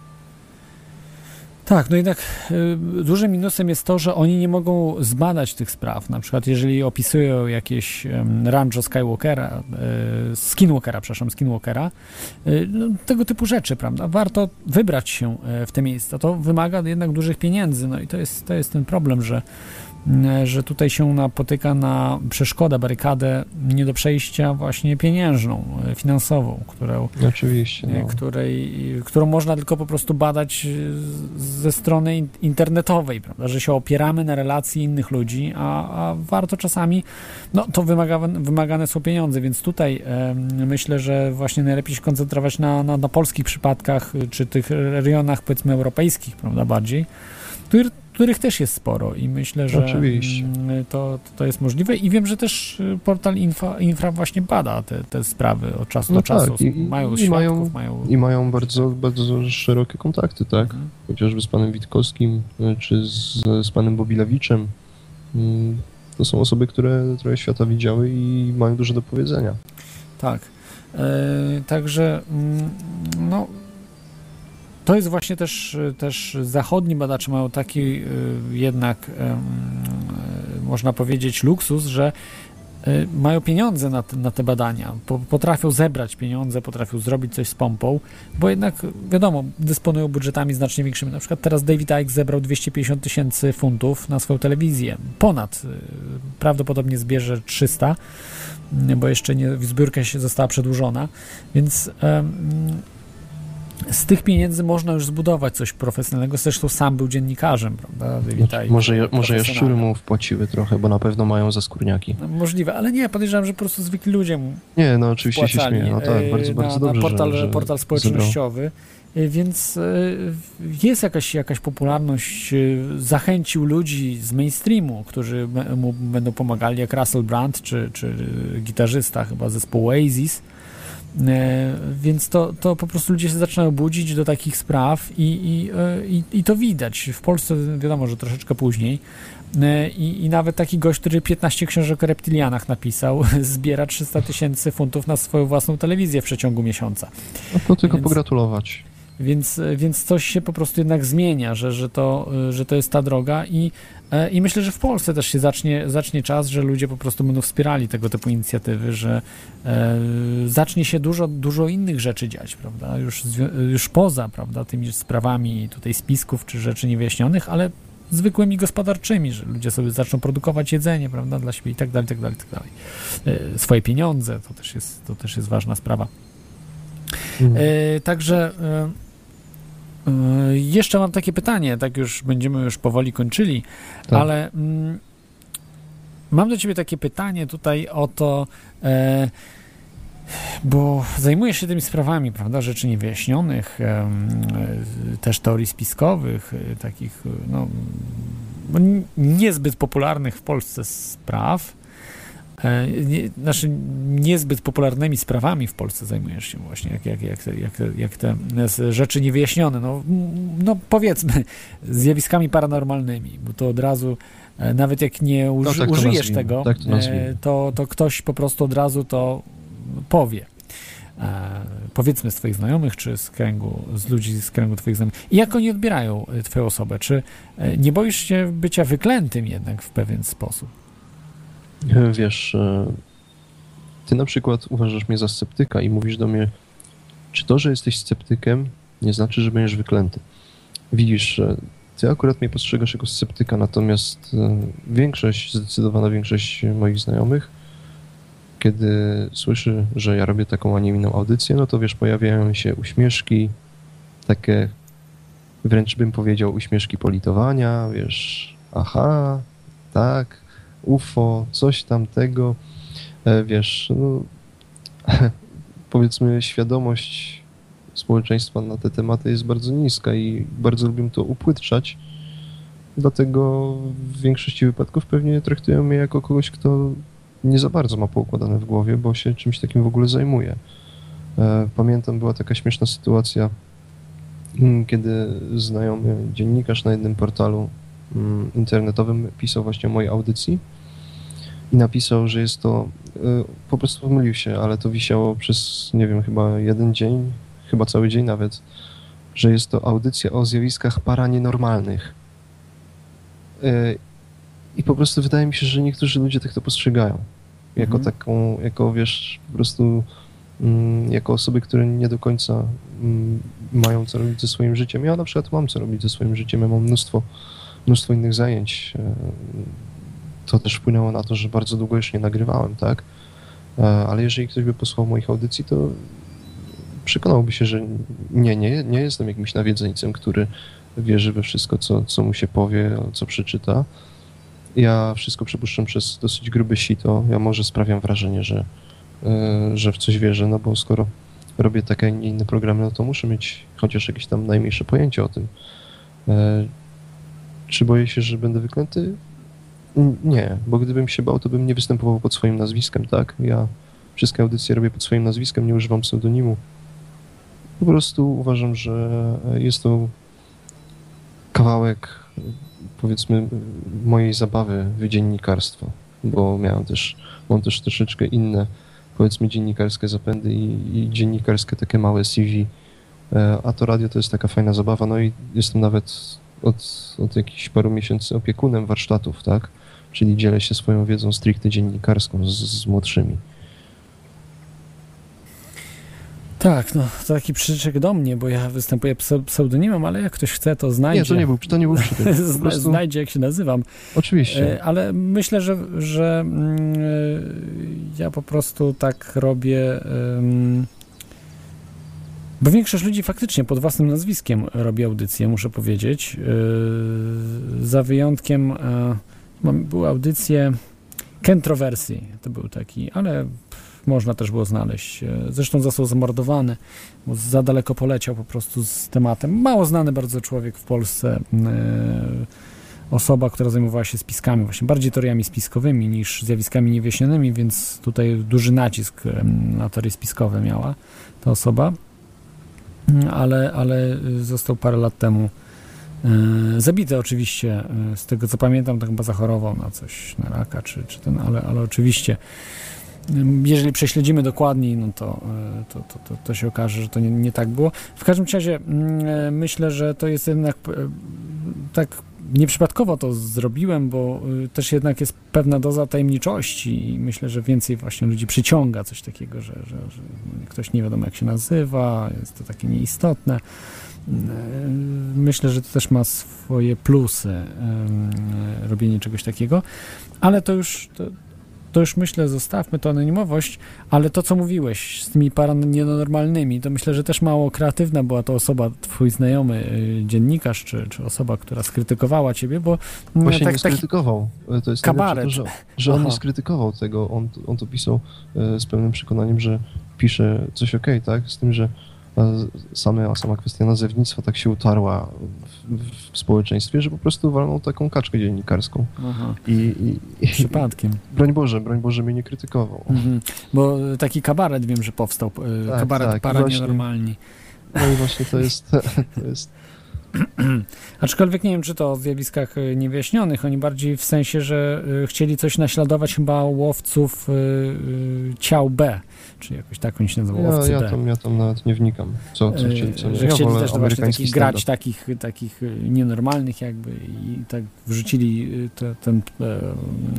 Tak, no jednak y, dużym minusem jest to, że oni nie mogą zbadać tych spraw. Na przykład jeżeli opisują jakieś y, rancho Skywalkera, y, Skinwalkera, przepraszam, Skinwalkera, y, no, tego typu rzeczy, prawda? Warto wybrać się y, w te miejsca. To wymaga jednak dużych pieniędzy, no i to jest, to jest ten problem, że że tutaj się napotyka na przeszkodę, barykadę nie do przejścia właśnie pieniężną, finansową, którą, Oczywiście, no. której, którą można tylko po prostu badać ze strony internetowej, prawda, że się opieramy na relacji innych ludzi, a, a warto czasami, no to wymaga, wymagane są pieniądze, więc tutaj e, myślę, że właśnie najlepiej się koncentrować na, na, na polskich przypadkach, czy tych rejonach powiedzmy europejskich, prawda, bardziej, który których też jest sporo i myślę, że to, to jest możliwe i wiem, że też portal Infra, Infra właśnie bada te, te sprawy od czasu no do czasu, tak, i, mają i świadków, mają, mają... I mają bardzo, bardzo szerokie kontakty, tak? Mhm. Chociażby z panem Witkowskim, czy z, z panem Bobilewiczem. To są osoby, które trochę świata widziały i mają dużo do powiedzenia. Tak. E, także no to jest właśnie też, też zachodni badacze mają taki y, jednak, y, y, można powiedzieć, luksus, że y, mają pieniądze na te, na te badania, po, potrafią zebrać pieniądze, potrafią zrobić coś z pompą, bo jednak, wiadomo, dysponują budżetami znacznie większymi. Na przykład teraz David Icke zebrał dwieście pięćdziesiąt tysięcy funtów na swoją telewizję. Ponad, y, prawdopodobnie zbierze trzysta, y, bo jeszcze nie, zbiórka się została przedłużona, więc... Y, z tych pieniędzy można już zbudować coś profesjonalnego. Zresztą sam był dziennikarzem, prawda? Znaczy, może może jaszczury mu wpłaciły trochę, bo na pewno mają za skórniaki. No, możliwe, ale nie, podejrzewam, że po prostu zwykli ludzie mu Nie, no oczywiście się śmieję. No tak, bardzo, bardzo na, dobrze, na portal, że, że portal społecznościowy, zebrał. Więc jest jakaś, jakaś popularność. Zachęcił ludzi z mainstreamu, którzy mu będą pomagali, jak Russell Brand, czy, czy gitarzysta chyba zespołu Oasis. Więc to, to po prostu ludzie się zaczynają budzić do takich spraw i, i, i, i to widać. W Polsce wiadomo, że troszeczkę później i, i nawet taki gość, który piętnaście książek o reptilianach napisał, zbiera trzysta tysięcy funtów na swoją własną telewizję w przeciągu miesiąca. No to tylko więc, pogratulować. Więc, więc coś się po prostu jednak zmienia, że, że, to, że to jest ta droga i I myślę, że w Polsce też się zacznie, zacznie czas, że ludzie po prostu będą wspierali tego typu inicjatywy, że e, zacznie się dużo, dużo innych rzeczy dziać, prawda, już, już poza, prawda, tymi sprawami tutaj spisków czy rzeczy niewyjaśnionych, ale zwykłymi gospodarczymi, że ludzie sobie zaczną produkować jedzenie, prawda, dla siebie i tak dalej, i tak dalej, i tak dalej. E, swoje pieniądze, to też jest, to też jest ważna sprawa. Mhm. E, także e, jeszcze mam takie pytanie, tak już będziemy już powoli kończyli, tak. ale mm, mam do ciebie takie pytanie tutaj o to, e, bo zajmujesz się tymi sprawami, prawda, rzeczy niewyjaśnionych, e, też teorii spiskowych, e, takich no, niezbyt popularnych w Polsce spraw. Nie, znaczy niezbyt popularnymi sprawami w Polsce zajmujesz się właśnie, jak, jak, jak, jak, jak te rzeczy niewyjaśnione, no, no powiedzmy zjawiskami paranormalnymi, bo to od razu, nawet jak nie uży, no, tak użyjesz tego, tak to, to, to ktoś po prostu od razu to powie. Powiedzmy z twoich znajomych, czy z kręgu, z ludzi z kręgu twoich znajomych. I jak oni odbierają twoją osobę? Czy nie boisz się bycia wyklętym jednak w pewien sposób? Wiesz, ty na przykład uważasz mnie za sceptyka i mówisz do mnie, czy to, że jesteś sceptykiem, nie znaczy, że będziesz wyklęty. Widzisz, ty akurat mnie postrzegasz jako sceptyka, natomiast większość, zdecydowana większość moich znajomych kiedy słyszy, że ja robię taką, a nie inną audycję, no to wiesz, pojawiają się uśmieszki, takie wręcz bym powiedział uśmieszki politowania, wiesz, aha, tak, U F O, coś tamtego, wiesz, no, powiedzmy świadomość społeczeństwa na te tematy jest bardzo niska i bardzo lubię to upłytczać, dlatego w większości wypadków pewnie traktują mnie jako kogoś, kto nie za bardzo ma poukładane w głowie, bo się czymś takim w ogóle zajmuje. Pamiętam, była taka śmieszna sytuacja, kiedy znajomy dziennikarz na jednym portalu internetowym pisał właśnie o mojej audycji i napisał, że jest to, po prostu pomylił się, ale to wisiało przez, nie wiem, chyba jeden dzień, chyba cały dzień nawet, że jest to audycja o zjawiskach paranienormalnych. I po prostu wydaje mi się, że niektórzy ludzie tak to postrzegają. Jako mhm. taką, jako wiesz, po prostu mm, jako osoby, które nie do końca mm, mają co robić ze swoim życiem. Ja na przykład mam co robić ze swoim życiem, ja mam mnóstwo, mnóstwo innych zajęć. To też wpłynęło na to, że bardzo długo już nie nagrywałem, tak? Ale jeżeli ktoś by posłuchał moich audycji, to przekonałby się, że nie, nie, nie jestem jakimś nawiedzeńcem, który wierzy we wszystko, co, co mu się powie, co przeczyta. Ja wszystko przepuszczam przez dosyć grube sito. Ja może sprawiam wrażenie, że, że w coś wierzę, no bo skoro robię takie, a nie inne programy, no to muszę mieć chociaż jakieś tam najmniejsze pojęcie o tym. Czy boję się, że będę wyklęty? Nie, bo gdybym się bał, to bym nie występował pod swoim nazwiskiem, tak? Ja wszystkie audycje robię pod swoim nazwiskiem, nie używam pseudonimu. Po prostu uważam, że jest to kawałek, powiedzmy, mojej zabawy w dziennikarstwo, bo miałem też, mam też troszeczkę inne, powiedzmy, dziennikarskie zapędy i, i dziennikarskie takie małe C V, a to radio to jest taka fajna zabawa, no i jestem nawet od, od jakichś paru miesięcy opiekunem warsztatów, tak? Czyli dzielę się swoją wiedzą stricte dziennikarską z, z młodszymi. Tak, no to taki przyrzeczek do mnie, bo ja występuję pseudonimem, ale jak ktoś chce, to znajdzie. Nie, to nie był, to nie był przytyk. Zna, prostu... Znajdzie, jak się nazywam. Oczywiście. Ale myślę, że, że ja po prostu tak robię, bo większość ludzi faktycznie pod własnym nazwiskiem robi audycję, muszę powiedzieć. Za wyjątkiem, były audycje Kontrowersji, to był taki, ale można też było znaleźć. Zresztą został zamordowany, bo za daleko poleciał po prostu z tematem. Mało znany bardzo człowiek w Polsce, osoba, która zajmowała się spiskami, właśnie bardziej teoriami spiskowymi niż zjawiskami niewyjaśnionymi, więc tutaj duży nacisk na teorie spiskowe miała ta osoba, ale, ale został parę lat temu zabity oczywiście, z tego co pamiętam, to chyba zachorował na coś, na raka czy, czy ten, ale, ale oczywiście jeżeli prześledzimy dokładniej, no to, to, to, to, to się okaże, że to nie, nie tak było. W każdym razie myślę, że to jest jednak tak nieprzypadkowo to zrobiłem, bo też jednak jest pewna doza tajemniczości i myślę, że więcej właśnie ludzi przyciąga coś takiego, że, że, że ktoś nie wiadomo jak się nazywa, jest to takie nieistotne. Myślę, że to też ma swoje plusy, robienie czegoś takiego, ale to już to, to już myślę, zostawmy to anonimowość, ale to, co mówiłeś z tymi paranienormalnymi, to myślę, że też mało kreatywna była to osoba, twój znajomy dziennikarz, czy, czy osoba, która skrytykowała ciebie, bo... Właśnie tak, nie skrytykował. To jest kabaret. To, że, że on nie skrytykował tego, on, on to pisał z pełnym przekonaniem, że pisze coś okej, okay, tak? Z tym, że same, sama kwestia nazewnictwa tak się utarła w, w społeczeństwie, że po prostu walnął taką kaczkę dziennikarską. Aha. I, i, i przypadkiem. Broń Boże, broń Boże mnie nie krytykował. Mhm. Bo taki kabaret wiem, że powstał. Tak, kabaret tak, paranienormalni. No i właśnie to jest... To jest... Aczkolwiek nie wiem, czy to o zjawiskach niewyjaśnionych. Oni bardziej w sensie, że chcieli coś naśladować chyba łowców ciał B, czy jakoś tak oni się nazywają, ja, łowcy ja B. Tam, ja tam nawet nie wnikam, co, co chcieli. Co że ja chcieli też właśnie takich, grać standard. takich, takich nienormalnych jakby i tak wrzucili te, ten e,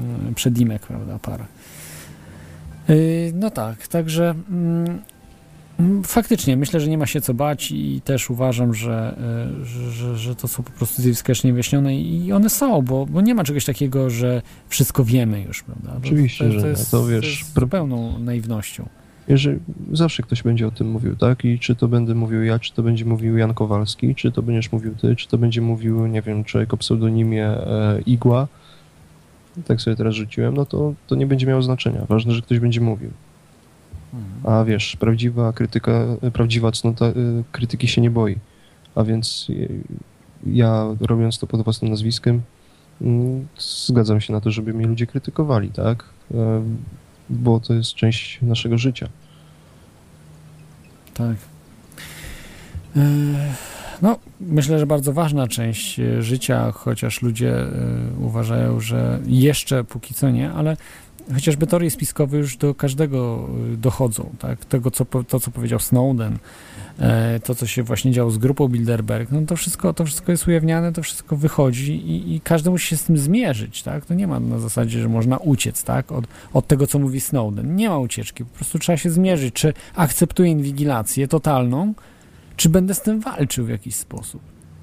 przedimek, prawda, parę. E, no tak, także... Mm, Faktycznie, myślę, że nie ma się co bać i też uważam, że, że, że, że to są po prostu zjawiska jeszcze niewyjaśnione i one są, bo, bo nie ma czegoś takiego, że wszystko wiemy już, prawda? Oczywiście, to, że to jest, to wiesz... z pełną naiwnością. Jeżeli zawsze ktoś będzie o tym mówił, tak? I czy to będę mówił ja, czy to będzie mówił Jan Kowalski, czy to będziesz mówił ty, czy to będzie mówił, nie wiem, człowiek o pseudonimie e, Igła, tak sobie teraz rzuciłem, no to, to nie będzie miało znaczenia. Ważne, że ktoś będzie mówił. A wiesz, prawdziwa krytyka, prawdziwa cnota y, krytyki się nie boi. A więc y, ja, robiąc to pod własnym nazwiskiem, y, zgadzam się na to, żeby mnie ludzie krytykowali, tak? Y, bo to jest część naszego życia. Tak. Y, no, myślę, że bardzo ważna część życia, chociaż ludzie y, uważają, że jeszcze póki co nie, ale chociażby teorie spiskowe już do każdego dochodzą, tak? Tego, co, to, co powiedział Snowden, to, co się właśnie działo z grupą Bilderberg, no to wszystko, to wszystko jest ujawniane, to wszystko wychodzi i, i każdy musi się z tym zmierzyć, tak? To nie ma na zasadzie, że można uciec, tak? Od, od tego, co mówi Snowden. Nie ma ucieczki, po prostu trzeba się zmierzyć, czy akceptuję inwigilację totalną, czy będę z tym walczył w jakiś sposób.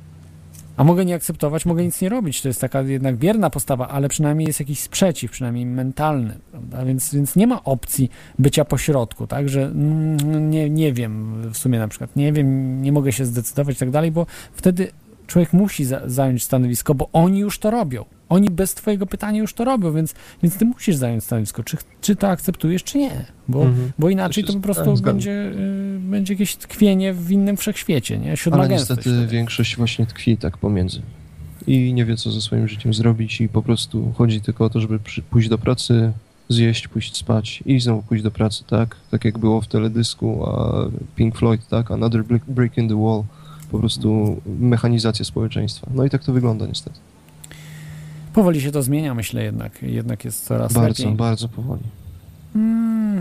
A mogę nie akceptować, mogę nic nie robić. To jest taka jednak bierna postawa, ale przynajmniej jest jakiś sprzeciw, przynajmniej mentalny, prawda? Więc, więc nie ma opcji bycia pośrodku, tak? Że mm, nie, nie wiem, w sumie na przykład nie wiem, nie mogę się zdecydować i tak dalej, bo wtedy człowiek musi za, zająć stanowisko, bo oni już to robią. Oni bez twojego pytania już to robią, więc, więc ty musisz zająć stanowisko, czy, czy to akceptujesz, czy nie. Bo, mhm. bo inaczej to, to po prostu tak, będzie, y, będzie jakieś tkwienie w innym wszechświecie, nie? Siódma Ale gęstość niestety wtedy. Większość właśnie tkwi tak pomiędzy. I nie wie, co ze swoim życiem zrobić i po prostu chodzi tylko o to, żeby przy, pójść do pracy, zjeść, pójść spać i znowu pójść do pracy, tak? Tak jak było w teledysku, a Pink Floyd, tak? Another brick in the wall. Po prostu mechanizacja społeczeństwa. No i tak to wygląda niestety. Powoli się to zmienia, myślę jednak. Jednak jest coraz bardzo, lepiej. Bardzo, bardzo powoli. Hmm,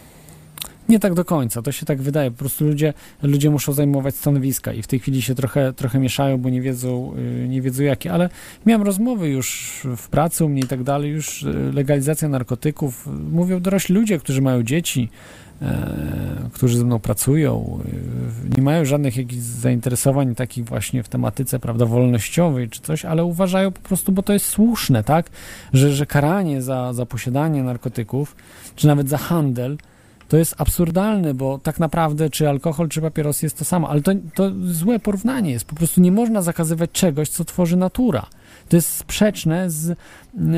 nie tak do końca. To się tak wydaje. Po prostu ludzie, ludzie muszą zajmować stanowiska i w tej chwili się trochę, trochę mieszają, bo nie wiedzą, nie wiedzą jakie. Ale miałem rozmowy już w pracy u mnie i tak dalej. Już legalizacja narkotyków. Mówią dorośli ludzie, którzy mają dzieci, E, którzy ze mną pracują, e, nie mają żadnych jakichś zainteresowań takich właśnie w tematyce, prawda, wolnościowej czy coś, ale uważają po prostu, bo to jest słuszne, tak, że, że karanie za, za posiadanie narkotyków, czy nawet za handel, to jest absurdalne, bo tak naprawdę czy alkohol, czy papierosy jest to samo, ale to, to złe porównanie jest, po prostu nie można zakazywać czegoś, co tworzy natura. To jest sprzeczne z, e,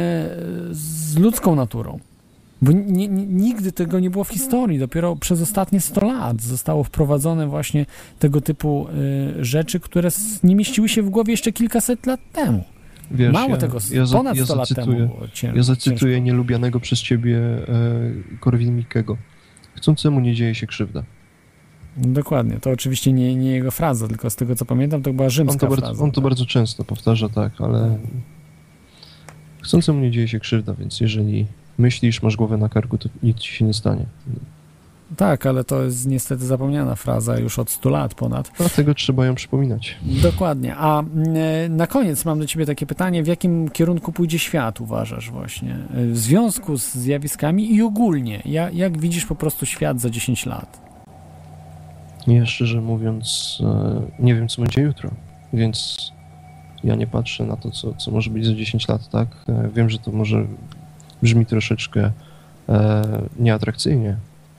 z ludzką naturą. Bo nie, nie, nigdy tego nie było w historii, dopiero przez ostatnie sto lat zostało wprowadzone właśnie tego typu y, rzeczy, które nie mieściły się w głowie jeszcze kilkaset lat temu. Wiesz, Mało ja, tego, ja za, ponad ja sto lat temu było cię, Ja zacytuję ciężko. Nielubianego przez ciebie e, Korwin-Mikkego. Chcącemu nie dzieje się krzywda. Dokładnie, to oczywiście nie, nie jego fraza, tylko z tego co pamiętam, to była rzymska on to fraza. Bardzo, on to bardzo często powtarza, tak, ale chcącemu nie dzieje się krzywda, więc jeżeli myślisz, masz głowę na karku, to nic ci się nie stanie. Tak, ale to jest niestety zapomniana fraza już od stu lat ponad. Dlatego trzeba ją przypominać. Dokładnie. A na koniec mam do ciebie takie pytanie, w jakim kierunku pójdzie świat, uważasz właśnie? W związku z zjawiskami i ogólnie. Jak, jak widzisz po prostu świat za dziesięć lat? Ja szczerze mówiąc nie wiem, co będzie jutro, więc ja nie patrzę na to, co, co może być za dziesięć lat, tak? Wiem, że to może brzmi troszeczkę e, nieatrakcyjnie,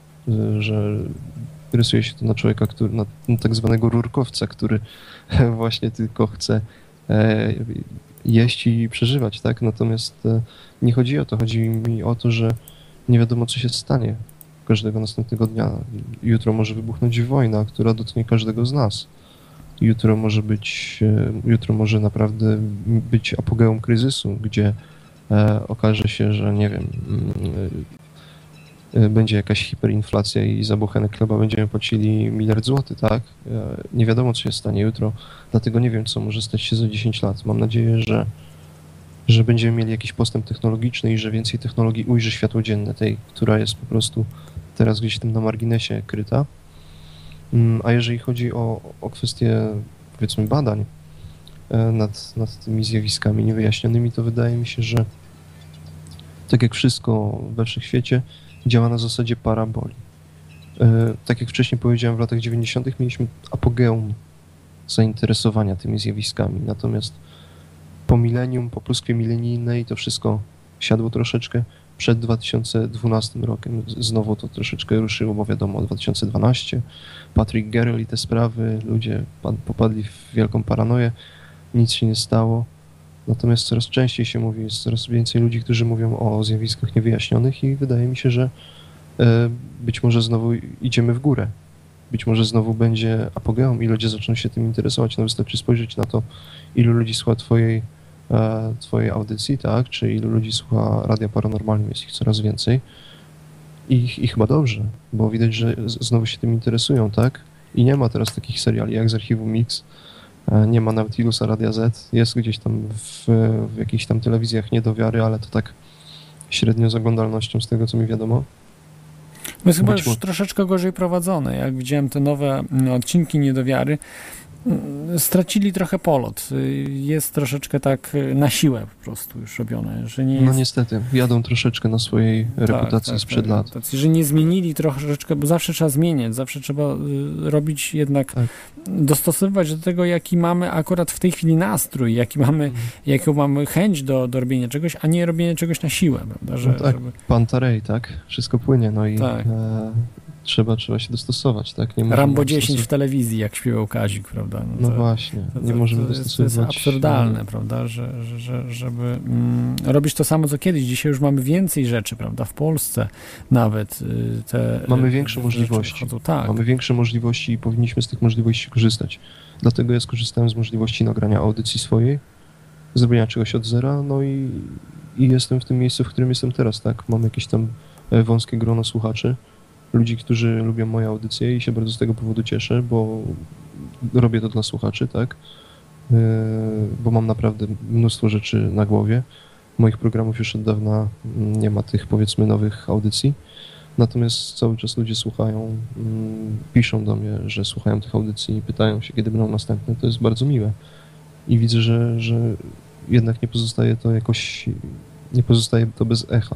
że rysuje się to na człowieka, który, na, na tak zwanego rurkowca, który właśnie tylko chce e, jeść i przeżywać, tak? Natomiast e, nie chodzi o to, chodzi mi o to, że nie wiadomo, co się stanie każdego następnego dnia. Jutro może wybuchnąć wojna, która dotknie każdego z nas. Jutro może być, e, jutro może naprawdę być apogeum kryzysu, gdzie E, okaże się, że nie wiem, e, będzie jakaś hiperinflacja i za bochenek chleba będziemy płacili miliard złotych, tak? E, nie wiadomo, co się stanie jutro, dlatego nie wiem, co może stać się za dziesięć lat. Mam nadzieję, że, że będziemy mieli jakiś postęp technologiczny i że więcej technologii ujrzy światło dzienne, tej, która jest po prostu teraz gdzieś tam na marginesie kryta. Mm, a jeżeli chodzi o, o kwestię, powiedzmy, badań Nad, nad tymi zjawiskami niewyjaśnionymi, to wydaje mi się, że tak jak wszystko we wszechświecie działa na zasadzie paraboli. tak jak wcześniej powiedziałem, w latach dziewięćdziesiątych mieliśmy apogeum zainteresowania tymi zjawiskami, natomiast po milenium, po pluskwie milenijnej to wszystko siadło troszeczkę. Przed dwa tysiące dwunastym rokiem znowu to troszeczkę ruszyło, bo wiadomo, dwa tysiące dwunasty, Patrick Gerrel i te sprawy, ludzie popadli w wielką paranoję, nic się nie stało. Natomiast coraz częściej się mówi, jest coraz więcej ludzi, którzy mówią o zjawiskach niewyjaśnionych i wydaje mi się, że być może znowu idziemy w górę. Być może znowu będzie apogeum i ludzie zaczną się tym interesować. No wystarczy spojrzeć na to, ilu ludzi słucha twojej, twojej audycji, tak? Czy ilu ludzi słucha Radia Paranormalium, jest ich coraz więcej. I, I chyba dobrze, bo widać, że znowu się tym interesują, tak? I nie ma teraz takich seriali jak z Archiwum Mix, nie ma Nautilusa Radia Z, jest gdzieś tam w, w jakichś tam telewizjach niedowiary, ale to tak średnio z oglądalnością z tego, co mi wiadomo. To jest chyba już troszeczkę gorzej prowadzone. Jak widziałem te nowe odcinki Niedowiary, stracili trochę polot. Jest troszeczkę tak na siłę po prostu już robione, że nie jest... No niestety, jadą troszeczkę na swojej tak, reputacji tak, sprzed tak, lat. Tacy, że nie zmienili troszeczkę, bo zawsze trzeba zmieniać, zawsze trzeba robić jednak, tak. dostosowywać do tego, jaki mamy akurat w tej chwili nastrój, jaki mamy, mhm. jaką mamy chęć do, do robienia czegoś, a nie robienia czegoś na siłę, prawda? Że, no tak, żeby... Pantarej, tak? Wszystko płynie, no i tak. e, trzeba, trzeba się dostosować, tak? Nie Rambo dziesięć w telewizji, jak śpiewał Kazik, prawda? No, to, no właśnie, to, to, nie możemy to, dostosować. To jest absurdalne, no. prawda, że, że, że, żeby mm, robić to samo, co kiedyś. Dzisiaj już mamy więcej rzeczy, prawda, w Polsce nawet te... Mamy większe możliwości. Tak. Mamy większe możliwości i powinniśmy z tych możliwości korzystać. Dlatego ja skorzystałem z możliwości nagrania audycji swojej, zrobienia czegoś od zera, no i, i jestem w tym miejscu, w którym jestem teraz, tak? Mam jakieś tam wąskie grono słuchaczy, ludzi, którzy lubią moje audycje i się bardzo z tego powodu cieszę, bo robię to dla słuchaczy, tak? Yy, bo mam naprawdę mnóstwo rzeczy na głowie. Moich programów już od dawna nie ma tych, powiedzmy, nowych audycji. Natomiast cały czas ludzie słuchają, yy, piszą do mnie, że słuchają tych audycji i pytają się, kiedy będą następne. To jest bardzo miłe. I widzę, że, że jednak nie pozostaje to jakoś, nie pozostaje to bez echa.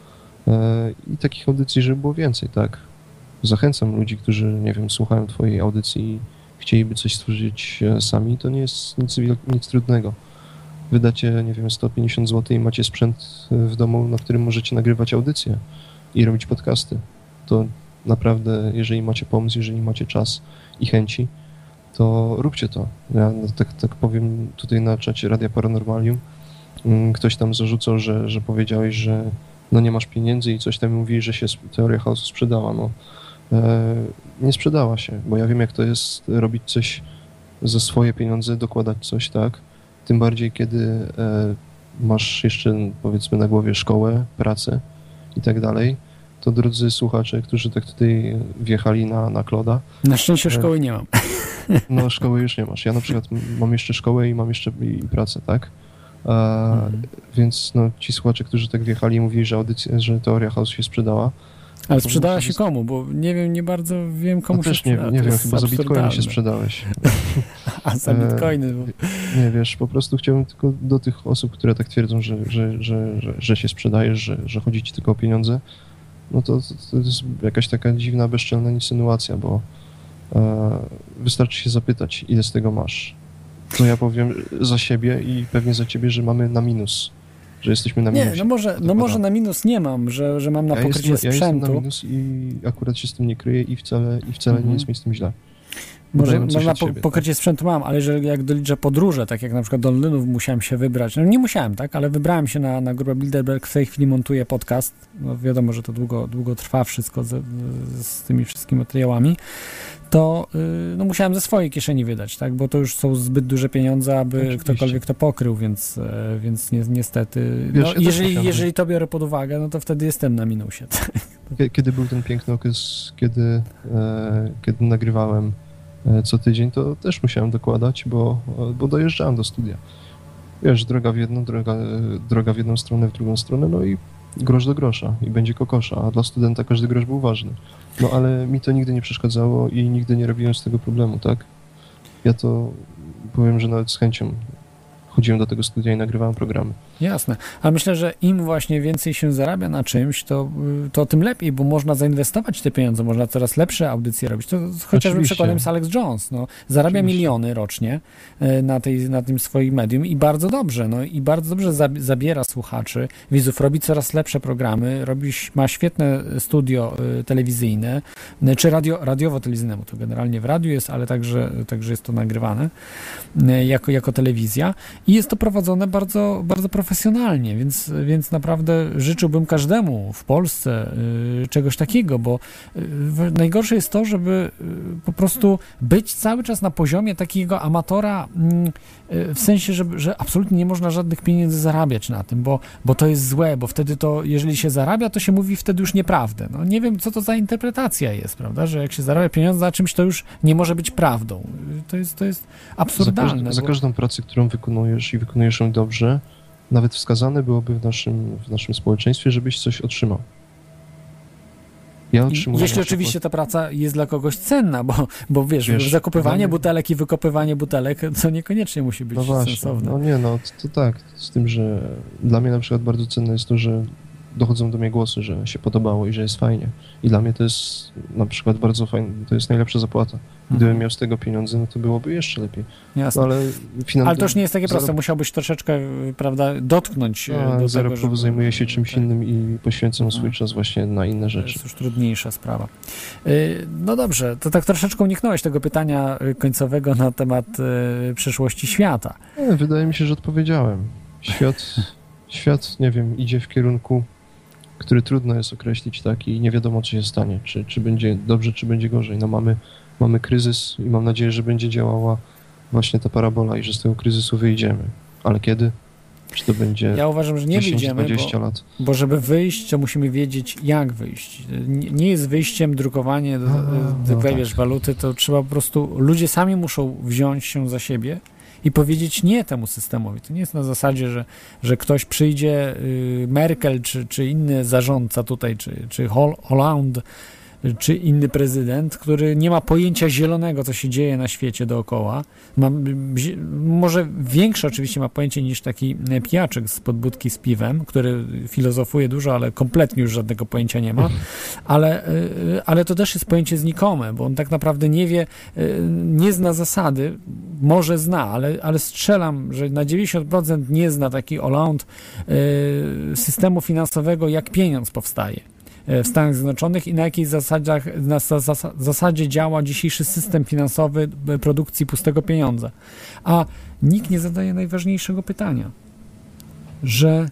I takich audycji, żeby było więcej, tak? Zachęcam ludzi, którzy, nie wiem, słuchają twojej audycji i chcieliby coś stworzyć sami, to nie jest nic, nic trudnego. Wydacie, nie wiem, sto pięćdziesiąt złotych i macie sprzęt w domu, na którym możecie nagrywać audycje i robić podcasty. To naprawdę, jeżeli macie pomysł, jeżeli macie czas i chęci, to róbcie to. Ja tak, tak powiem tutaj na czacie Radia Paranormalium. Ktoś tam zarzucał, że, że powiedziałeś, że no nie masz pieniędzy i coś tam mówi, że się teoria chaosu sprzedała. No, e, nie sprzedała się, bo ja wiem, jak to jest robić coś za swoje pieniądze, dokładać coś, tak? Tym bardziej, kiedy e, masz jeszcze, powiedzmy, na głowie szkołę, pracę i tak dalej, to drodzy słuchacze, którzy tak tutaj wjechali na, na Kloda. Na szczęście szkoły nie mam. No, szkoły już nie masz. Ja na przykład mam jeszcze szkołę i mam jeszcze i, i pracę, tak? E, mhm. Więc no, ci słuchacze, którzy tak wjechali i mówili, że, audycja, że teoria chaosu się sprzedała. Ale sprzedała się komu? Bo nie wiem, nie bardzo wiem, komu no się też sprzedała. Nie, nie wiem, chyba za bitcoiny się sprzedałeś. A za bitcoiny? Bo... Nie, wiesz, po prostu chciałbym tylko do tych osób, które tak twierdzą, że, że, że, że, że się sprzedajesz, że, że chodzi ci tylko o pieniądze, no to, to, to jest jakaś taka dziwna, bezczelna insynuacja, bo e, wystarczy się zapytać, ile z tego masz. To ja powiem za siebie i pewnie za ciebie, że mamy na minus. Że jesteśmy na minusie. Nie, no może, no może na minus nie mam, że, że mam na ja pokrycie jestem, sprzętu. Ja jestem na minus i akurat się z tym nie kryję i wcale, i wcale mhm. nie jest mi z tym źle. Może, może na po, siebie, pokrycie tak? sprzętu mam, ale jeżeli jak doliczę podróże, tak jak na przykład do Londynu musiałem się wybrać, no nie musiałem, tak, ale wybrałem się na, na grupę Bilderberg, w tej chwili montuję podcast, no wiadomo, że to długo, długo trwa wszystko z, z tymi wszystkimi materiałami, to yy, no musiałem ze swojej kieszeni wydać, tak, bo to już są zbyt duże pieniądze, aby Oczywiście. ktokolwiek to pokrył, więc, yy, więc ni niestety, Wiesz, no, ja jeżeli, jeżeli to biorę pod uwagę, no to wtedy jestem na minusie. Kiedy był ten piękny okres, kiedy, e, kiedy nagrywałem co tydzień, to też musiałem dokładać, bo, bo dojeżdżałem do studia. Wiesz, droga w jedną, droga, droga w jedną stronę, w drugą stronę, no i grosz do grosza i będzie kokosza, a dla studenta każdy grosz był ważny. No ale mi to nigdy nie przeszkadzało i nigdy nie robiłem z tego problemu, tak? Ja to powiem, że nawet z chęcią chodziłem do tego studia i nagrywałem programy. Jasne, ale myślę, że im właśnie więcej się zarabia na czymś, to, to tym lepiej, bo można zainwestować te pieniądze, można coraz lepsze audycje robić. To chociażby Oczywiście. przykładem jest Alex Jones. No, zarabia Oczywiście. miliony rocznie na, tej, na tym swoim medium i bardzo dobrze, no i bardzo dobrze zabiera słuchaczy, widzów, robi coraz lepsze programy, robi, ma świetne studio telewizyjne, czy radio, radiowo-telewizyjne, bo to generalnie w radiu jest, ale także, także jest to nagrywane jako, jako telewizja i jest to prowadzone bardzo, bardzo profesjonalnie, więc, więc naprawdę życzyłbym każdemu w Polsce y, czegoś takiego, bo y, najgorsze jest to, żeby y, po prostu być cały czas na poziomie takiego amatora y, y, w sensie, że, że absolutnie nie można żadnych pieniędzy zarabiać na tym, bo, bo to jest złe, bo wtedy to, jeżeli się zarabia, to się mówi wtedy już nieprawdę. No nie wiem, co to za interpretacja jest, prawda, że jak się zarabia pieniądze na czymś, to już nie może być prawdą. To jest, to jest absurdalne. Za, każdy, bo... za każdą pracę, którą wykonujesz i wykonujesz ją dobrze, nawet wskazane byłoby w naszym, w naszym społeczeństwie, żebyś coś otrzymał. Ja otrzymuję Jeśli oczywiście ta praca jest dla kogoś cenna, bo, bo wiesz, wiesz zakopywanie mnie... butelek i wykopywanie butelek, to niekoniecznie musi być no właśnie, sensowne. No nie, no to, to tak, z tym, że dla mnie na przykład bardzo cenne jest to, że dochodzą do mnie głosy, że się podobało i że jest fajnie. I dla mnie to jest na przykład bardzo fajne, to jest najlepsza zapłata. Gdybym mhm. miał z tego pieniądze, no to byłoby jeszcze lepiej. Jasne. No, ale, finan... ale to już nie jest takie proste, zarób... musiałbyś troszeczkę, prawda, dotknąć no, do zarobkowo tego, żeby... zajmuję się czymś tak. innym i poświęcam swój czas właśnie na inne rzeczy. To jest już trudniejsza sprawa. No dobrze, to tak troszeczkę uniknąłeś tego pytania końcowego na temat przyszłości świata. Nie, wydaje mi się, że odpowiedziałem. Świat, świat, nie wiem, idzie w kierunku, który trudno jest określić, tak, i nie wiadomo, co się stanie, czy, czy będzie dobrze, czy będzie gorzej. No mamy, mamy kryzys i mam nadzieję, że będzie działała właśnie ta parabola i że z tego kryzysu wyjdziemy. Ale kiedy? Czy to będzie Ja uważam, że nie dziesięć, wyjdziemy, dwadzieścia bo, lat? bo żeby wyjść, to musimy wiedzieć, jak wyjść. Nie, nie jest wyjściem drukowanie do, do, do wiesz, tak. waluty, to trzeba po prostu, ludzie sami muszą wziąć się za siebie i powiedzieć nie temu systemowi. To nie jest na zasadzie, że, że ktoś przyjdzie, y, Merkel, czy, czy inny zarządca tutaj, czy, czy Hollande, czy inny prezydent, który nie ma pojęcia zielonego, co się dzieje na świecie dookoła. Ma, może większe oczywiście ma pojęcie niż taki pijaczek z podbudki z piwem, który filozofuje dużo, ale kompletnie już żadnego pojęcia nie ma. Ale, ale to też jest pojęcie znikome, bo on tak naprawdę nie wie, nie zna zasady, może zna, ale, ale strzelam, że na dziewięćdziesiąt procent nie zna taki Hollande systemu finansowego, jak pieniądz powstaje w Stanach Zjednoczonych i na jakiej zasadzie, na zasadzie działa dzisiejszy system finansowy produkcji pustego pieniądza. A nikt nie zadaje najważniejszego pytania, że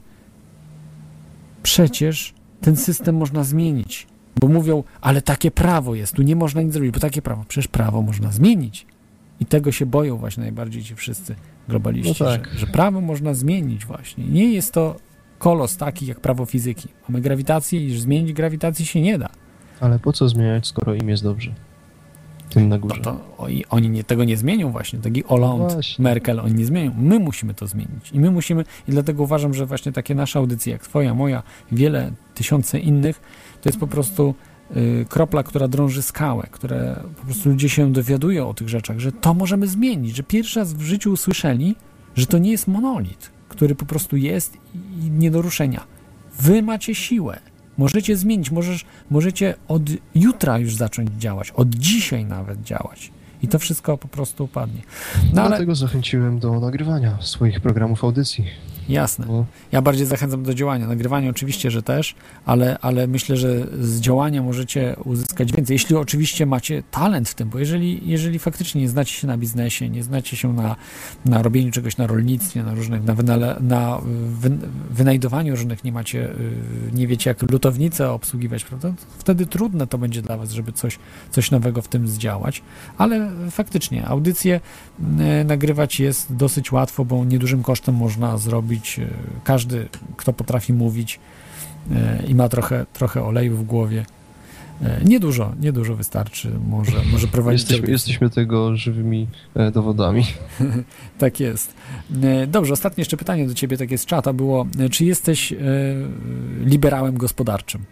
przecież ten system można zmienić, bo mówią, ale takie prawo jest, tu nie można nic zrobić, bo takie prawo, przecież prawo można zmienić. I tego się boją właśnie najbardziej ci wszyscy globaliści, no tak. że, że prawo można zmienić właśnie. Nie jest to kolos taki jak prawo fizyki. Mamy grawitację i zmienić grawitację się nie da. Ale po co zmieniać, skoro im jest dobrze? Tym na górze. No to oni nie, tego nie zmienią właśnie. Taki Hollande, no Merkel, oni nie zmienią. My musimy to zmienić. I my musimy, i dlatego uważam, że właśnie takie nasze audycje, jak twoja, moja, wiele, tysiące innych, to jest po prostu y, kropla, która drąży skałę, które po prostu ludzie się dowiadują o tych rzeczach, że to możemy zmienić, że pierwszy raz w życiu usłyszeli, że to nie jest monolit, który po prostu jest i nie do ruszenia. Wy macie siłę. Możecie zmienić, możesz, możecie od jutra już zacząć działać, od dzisiaj nawet działać. I to wszystko po prostu upadnie. No, Dlatego ale... zachęciłem do nagrywania swoich programów audycji. Jasne. Ja bardziej zachęcam do działania. Nagrywanie oczywiście, że też, ale, ale myślę, że z działania możecie uzyskać więcej. Jeśli oczywiście macie talent w tym, bo jeżeli, jeżeli faktycznie nie znacie się na biznesie, nie znacie się na, na robieniu czegoś na rolnictwie, na różnych, na, wynale, na wy, wynajdowaniu różnych, nie macie, nie wiecie jak lutownicę obsługiwać, prawda? To wtedy trudne to będzie dla was, żeby coś, coś nowego w tym zdziałać, ale faktycznie audycje nagrywać jest dosyć łatwo, bo niedużym kosztem można zrobić. Każdy, kto potrafi mówić i ma trochę, trochę oleju w głowie. Niedużo, niedużo wystarczy. Może, może prowadzić... Jesteśmy, jesteśmy tego żywymi dowodami. Tak jest. Dobrze, ostatnie jeszcze pytanie do ciebie, takie z czata było. Czy jesteś liberałem gospodarczym?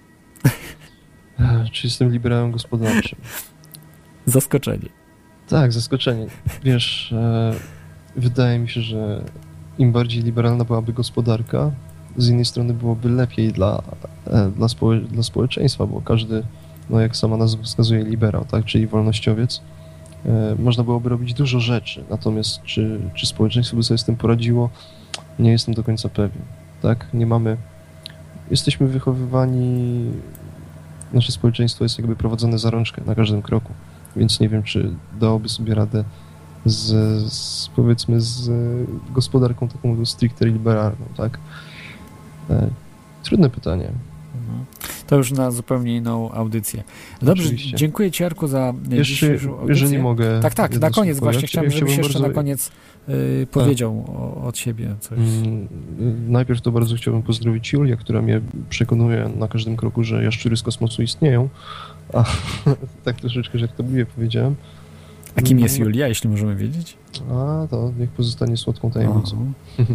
Czy jestem liberałem gospodarczym? Zaskoczenie. Tak, zaskoczenie. Wiesz, wydaje mi się, że im bardziej liberalna byłaby gospodarka, z innej strony byłoby lepiej dla, dla, społe- dla społeczeństwa, bo każdy, no jak sama nazwa wskazuje, liberał, tak, czyli wolnościowiec, można byłoby robić dużo rzeczy, natomiast czy, czy społeczeństwo by sobie z tym poradziło, nie jestem do końca pewien, tak, nie mamy, jesteśmy wychowywani, nasze społeczeństwo jest jakby prowadzone za rączkę na każdym kroku, więc nie wiem, czy dałoby sobie radę z, z powiedzmy z gospodarką taką stricte liberalną, tak. Trudne pytanie. Mhm. To już na zupełnie inną audycję. Dobrze, Oczywiście. Dziękuję Ci, Jarku, za Jeszcze, dzisiejszą audycję. jeżeli mogę... Tak, tak, na koniec właśnie chciałem, żebyś jeszcze bardzo... na koniec y, powiedział o, od siebie coś. Mm, najpierw to bardzo chciałbym pozdrowić Julię, która mnie przekonuje na każdym kroku, że jaszczury z kosmosu istnieją, a tak troszeczkę żartobliwie powiedziałem. A kim jest Julia, jeśli możemy wiedzieć? A, to niech pozostanie słodką tajemnicą.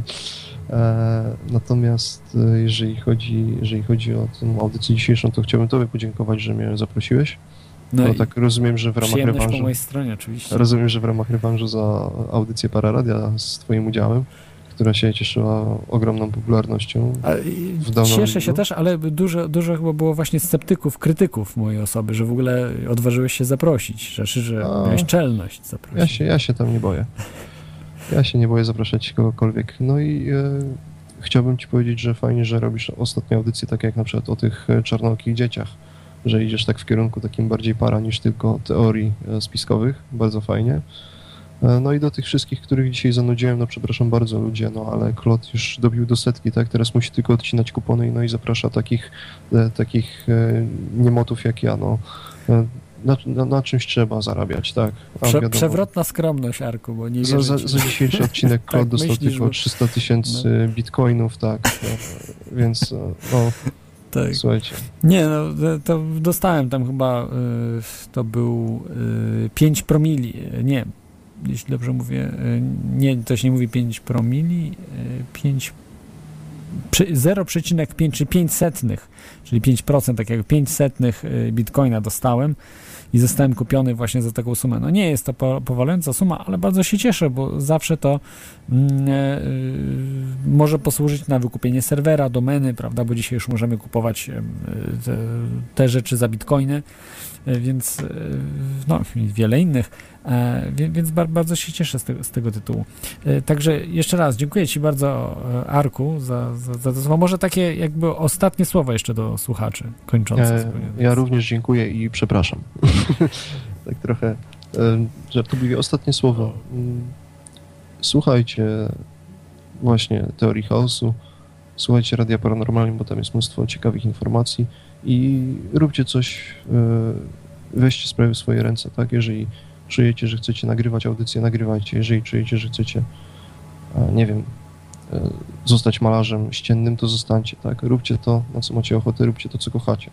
E, natomiast e, jeżeli chodzi, jeżeli chodzi o tę audycję dzisiejszą, to chciałbym Tobie podziękować, że mnie zaprosiłeś. No bo tak rozumiem, że w ramach rewanżu... po mojej stronie, oczywiście. Rozumiem, że w ramach rewanżu za audycję Pararadia z Twoim udziałem, która się cieszyła ogromną popularnością. A, cieszę się też, ale dużo, dużo chyba było właśnie sceptyków, krytyków mojej osoby, że w ogóle odważyłeś się zaprosić, rzeczy, że A, miałeś czelność zaprosić. Ja się, ja się tam nie boję. Ja się nie boję zapraszać kogokolwiek. No i e, chciałbym Ci powiedzieć, że fajnie, że robisz ostatnie audycje, takie jak na przykład o tych czarnookich dzieciach, że idziesz tak w kierunku takim bardziej para niż tylko teorii e, spiskowych. Bardzo fajnie. E, no i do tych wszystkich, których dzisiaj zanudziłem, no przepraszam bardzo ludzie, no ale Klot już dobił do setki, tak? Teraz musi tylko odcinać kupony, no i zaprasza takich, e, takich e, niemotów jak ja, no. E, Na, na, na czymś trzeba zarabiać, tak. A Prze, przewrotna skromność, Arku, bo nie za, za, za dzisiejszy odcinek Klot tak, dostał myślisz, tylko bo... trzysta tysięcy no. bitcoinów, tak. No, więc, no, tak. Słuchajcie. Nie, no, to dostałem tam chyba, y, to był y, pięć promili, nie, jeśli dobrze mówię, y, nie, to się nie mówi pięć promili, y, pięć zero przecinek pięć czy pięć setnych, czyli pięć procent, tak jak pięć setnych bitcoina dostałem i zostałem kupiony właśnie za taką sumę. No nie jest to po, powalająca suma, ale bardzo się cieszę, bo zawsze to mm, e, może posłużyć na wykupienie serwera, domeny, prawda, bo dzisiaj już możemy kupować e, te, te rzeczy za bitcoiny, e, więc e, no i wiele innych. E, więc bardzo się cieszę z tego, z tego tytułu. E, także jeszcze raz dziękuję Ci bardzo, Arku, za, za, za to słowo. Może takie jakby ostatnie słowa jeszcze do słuchaczy, kończące. E, ja również dziękuję i przepraszam. Tak trochę e, żartobliwie. Ostatnie słowo. Słuchajcie właśnie Teorii Chaosu, słuchajcie Radia Paranormalium, bo tam jest mnóstwo ciekawych informacji i róbcie coś, e, weźcie sprawy w swoje ręce, tak? Jeżeli czujecie, że chcecie nagrywać audycję, nagrywajcie. Jeżeli czujecie, że chcecie, nie wiem, zostać malarzem ściennym, to zostańcie, tak? Róbcie to, na co macie ochotę, róbcie to, co kochacie.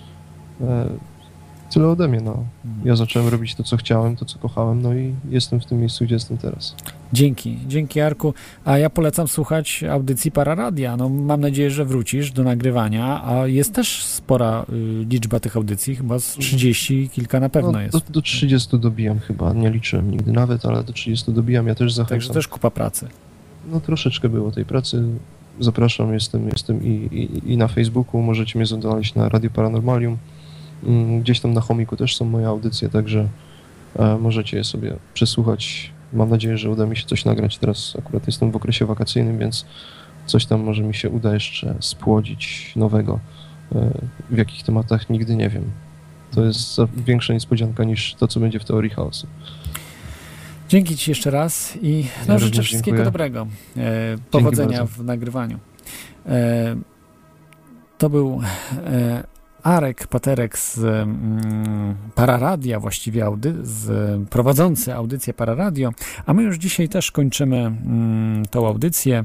Tyle ode mnie, no. Ja zacząłem robić to, co chciałem, to, co kochałem, no i jestem w tym miejscu, gdzie jestem teraz. Dzięki, dzięki Jarku. A ja polecam słuchać audycji Pararadia. No, mam nadzieję, że wrócisz do nagrywania, a jest też spora y, liczba tych audycji, chyba z trzydzieści kilka na pewno no, jest. Do, do trzydziestu dobijam chyba, nie liczyłem nigdy nawet, ale do trzydziestu dobijam, ja też zachęcam. Także też kupa pracy. No troszeczkę było tej pracy. Zapraszam, jestem, jestem i, i, i na Facebooku, możecie mnie znaleźć na Radio Paranormalium. Gdzieś tam na chomiku też są moje audycje, także e, możecie je sobie przesłuchać. Mam nadzieję, że uda mi się coś nagrać. Teraz akurat jestem w okresie wakacyjnym, więc coś tam może mi się uda jeszcze spłodzić nowego. E, w jakich tematach nigdy nie wiem. To jest większa niespodzianka niż to, co będzie w Teorii Chaosu. Dzięki Ci jeszcze raz i no, ja życzę wszystkiego dziękuję. dobrego. E, powodzenia w nagrywaniu. E, to był e, Arek Paterek z mm, Pararadia, właściwie audy, z, prowadzący audycję Pararadio, a my już dzisiaj też kończymy mm, tą audycję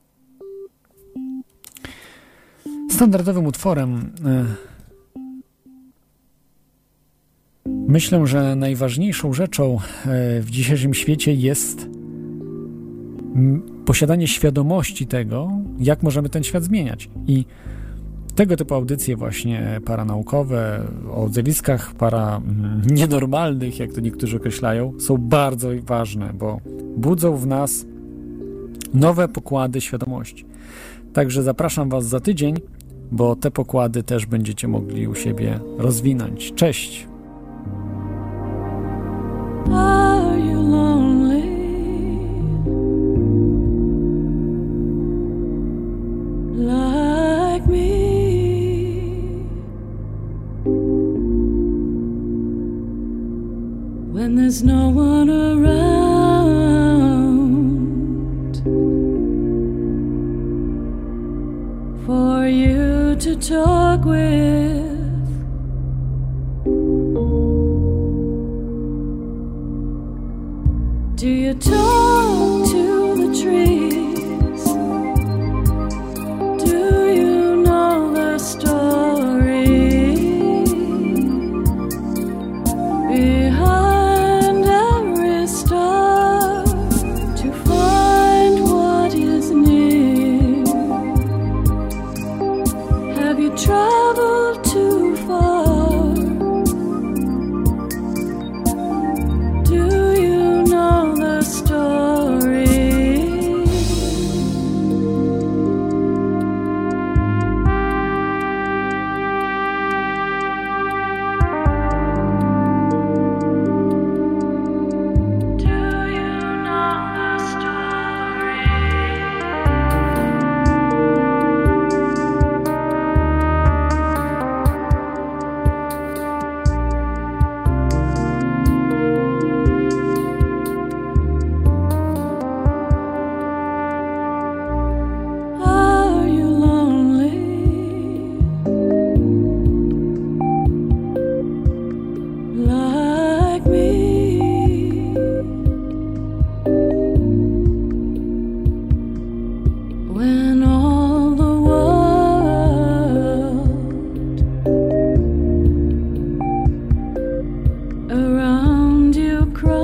standardowym utworem. Myślę, że najważniejszą rzeczą w dzisiejszym świecie jest posiadanie świadomości tego, jak możemy ten świat zmieniać. I tego typu audycje właśnie paranaukowe, o zjawiskach para nienormalnych, jak to niektórzy określają, są bardzo ważne, bo budzą w nas nowe pokłady świadomości. Także zapraszam Was za tydzień, bo te pokłady też będziecie mogli u siebie rozwinąć. Cześć! Are you lonely? Like me? When there's no one around for you to talk with, do you talk to the trees? Do you know the story behind every star to find what is near? Have you traveled too far? Do you know the story? Are you lonely? Like me? When all the world around you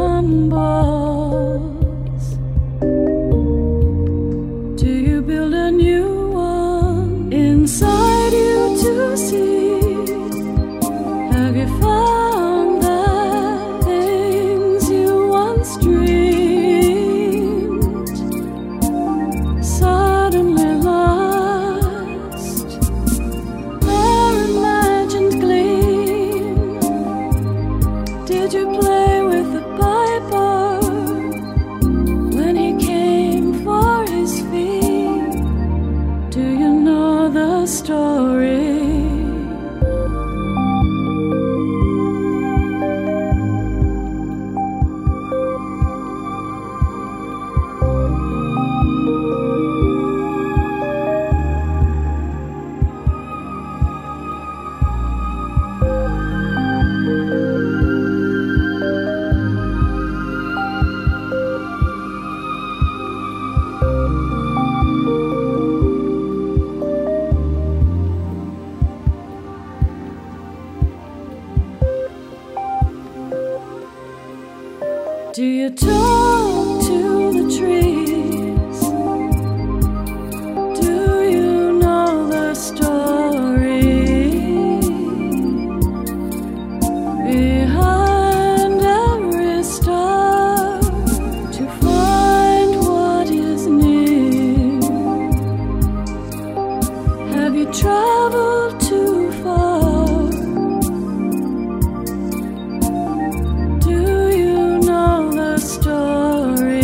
crumbles, do you build a new one inside you to see? Have you found the things you once dreamed suddenly lost? Their imagined gleam. Did you play with the piper when he came for his fee? Do you know the story? Do you talk to the trees? Do you know the story behind every star to find what is near? Have you traveled too far? Do you know the story?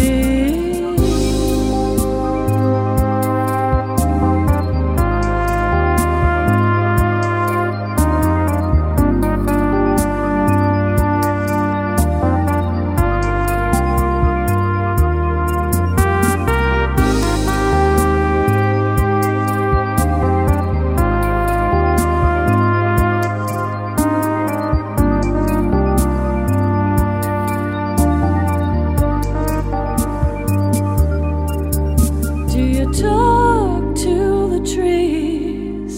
Do you talk to the trees?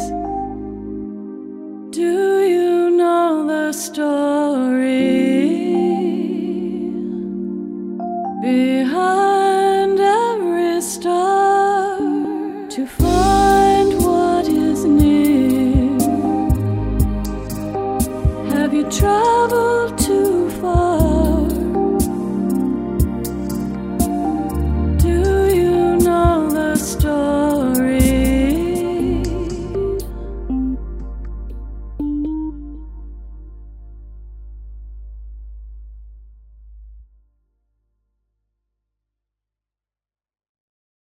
Do you know the story behind every star to find what is near? Have you traveled to